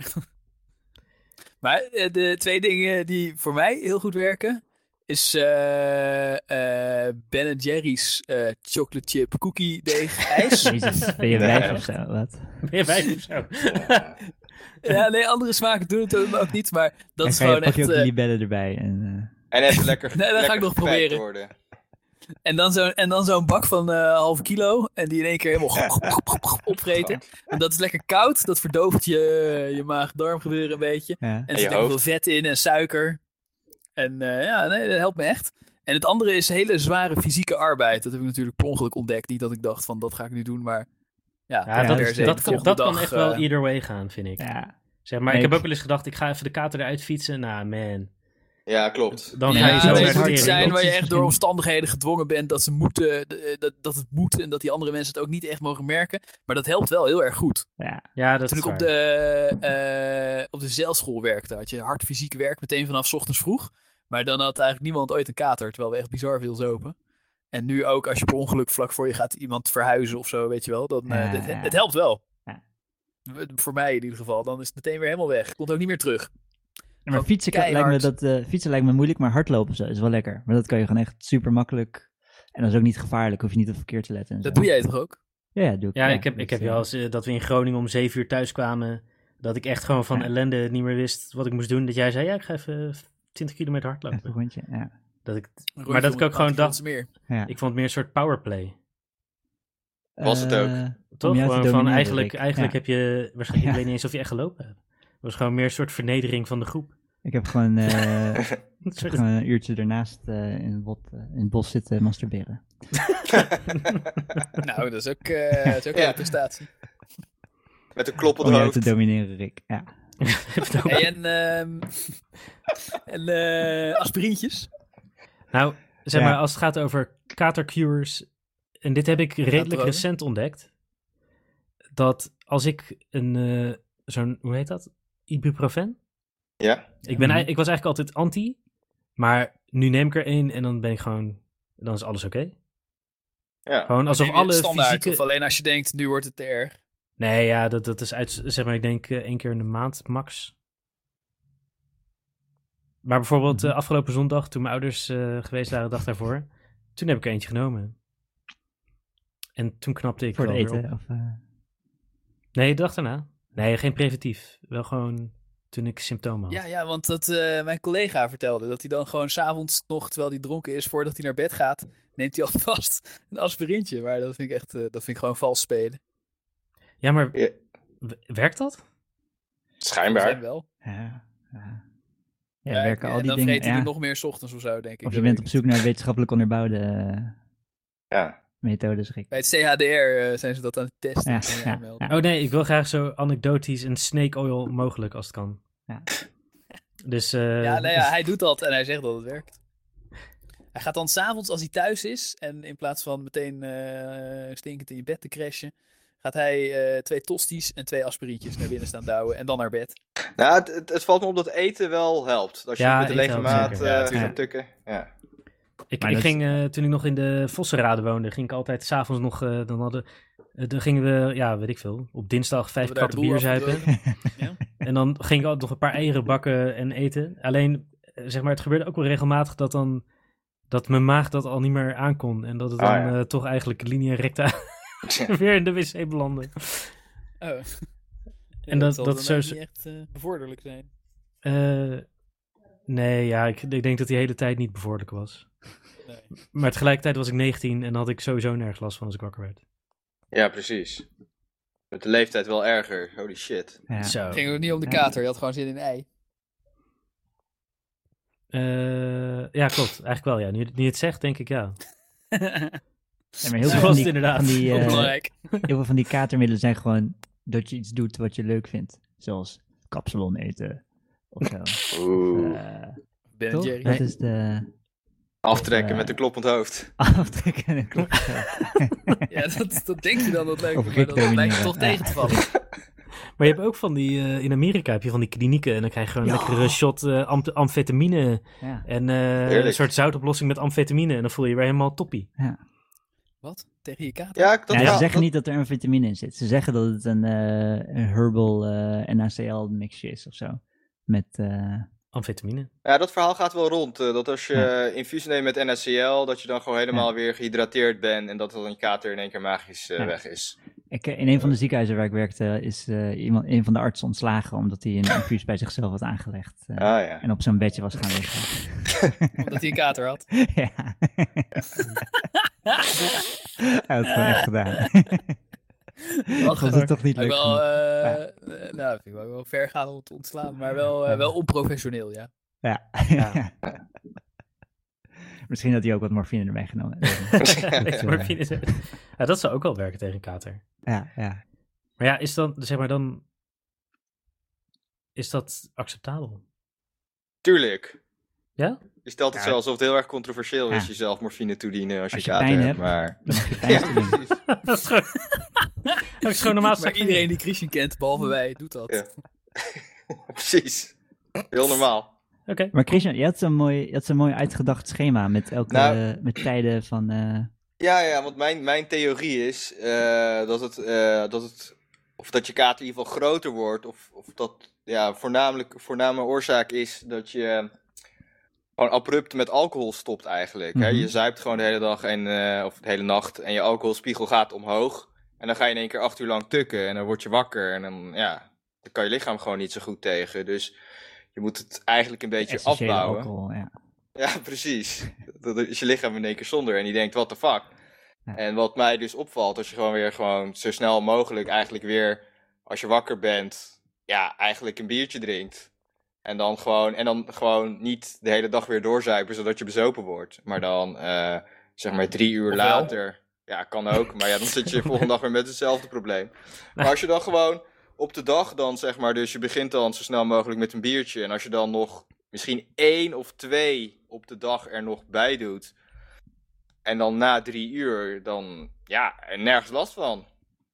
Maar eh, de twee dingen die voor mij heel goed werken, is eh eh Ben Jerry's eh chocolate chip cookie deeg ijs. Jezus, ben je wijf of zo? Wat? Ben je wijf of zo? Ja, nee, andere smaken doen het ook niet, maar dat En is ga je, gewoon pak je echt... ook de eh, libellen erbij. En, En even lekker Nee, dat ga lekker ik nog gefeit proberen. worden. En dan zo'n en dan zo'n bak van eh half kilo. En die in één keer helemaal opvreten. En dat is lekker koud. Dat verdooft je, je maag-darm gebeuren een beetje. ja. En er En zit je lekker veel hoofd. vet in en suiker. En eh, ja, nee, dat helpt me echt. En het andere is hele zware fysieke arbeid. Dat heb ik natuurlijk per ongeluk ontdekt. Niet dat ik dacht van, dat ga ik nu doen. Maar ja, Ja, Ja, dat, per is- se. dat, De kan, volgende dat kan dag, echt wel eh, either way gaan, vind ik. ja. Zeg maar, Nee, ik heb ik- ook wel eens gedacht, ik ga even de kater eruit fietsen. Nou, man. Ja, klopt. Dan ja, ga je zo nee, naar het de moet iets tering. zijn waar je Opties echt door misschien. omstandigheden gedwongen bent dat ze moeten, eh, dat, dat het moet en dat die andere mensen het ook niet echt mogen merken. Maar dat helpt wel heel erg goed. Ja. Ja, dat Toen is ik op waar. de, eh, op de zeilschool werkte, had je hard fysiek werk meteen vanaf 's ochtends vroeg. Maar dan had eigenlijk niemand ooit een kater, terwijl we echt bizar veel zopen. En nu ook, als je per ongeluk vlak voor je gaat iemand verhuizen of zo, weet je wel. Dan, eh, Ja, het, ja. het helpt wel. Ja. Voor mij in ieder geval. Dan is het meteen weer helemaal weg. Komt ook niet meer terug. Ja, maar Ook fietsen, kan- lijkt me keihard. dat, eh, fietsen lijkt me moeilijk, maar hardlopen of zo is wel lekker. Maar dat kan je gewoon echt super makkelijk. En dat is ook niet gevaarlijk, hoef je niet op verkeer te letten. En Dat zo. doe jij toch ook? Ja, ja, doe ik. Ja, ik heb, ik dat, heb eh, wel eens eh, dat we in Groningen om zeven uur thuis kwamen. Dat ik echt gewoon van Ja. ellende niet meer wist wat ik moest doen. Dat jij zei, ja, ik ga even twintig kilometer Even een hardlopen. rondje, ja. Dat ik, Een maar dat ik rondje ook gewoon om dacht, meer. ja. ik vond het meer een soort powerplay. Was het ook. Eh, Toch? jou te Gewoon van, domineren, eigenlijk, Rick. eigenlijk Ja. heb je, waarschijnlijk, ik Ja. weet niet eens of je echt gelopen hebt. Het was gewoon meer een soort vernedering van de groep. Ik heb gewoon, eh, Een ik heb soort- gewoon een uurtje ernaast eh, in, het bot, eh, in het bos zitten masturberen. Nou, dat is ook, eh, dat is ook Ja. een prestatie. Met een klop op Om het jou te hoofd. domineren, Rick. Ja. Hey, en ehm en eh aspirintjes? Nou, zeg Ja. maar, als het gaat over katercures, en dit heb ik redelijk dromen. recent ontdekt, dat als ik een, eh, zo'n, hoe heet dat? Ibuprofen? Ja? Ik, ben, Mhm. ei- ik was eigenlijk altijd anti, maar nu neem ik er één en dan ben ik gewoon, dan is alles oké. Ja. Gewoon alsof Neem je het alle standaard, fysieke... Of alleen als je denkt, nu wordt het te erg. Nee, ja, dat, dat is uit, zeg maar, ik denk eh, één keer in de maand max. Maar bijvoorbeeld Mhm. eh, afgelopen zondag, toen mijn ouders eh, geweest waren, de dag daarvoor, toen heb ik er eentje genomen. En toen knapte ik Voor het wel weer eten. op. Of, eh, Nee, de dag daarna. Nee, geen preventief. Wel gewoon toen ik symptomen had. Ja, ja, want dat, eh, mijn collega vertelde dat hij dan gewoon s'avonds nog, terwijl hij dronken is, voordat hij naar bed gaat, neemt hij alvast een aspirintje. Maar dat vind ik echt, eh, dat vind ik gewoon vals spelen. Ja, maar Ja. w- werkt dat? Schijnbaar. Zijn wel. ja, ja. Ja, Ja, werken en al die dan dingen. vreet hij Ja. er nog meer 's ochtends of zo, denk ik. Of je Dat bent weet op ik zoek naar wetenschappelijk onderbouwde eh, Ja. methodes, Rick. Bij het C H D R eh, zijn ze dat aan het testen. Ja, Kan je ja, aanmelden. ja. Oh nee, ik wil graag zo anekdotisch een snake oil mogelijk als het kan. Ja. Dus eh, Ja, nou ja, hij doet dat en hij zegt dat het werkt. Hij gaat dan s'avonds, als hij thuis is, en in plaats van meteen eh, stinkend in je bed te crashen, gaat hij uh, twee tosties en twee aspirintjes naar binnen staan douwen en dan naar bed. Nou, het, het, het valt me op dat eten wel helpt. Als je Ja, met de lege eten maat helpt uh, zeker. Ja, gaat tukken. Ja. Ik, Maar ik dat- ging, uh, toen ik nog in de Vossenrade woonde, ging ik altijd s'avonds nog, uh, dan hadden, uh, dan gingen we, ja, weet ik veel, op dinsdag vijf Hadden we kratten bier daar de boel zuipen. Ja. En dan ging ik altijd nog een paar eieren bakken en eten. Alleen, uh, zeg maar, het gebeurde ook wel regelmatig dat dan, dat mijn maag dat al niet meer aankon. En dat het dan Ah, ja. uh, toch eigenlijk linea recta weer in de wc belandde. Oh. Ja, En dat- zal dat dan zo- niet echt uh, bevorderlijk zijn. Uh, nee, ja, ik, ik denk dat die hele tijd niet bevorderlijk was. Nee. Maar tegelijkertijd was ik negentien en had ik sowieso nergens last van als ik wakker werd. ja, precies. Met de leeftijd wel erger. Holy shit. Ja. Zo. Het ging ook niet om de Ja. kater, je had gewoon zin in ei. Uh, ja, klopt. Eigenlijk wel, ja. Nu, nu je het zegt, denk ik ja. Ja, maar heel Zo veel was van het die, inderdaad. van die, Ook eh, belangrijk. heel veel van die katermiddelen zijn gewoon dat je iets doet wat je leuk vindt. Zoals kapsalon eten of zo. Oeh. Eh, Ben toch? Jerry. Dat is de Aftrekken eh, met een kloppend hoofd. aftrekken en klopt. Ja, dat, dat denk je dan dat leuk Of is, maar dat lijkt reclamineren. toch tegen te vallen. Maar je hebt ook van die, uh, in Amerika heb je van die klinieken en dan krijg je gewoon een Ja. lekkere shot uh, am- amfetamine Ja. en uh, Heerlijk. een soort zoutoplossing met amfetamine en dan voel je je weer helemaal toppie. Wat? Tegen je kater? Ja, dat Ja, ze wel- zeggen dat- niet dat er een vitamine in zit. Ze zeggen dat het een, eh, een herbal eh N A C L mixje is of zo. Met, eh, Amfetamine. Ja, dat verhaal gaat wel rond. eh, dat als je Ja. uh, infuus neemt met N A C L, dat je dan gewoon helemaal weer gehydrateerd bent en dat dan je kater in één keer magisch uh, Ja. weg is. ik, in een van de ziekenhuizen waar ik werkte is uh, iemand, een van de artsen ontslagen omdat hij een infuus bij zichzelf had aangelegd. uh, Ah ja. En op zo'n bedje was gaan liggen. Omdat hij een kater had. Ja. Hij had het gewoon echt gedaan. Wat Was het toch niet Maar leuk wel, genoeg? uh, uh, nou, vind ik wel, wel ver gaan om te ontslaan, maar wel, uh, wel onprofessioneel, ja. Ja. Ja. Misschien had hij ook wat morfine erbij genomen. Beetje morfine. Ja, dat zou ook wel werken tegen een kater. Ja, ja. Maar ja, is dan, zeg maar dan, is dat acceptabel? Tuurlijk. Ja? Je stelt het Ja. zo alsof het heel erg controversieel is Ja. jezelf morfine toedienen als je, Als je kater pijn hebt, hebt. maar... Dan mag je Ja, pijn doen. precies. dat is gewoon, dat is gewoon normaal. Maar iedereen die Christian kent, behalve wij, doet dat. Ja. Precies. Heel normaal. Oké. Okay. Maar Christian, je had zo'n mooi, je had zo'n mooi uitgedacht schema met elke Nou. met tijden van. Uh... Ja, ja, want mijn, mijn theorie is uh, dat, het, uh, dat het. Of dat je kater in ieder geval groter wordt. Of, of dat ja, voornamelijk voorname oorzaak is dat je gewoon abrupt met alcohol stopt eigenlijk. Mm-hmm. Hè? Je zuipt gewoon de hele dag en, uh, of de hele nacht en je alcoholspiegel gaat omhoog. En dan ga je in één keer acht uur lang tukken en dan word je wakker. En dan, ja, dan kan je lichaam gewoon niet zo goed tegen. Dus je moet het eigenlijk een beetje Essentiële afbouwen. alcohol, ja. Ja, precies. Dan is je lichaam in één keer zonder en die denkt, what the fuck. Ja. En wat mij dus opvalt, als je gewoon weer gewoon zo snel mogelijk eigenlijk weer, als je wakker bent, ja, eigenlijk een biertje drinkt. En dan gewoon, en dan gewoon niet de hele dag weer doorzuipen, zodat je bezopen wordt. Maar dan, uh, zeg maar drie uur Ofwel. later, ja, kan ook. Maar ja, dan zit je de volgende dag weer met hetzelfde probleem. Maar als je dan gewoon op de dag dan, zeg maar, dus je begint dan zo snel mogelijk met een biertje. En als je dan nog misschien één of twee op de dag er nog bij doet. En dan na drie uur, dan, ja, nergens last van.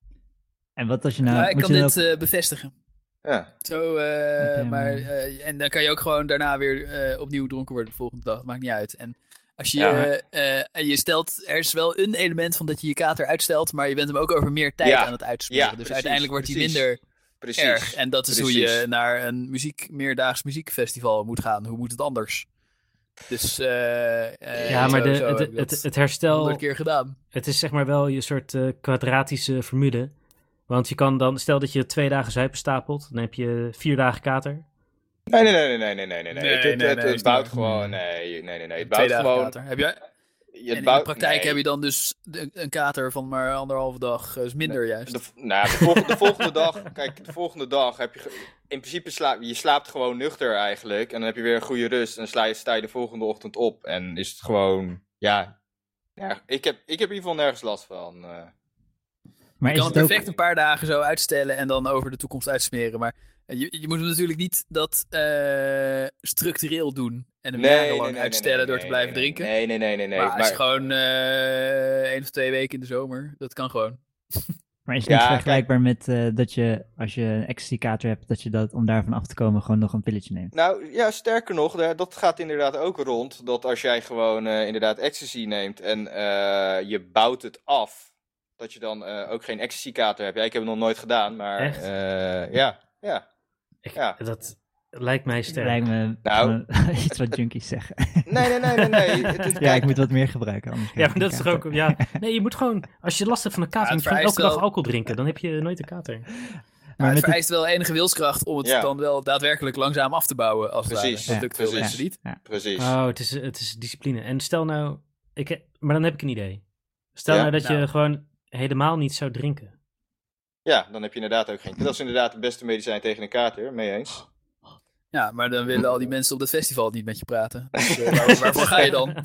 En wat als je nou. Ja, ik moet kan je dit dan ook- uh, bevestigen. Ja, Zo, uh, Oké, maar, maar- uh, en dan kan je ook gewoon daarna weer uh, opnieuw dronken worden de volgende dag. Maakt niet uit. En als je, Ja. uh, uh, je stelt, er is wel een element van dat je je kater uitstelt, maar je bent hem ook over meer tijd Ja. aan het uitsmeren. Ja, dus precies, uiteindelijk wordt hij precies. minder precies. erg. En dat is hoe Precies. je naar een muziek, meerdaags muziekfestival moet gaan. Hoe moet het anders? Dus, uh, uh, Ja, maar zo, de, zo het, heb ik het, dat het herstel, honderd keer gedaan. het is zeg maar wel je soort uh, kwadratische formule. Want je kan dan, stel dat je twee dagen zuipen stapelt, dan heb je vier dagen kater. Nee, nee, nee, nee, nee, nee, nee, nee. Nee, Het, het, nee, het, nee, het is bouwt niet gewoon, nee, nee, nee, nee. Het Twee bouwt dagen gewoon... kater. Heb je, Je en in bouwt- de praktijk nee. heb je dan dus de- een kater van maar anderhalve dag. Dat is minder juist. De, nou, de, volgende, de volgende dag, kijk, de volgende dag heb je, ge- in principe slaap je slaapt gewoon nuchter eigenlijk. En dan heb je weer een goede rust en sla je, sta je de volgende ochtend op. En is het gewoon, ja, ja ik, heb, ik heb in ieder geval nergens last van. Uh. Maar Je is kan het het ook. perfect een paar dagen zo uitstellen en dan over de toekomst uitsmeren. Maar je, je moet hem natuurlijk niet dat uh, structureel doen. En hem Nee, jarenlang nee, nee, nee, uitstellen nee, door nee, te blijven nee, drinken. Nee, nee, nee, nee. nee. maar als je Maar, gewoon uh, één of twee weken in de zomer, dat kan gewoon. Maar Maar is het niet Ja, vergelijkbaar met uh, dat je, als je een ecstasy-kater hebt, dat je dat, om daarvan af te komen, gewoon nog een pilletje neemt? Nou ja, sterker nog, daar- dat gaat inderdaad ook rond. Dat als jij gewoon eh, inderdaad ecstasy neemt en eh, je bouwt het af, dat je dan eh, ook geen ecstasy-kater hebt. Ja, ik heb het nog nooit gedaan, maar Echt? eh, ja, ja. Ik, Ja. Dat lijkt mij sterk. Lijkt me Nou, gewoon iets wat junkies zeggen. Nee, nee, nee, nee, nee. Het is- Ja, kijk, ik moet wat meer gebruiken. Anders Ja, krijg maar ik dat is een toch ook... Ja. Nee, je moet gewoon... Als je last hebt van een kater, Ja, moet het je gewoon elke vereist dag wel- alcohol drinken. Dan heb je nooit een kater. Maar Maar het met vereist wel enige wilskracht om het Ja. dan wel daadwerkelijk langzaam af te bouwen. Als het Precies. ware. Dat Ja, lukt veel precies. mensen niet. Ja. Precies. Oh, het is, het is discipline. En stel nou... Ik, he- maar dan heb ik een idee. Stel Ja? nou dat je Nou. gewoon helemaal niet zou drinken. Ja, dan heb je inderdaad ook geen... Dat is inderdaad het beste medicijn tegen een kater, mee eens. Ja, maar dan willen al die mensen op dat festival niet met je praten. Dus, uh, waar, waarvoor ga je dan?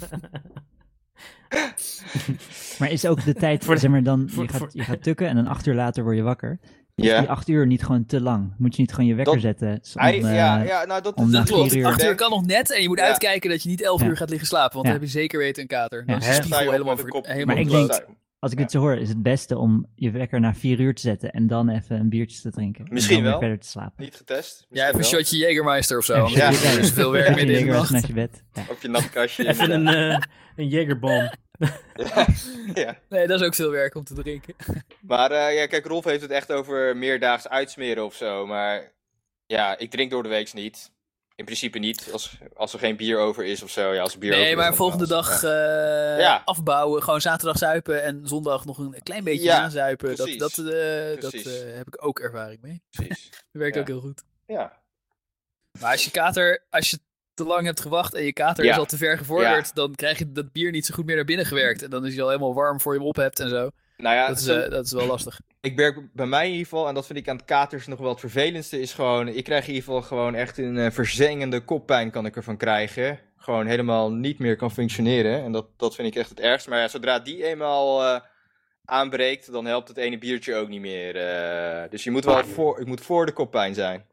Maar is ook de tijd, Voor de- zeg maar dan, voor- je, gaat, voor- je gaat tukken en dan acht uur later word je wakker. Is Ja. die acht uur niet gewoon te lang? Moet je niet gewoon je wekker Dat- zetten? Om, Hij, eh, ja, ja, nou dat, om dat na Klopt, vier uur. acht uur kan nog net en je moet Ja. uitkijken dat je niet elf Ja. uur gaat liggen slapen. Want Ja. dan heb je zeker weten een kater. Dan Ja. is je Hè? spiegel Sta je op helemaal, met een ver- kop- helemaal Maar ik bloot. denk- Als ik het zo hoor, is het beste om je wekker na vier uur te zetten en dan even een biertje te drinken. Misschien en dan wel. weer verder te slapen. Niet getest. Ja, misschien even een wel. shotje Jägermeister of zo. Ja, Anders ja. heb je niet zoveel werk meer deze Jager nacht. naar je bed. Ja. Op je nachtkastje. Even een, eh een Jägerbom. Ja, ja. Nee, dat is ook veel werk om te drinken. Maar eh, ja, kijk, Rolf heeft het echt over meerdaags uitsmeren of zo. Maar ja, ik drink door de week niet. In principe niet. Als, als er geen bier over is of zo. Ja, als er bier over Nee, is, maar dan volgende wel. dag Ja. eh, Ja. afbouwen. Gewoon zaterdag zuipen en zondag nog een klein beetje Ja, aanzuipen. Dat, precies. dat, eh, dat Precies. eh, heb ik ook ervaring mee. Precies. Dat werkt Ja. ook heel goed. Ja. Maar als je kater, als je te lang hebt gewacht en je kater Ja. is al te ver gevorderd, dan krijg je dat bier niet zo goed meer naar binnen gewerkt. En dan is hij al helemaal warm voor je hem op hebt en zo. Nou ja, Dat is, zo- eh, dat is wel lastig. ik merk bij mij in ieder geval, en dat vind ik aan het katers nog wel het vervelendste, is gewoon, ik krijg in ieder geval gewoon echt een eh, verzengende koppijn kan ik ervan krijgen. Gewoon helemaal niet meer kan functioneren. En dat, dat vind ik echt het ergste. Maar ja, zodra die eenmaal eh, aanbreekt, dan helpt het ene biertje ook niet meer. eh. dus je moet wel voor, ik moet voor de koppijn zijn.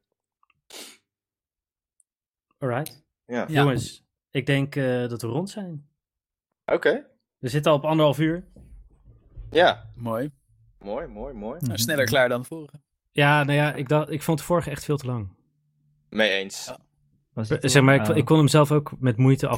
Alright. Ja. Ja. Jongens, ik denk eh, dat we rond zijn. Oké. We zitten al op anderhalf uur. Ja. Mooi. Mooi, mooi, mooi. Nou, sneller klaar dan de vorige. Ja, nou ja, ik, dacht, ik vond de vorige echt veel te lang. Mee eens. Ja. Was het Zeg maar, ik, oh. ik kon hem zelf ook met moeite af,